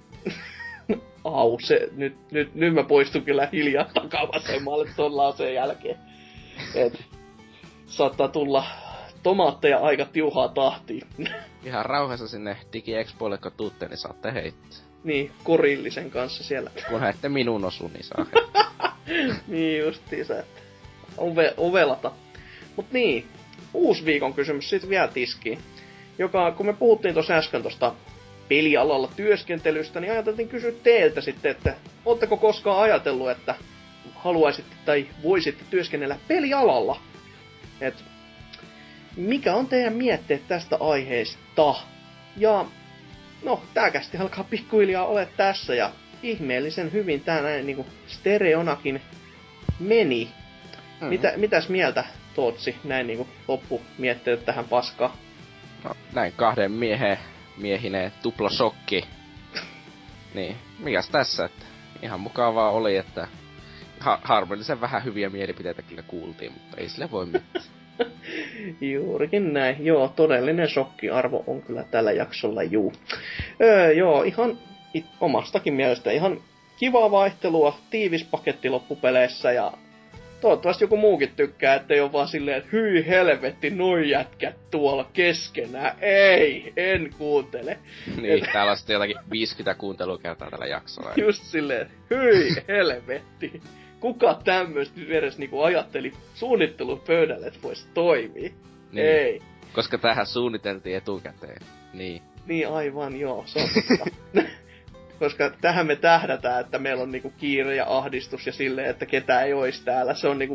Au, se, nyt, nyt, nyt mä poistun kyllä hiljaa takavasemmalle ton lauseen jälkeen. Et saattaa tulla tomaatteja aika tiuhaa tahtiin. Ihan rauhassa sinne DigiExpoille, kun tuutte, niin saatte heittää. Niin, korillisen kanssa siellä. Kun ette minun osu, niin saa niin justiinsa, että ove, ovelata. Mut niin, uusi viikon kysymys sit vielä tiskiin. Joka, kun me puhuttiin tuossa äsken tosta pelialalla työskentelystä, niin ajateltiin kysyä teiltä sitten, että ootteko koskaan ajatellut, että haluaisitte tai voisitte työskennellä pelialalla? Et mikä on teidän mietteet tästä aiheesta? Ja no, tääkästi alkaa pikkuhiljaa ole tässä ja ihmeellisen hyvin tää näin niinku stereonakin meni. Mm-hmm. Mitä, mitäs mieltä, Tootsi, näin niinku loppumietteet tähän paskaan? No, näin kahden miehen, miehineen tupla shokki. Niin, mikäs tässä, että ihan mukavaa oli, että ha- harmillisen vähän hyviä mielipiteitä kyllä kuultiin, mutta ei sille voi mitään. Juurikin näin. Joo, todellinen shokkiarvo on kyllä tällä jaksolla, juu. Öö, joo, ihan it, omastakin mielestä ihan kivaa vaihtelua, tiivis paketti loppupeleissä ja toivottavasti joku muukin tykkää, ettei oo vaan silleen, että hyi helvetti, noi jätkät tuolla keskenään. Ei, en kuuntele. Niin, et... täällä on sitten jotakin viisikymmentä kuuntelukertaa tällä jaksolla. Just silleen, hyi helvetti. Kuka tämmöistä nyt edes niinku ajatteli suunnittelupöydälle, että vois toimia? Niin. Ei. Koska tähän suunniteltiin etukäteen. Niin. Niin aivan, joo, se on totta. Koska tähän me tähdätään, että meillä on niinku kiire ja ahdistus ja silleen, että ketään ei ois täällä. Se on niinku...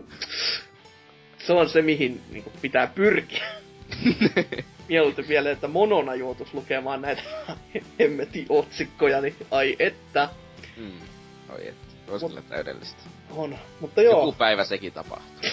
Se on se, mihin niinku pitää pyrkiä. Mieluiten vielä, että monona joutuis lukemaan näitä hemmetin otsikkoja, niin ai että. Mm. Oi että. Ois Mut... kyllä täydellistä. On, mutta joo. Joku päivä sekin tapahtuu.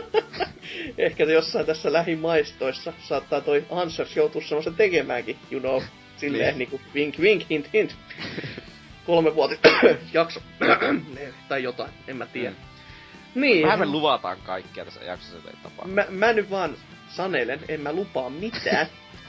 Ehkä jossain tässä lähimaistoissa saattaa toi Answers joutua semmosen tekemäänkin, you know. Silleen niinku vink vink hint hint. Kolmevuotis jakso. Tai jotain, en mä tiedä. Mm. Niin. Vähän me luvataan kaikkea tässä jaksossa, että ei tapahdu. Mä, mä nyt vaan sanelen, en mä lupaa mitään.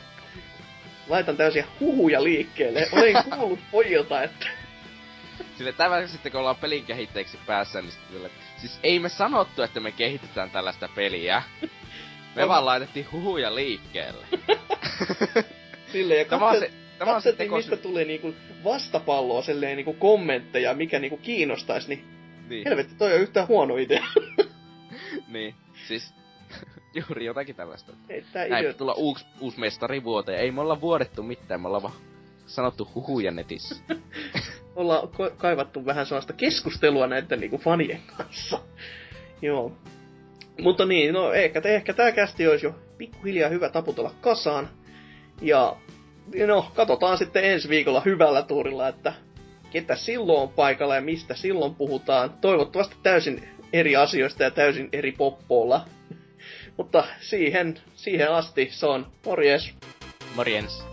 Laitan täysiä huhuja liikkeelle. Olen kuullut pojilta, että... Sille tämän sitten kun ollaan pelin kehittäjäksi päässä, niin sitten siis ei me sanottu, että me kehitetään tällaista peliä. Me on... vaan laitettiin huhuja liikkeelle. Silleen, ja tämä on se, tämä on se teko... mistä tuli niinku vastapalloa, silleen niinku kommentteja, mikä niinku kiinnostais, niin, niin. Helvetti, toi on yhtään huono idea. Niin, siis juuri jotakin tällaista. Ei, näin tulla uusi, uusi mestari vuoteen. Ei me olla vuodettu mitään, me ollaan vaan sanottu huhuja netissä. Ollaan ko- kaivattu vähän sellaista keskustelua näiden niinku fanien kanssa. Joo. Mutta niin, no ehkä, ehkä tää kästi olisi jo pikkuhiljaa hyvä taputella kasaan. Ja no, katsotaan sitten ensi viikolla hyvällä tuurilla, että ketä silloin on paikalla ja mistä silloin puhutaan. Toivottavasti täysin eri asioista ja täysin eri poppoolla. Mutta siihen, siihen asti se on morjes. Morjens.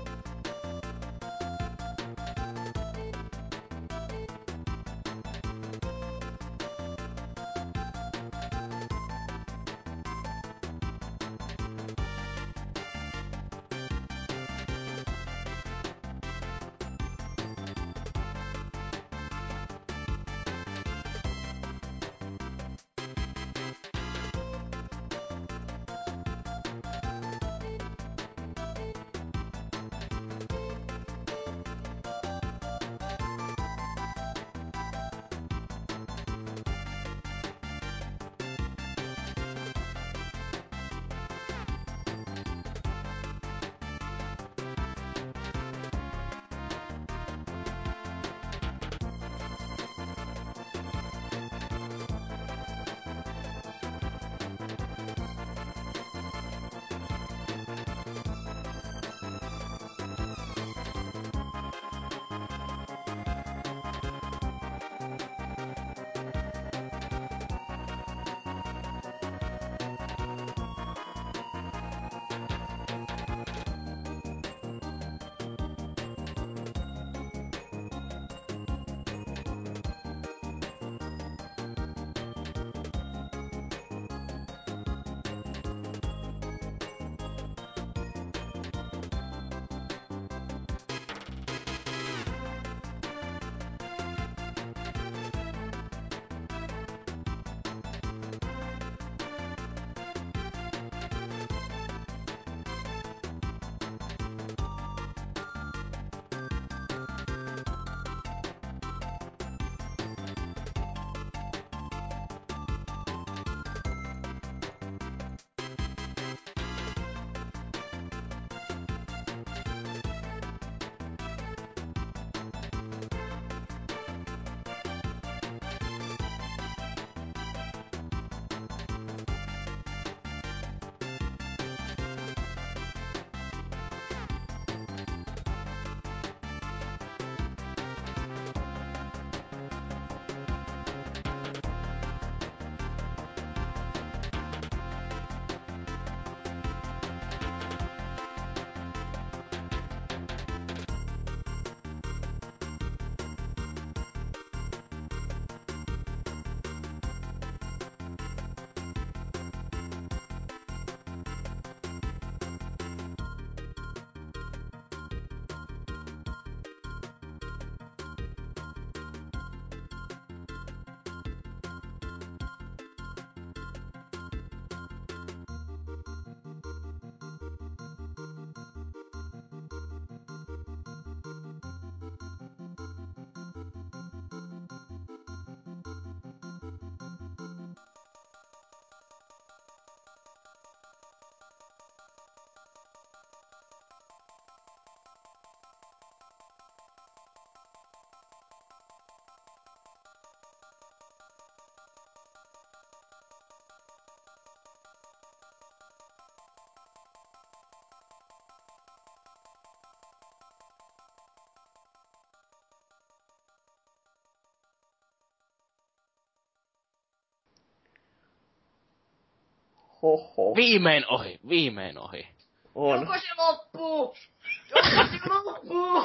Hoho. Viimein ohi, viimein ohi. On. Joko se loppuu? Joko se loppuu?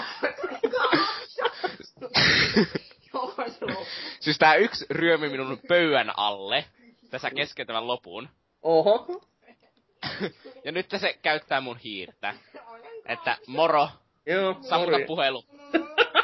Joko se loppuu? Siis tää yksi ryömi minun pöydän alle, tässä kesken tämän lopun. Oho. Ja nyt se käyttää mun hiirtä. Että moro, Joo, sammuta mori. puhelu.